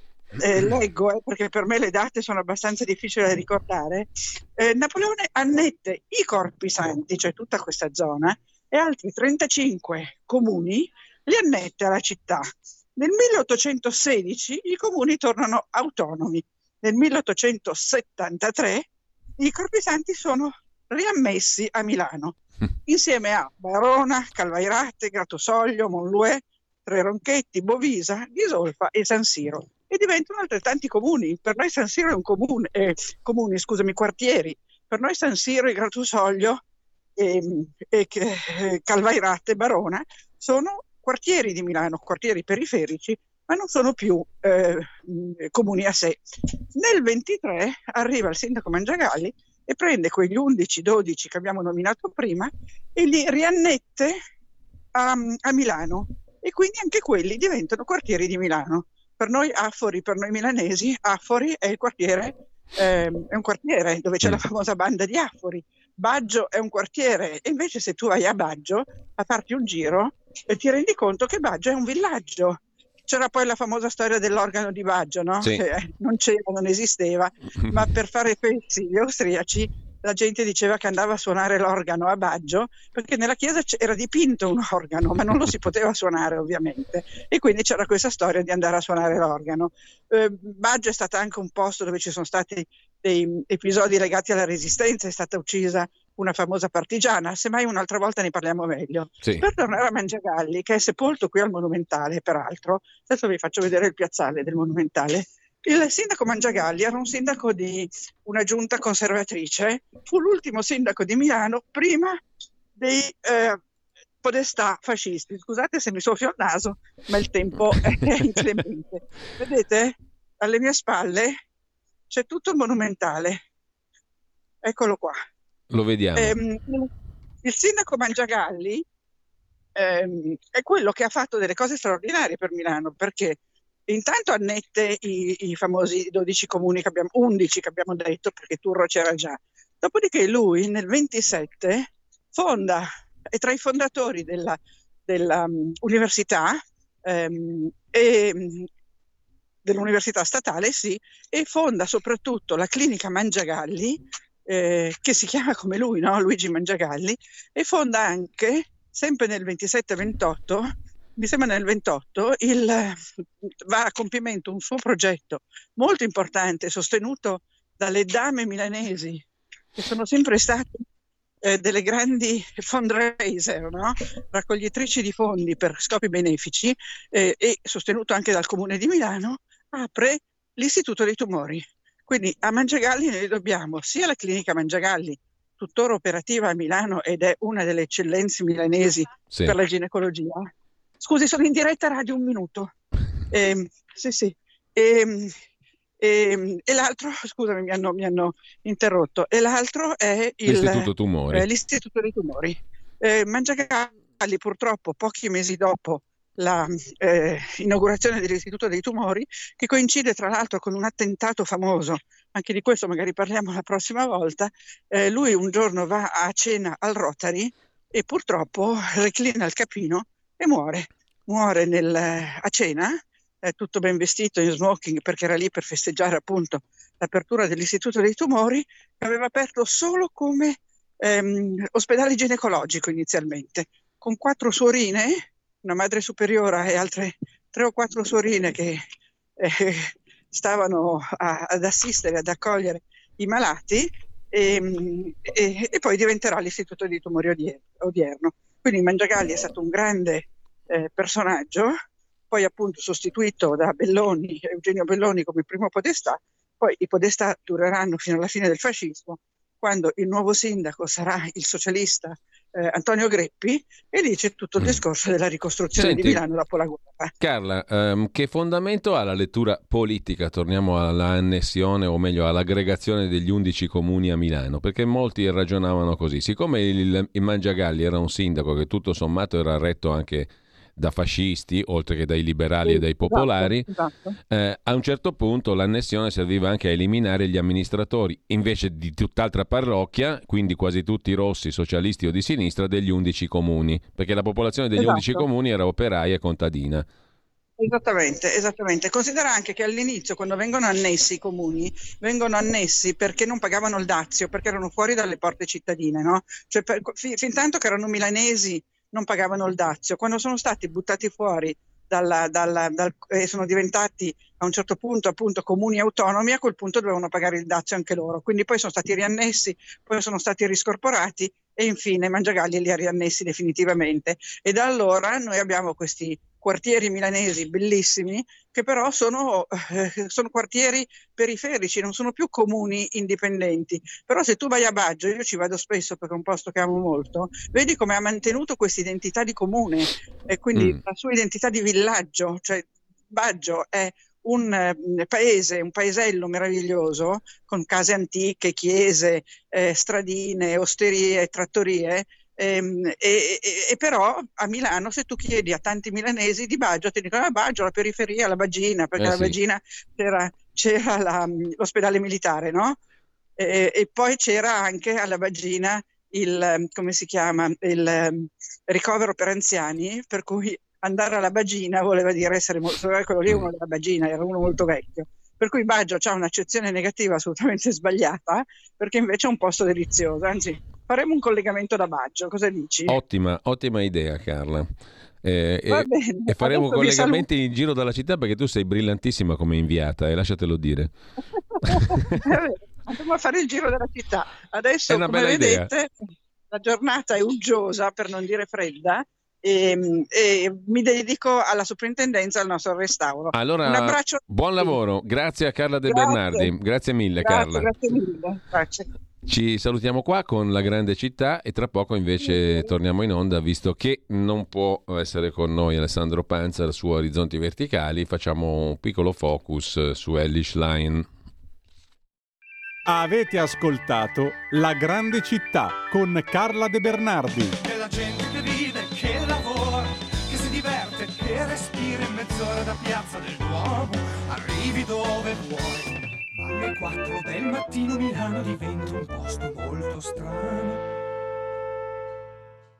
eh, leggo eh, perché per me le date sono abbastanza difficili da ricordare, eh, Napoleone annette i Corpi Santi, cioè tutta questa zona, e altri trentacinque comuni li annette alla città. Nel milleottocentosedici i comuni tornano autonomi. Nel milleottocentosettantatré i Corpi Santi sono riammessi a Milano, insieme a Barona, Calvairate, Grattosoglio, Monluè, Tre Ronchetti, Bovisa, Ghisolfa e San Siro. E diventano altrettanti comuni. Per noi San Siro è un comune, eh, comuni, scusami, quartieri. Per noi San Siro e Grattosoglio e, e eh, Calvairate e Barona sono quartieri di Milano, quartieri periferici, ma non sono più eh, comuni a sé. Nel ventitré arriva il sindaco Mangiagalli e prende quegli undici dodici che abbiamo nominato prima e li riannette a, a Milano, e quindi anche quelli diventano quartieri di Milano. Per noi Affori, per noi milanesi, Affori è il quartiere, ehm, è un quartiere dove c'è la famosa banda di Affori. Baggio è un quartiere, e invece se tu vai a Baggio a farti un giro eh, ti rendi conto che Baggio è un villaggio. C'era poi la famosa storia dell'organo di Baggio, no? Sì. Che non c'era, non esisteva, ma per fare pezzi gli austriaci la gente diceva che andava a suonare l'organo a Baggio, perché nella chiesa era dipinto un organo, ma non lo si poteva suonare ovviamente, e quindi c'era questa storia di andare a suonare l'organo. Eh, Baggio è stata anche un posto dove ci sono stati dei episodi legati alla resistenza, è stata uccisa una famosa partigiana, semmai un'altra volta ne parliamo meglio. Sì. Per tornare a Mangiagalli, che è sepolto qui al Monumentale, peraltro, adesso vi faccio vedere il piazzale del Monumentale. Il sindaco Mangiagalli era un sindaco di una giunta conservatrice, fu l'ultimo sindaco di Milano prima dei eh, podestà fascisti. Scusate se mi soffio il naso, ma il tempo è inclemente. Vedete, alle mie spalle c'è tutto il Monumentale. Eccolo qua. Lo vediamo. Ehm, il sindaco Mangiagalli ehm, è quello che ha fatto delle cose straordinarie per Milano, perché intanto annette i, i famosi dodici comuni che abbiamo, undici che abbiamo detto, perché Turro c'era già. Dopodiché lui nel ventisette fonda, è tra i fondatori della, della um, università um, e um, dell'università statale, sì, e fonda soprattutto la clinica Mangiagalli, eh, che si chiama come lui, no? Luigi Mangiagalli, e fonda anche, sempre nel ventisette ventotto, mi sembra nel ventotto, il, va a compimento un suo progetto molto importante, sostenuto dalle dame milanesi, che sono sempre state eh, delle grandi fundraiser, no? Raccoglitrici di fondi per scopi benefici, eh, e sostenuto anche dal Comune di Milano, apre l'Istituto dei Tumori. Quindi a Mangiagalli noi dobbiamo sia la clinica Mangiagalli, tuttora operativa a Milano ed è una delle eccellenze milanesi, sì, per la ginecologia. Scusi, sono in diretta radio, un minuto. Eh, sì, sì. E, e, e l'altro, scusami, mi hanno, mi hanno interrotto. E l'altro è il, l'Istituto Tumori. Eh, l'Istituto dei Tumori. Eh, Mangiagalli, purtroppo, pochi mesi dopo la eh, inaugurazione dell'Istituto dei Tumori, che coincide tra l'altro con un attentato famoso, anche di questo magari parliamo la prossima volta, eh, lui un giorno va a cena al Rotary e purtroppo reclina il capino e muore, muore nel, a cena, eh, tutto ben vestito in smoking, perché era lì per festeggiare appunto l'apertura dell'Istituto dei Tumori, che aveva aperto solo come ehm, ospedale ginecologico inizialmente, con quattro suorine, una madre superiora e altre tre o quattro suorine che eh, stavano a, ad assistere, ad accogliere i malati, e, e, e poi diventerà l'Istituto dei Tumori odierno. Quindi Mangiagalli è stato un grande eh, personaggio, poi appunto sostituito da Belloni, Eugenio Belloni come primo podestà, poi i podestà dureranno fino alla fine del fascismo, quando il nuovo sindaco sarà il socialista eh, Antonio Greppi, e lì c'è tutto il discorso della ricostruzione Senti, di Milano dopo la guerra. Carla, ehm, che fondamento ha la lettura politica? Torniamo all'annessione, o meglio all'aggregazione degli undici comuni a Milano, perché molti ragionavano così. Siccome il, il Mangiagalli era un sindaco che tutto sommato era retto anche da fascisti, oltre che dai liberali sì, e dai popolari, esatto, esatto. Eh, a un certo punto l'annessione serviva anche a eliminare gli amministratori, invece di tutt'altra parrocchia, quindi quasi tutti rossi, socialisti o di sinistra, degli undici comuni, perché la popolazione degli esatto. undici comuni era operaia e contadina. Esattamente, esattamente. Considera anche che all'inizio, quando vengono annessi i comuni, vengono annessi perché non pagavano il dazio, perché erano fuori dalle porte cittadine, no? Cioè, per, fin, fin tanto che erano milanesi non pagavano il dazio. Quando sono stati buttati fuori dalla, dalla, dal, e sono diventati a un certo punto appunto comuni autonomi, a quel punto dovevano pagare il dazio anche loro. Quindi poi sono stati riannessi, poi sono stati riscorporati e infine Mangiagalli li ha riannessi definitivamente. E da allora noi abbiamo questi quartieri milanesi bellissimi, che però sono, eh, sono quartieri periferici, non sono più comuni indipendenti. Però se tu vai a Baggio, io ci vado spesso perché è un posto che amo molto, vedi come ha mantenuto questa identità di comune e quindi mm. la sua identità di villaggio. Cioè Baggio è un eh, paese, un paesello meraviglioso, con case antiche, chiese, eh, stradine, osterie, trattorie. E, e, e però a Milano, se tu chiedi a tanti milanesi di Baggio, ti dicono: ah, Baggio, la periferia, la Baggina, perché eh, la sì. Baggina c'era, c'era la, l'ospedale militare, no? E, e poi c'era anche alla Baggina il, come si chiama, il ricovero per anziani, per cui andare alla Baggina voleva dire essere molto, quello lì è uno della Baggina, era uno molto vecchio. per cui Baggio ha un'accezione negativa assolutamente sbagliata, perché invece è un posto delizioso. Anzi, faremo un collegamento da Baggio, cosa dici? Ottima, ottima idea, Carla. Eh, e, bene, e faremo adesso vi collegamenti saluto. in giro dalla città, perché tu sei brillantissima come inviata, e eh, lasciatelo dire. Andiamo a fare il giro della città. Adesso, È una come bella idea. vedete, la giornata è uggiosa, per non dire fredda, e, e mi dedico alla soprintendenza, al nostro restauro. Allora, un abbraccio. buon lavoro, grazie a Carla De Grazie. Bernardi, grazie mille Grazie, Carla. grazie mille. Grazie. Ci salutiamo qua con La Grande Città e tra poco invece torniamo in onda, visto che non può essere con noi Alessandro Panzer su Orizzonti Verticali. Facciamo un piccolo focus su Elly Schlein. Avete ascoltato La Grande Città con Carla De Bernardi. Che la gente che vive, che lavora, che si diverte, che respira in mezz'ora da Piazza del Duomo, arrivi dove vuoi. Ma alle quattro del mattino Milano diventa un posto molto strano.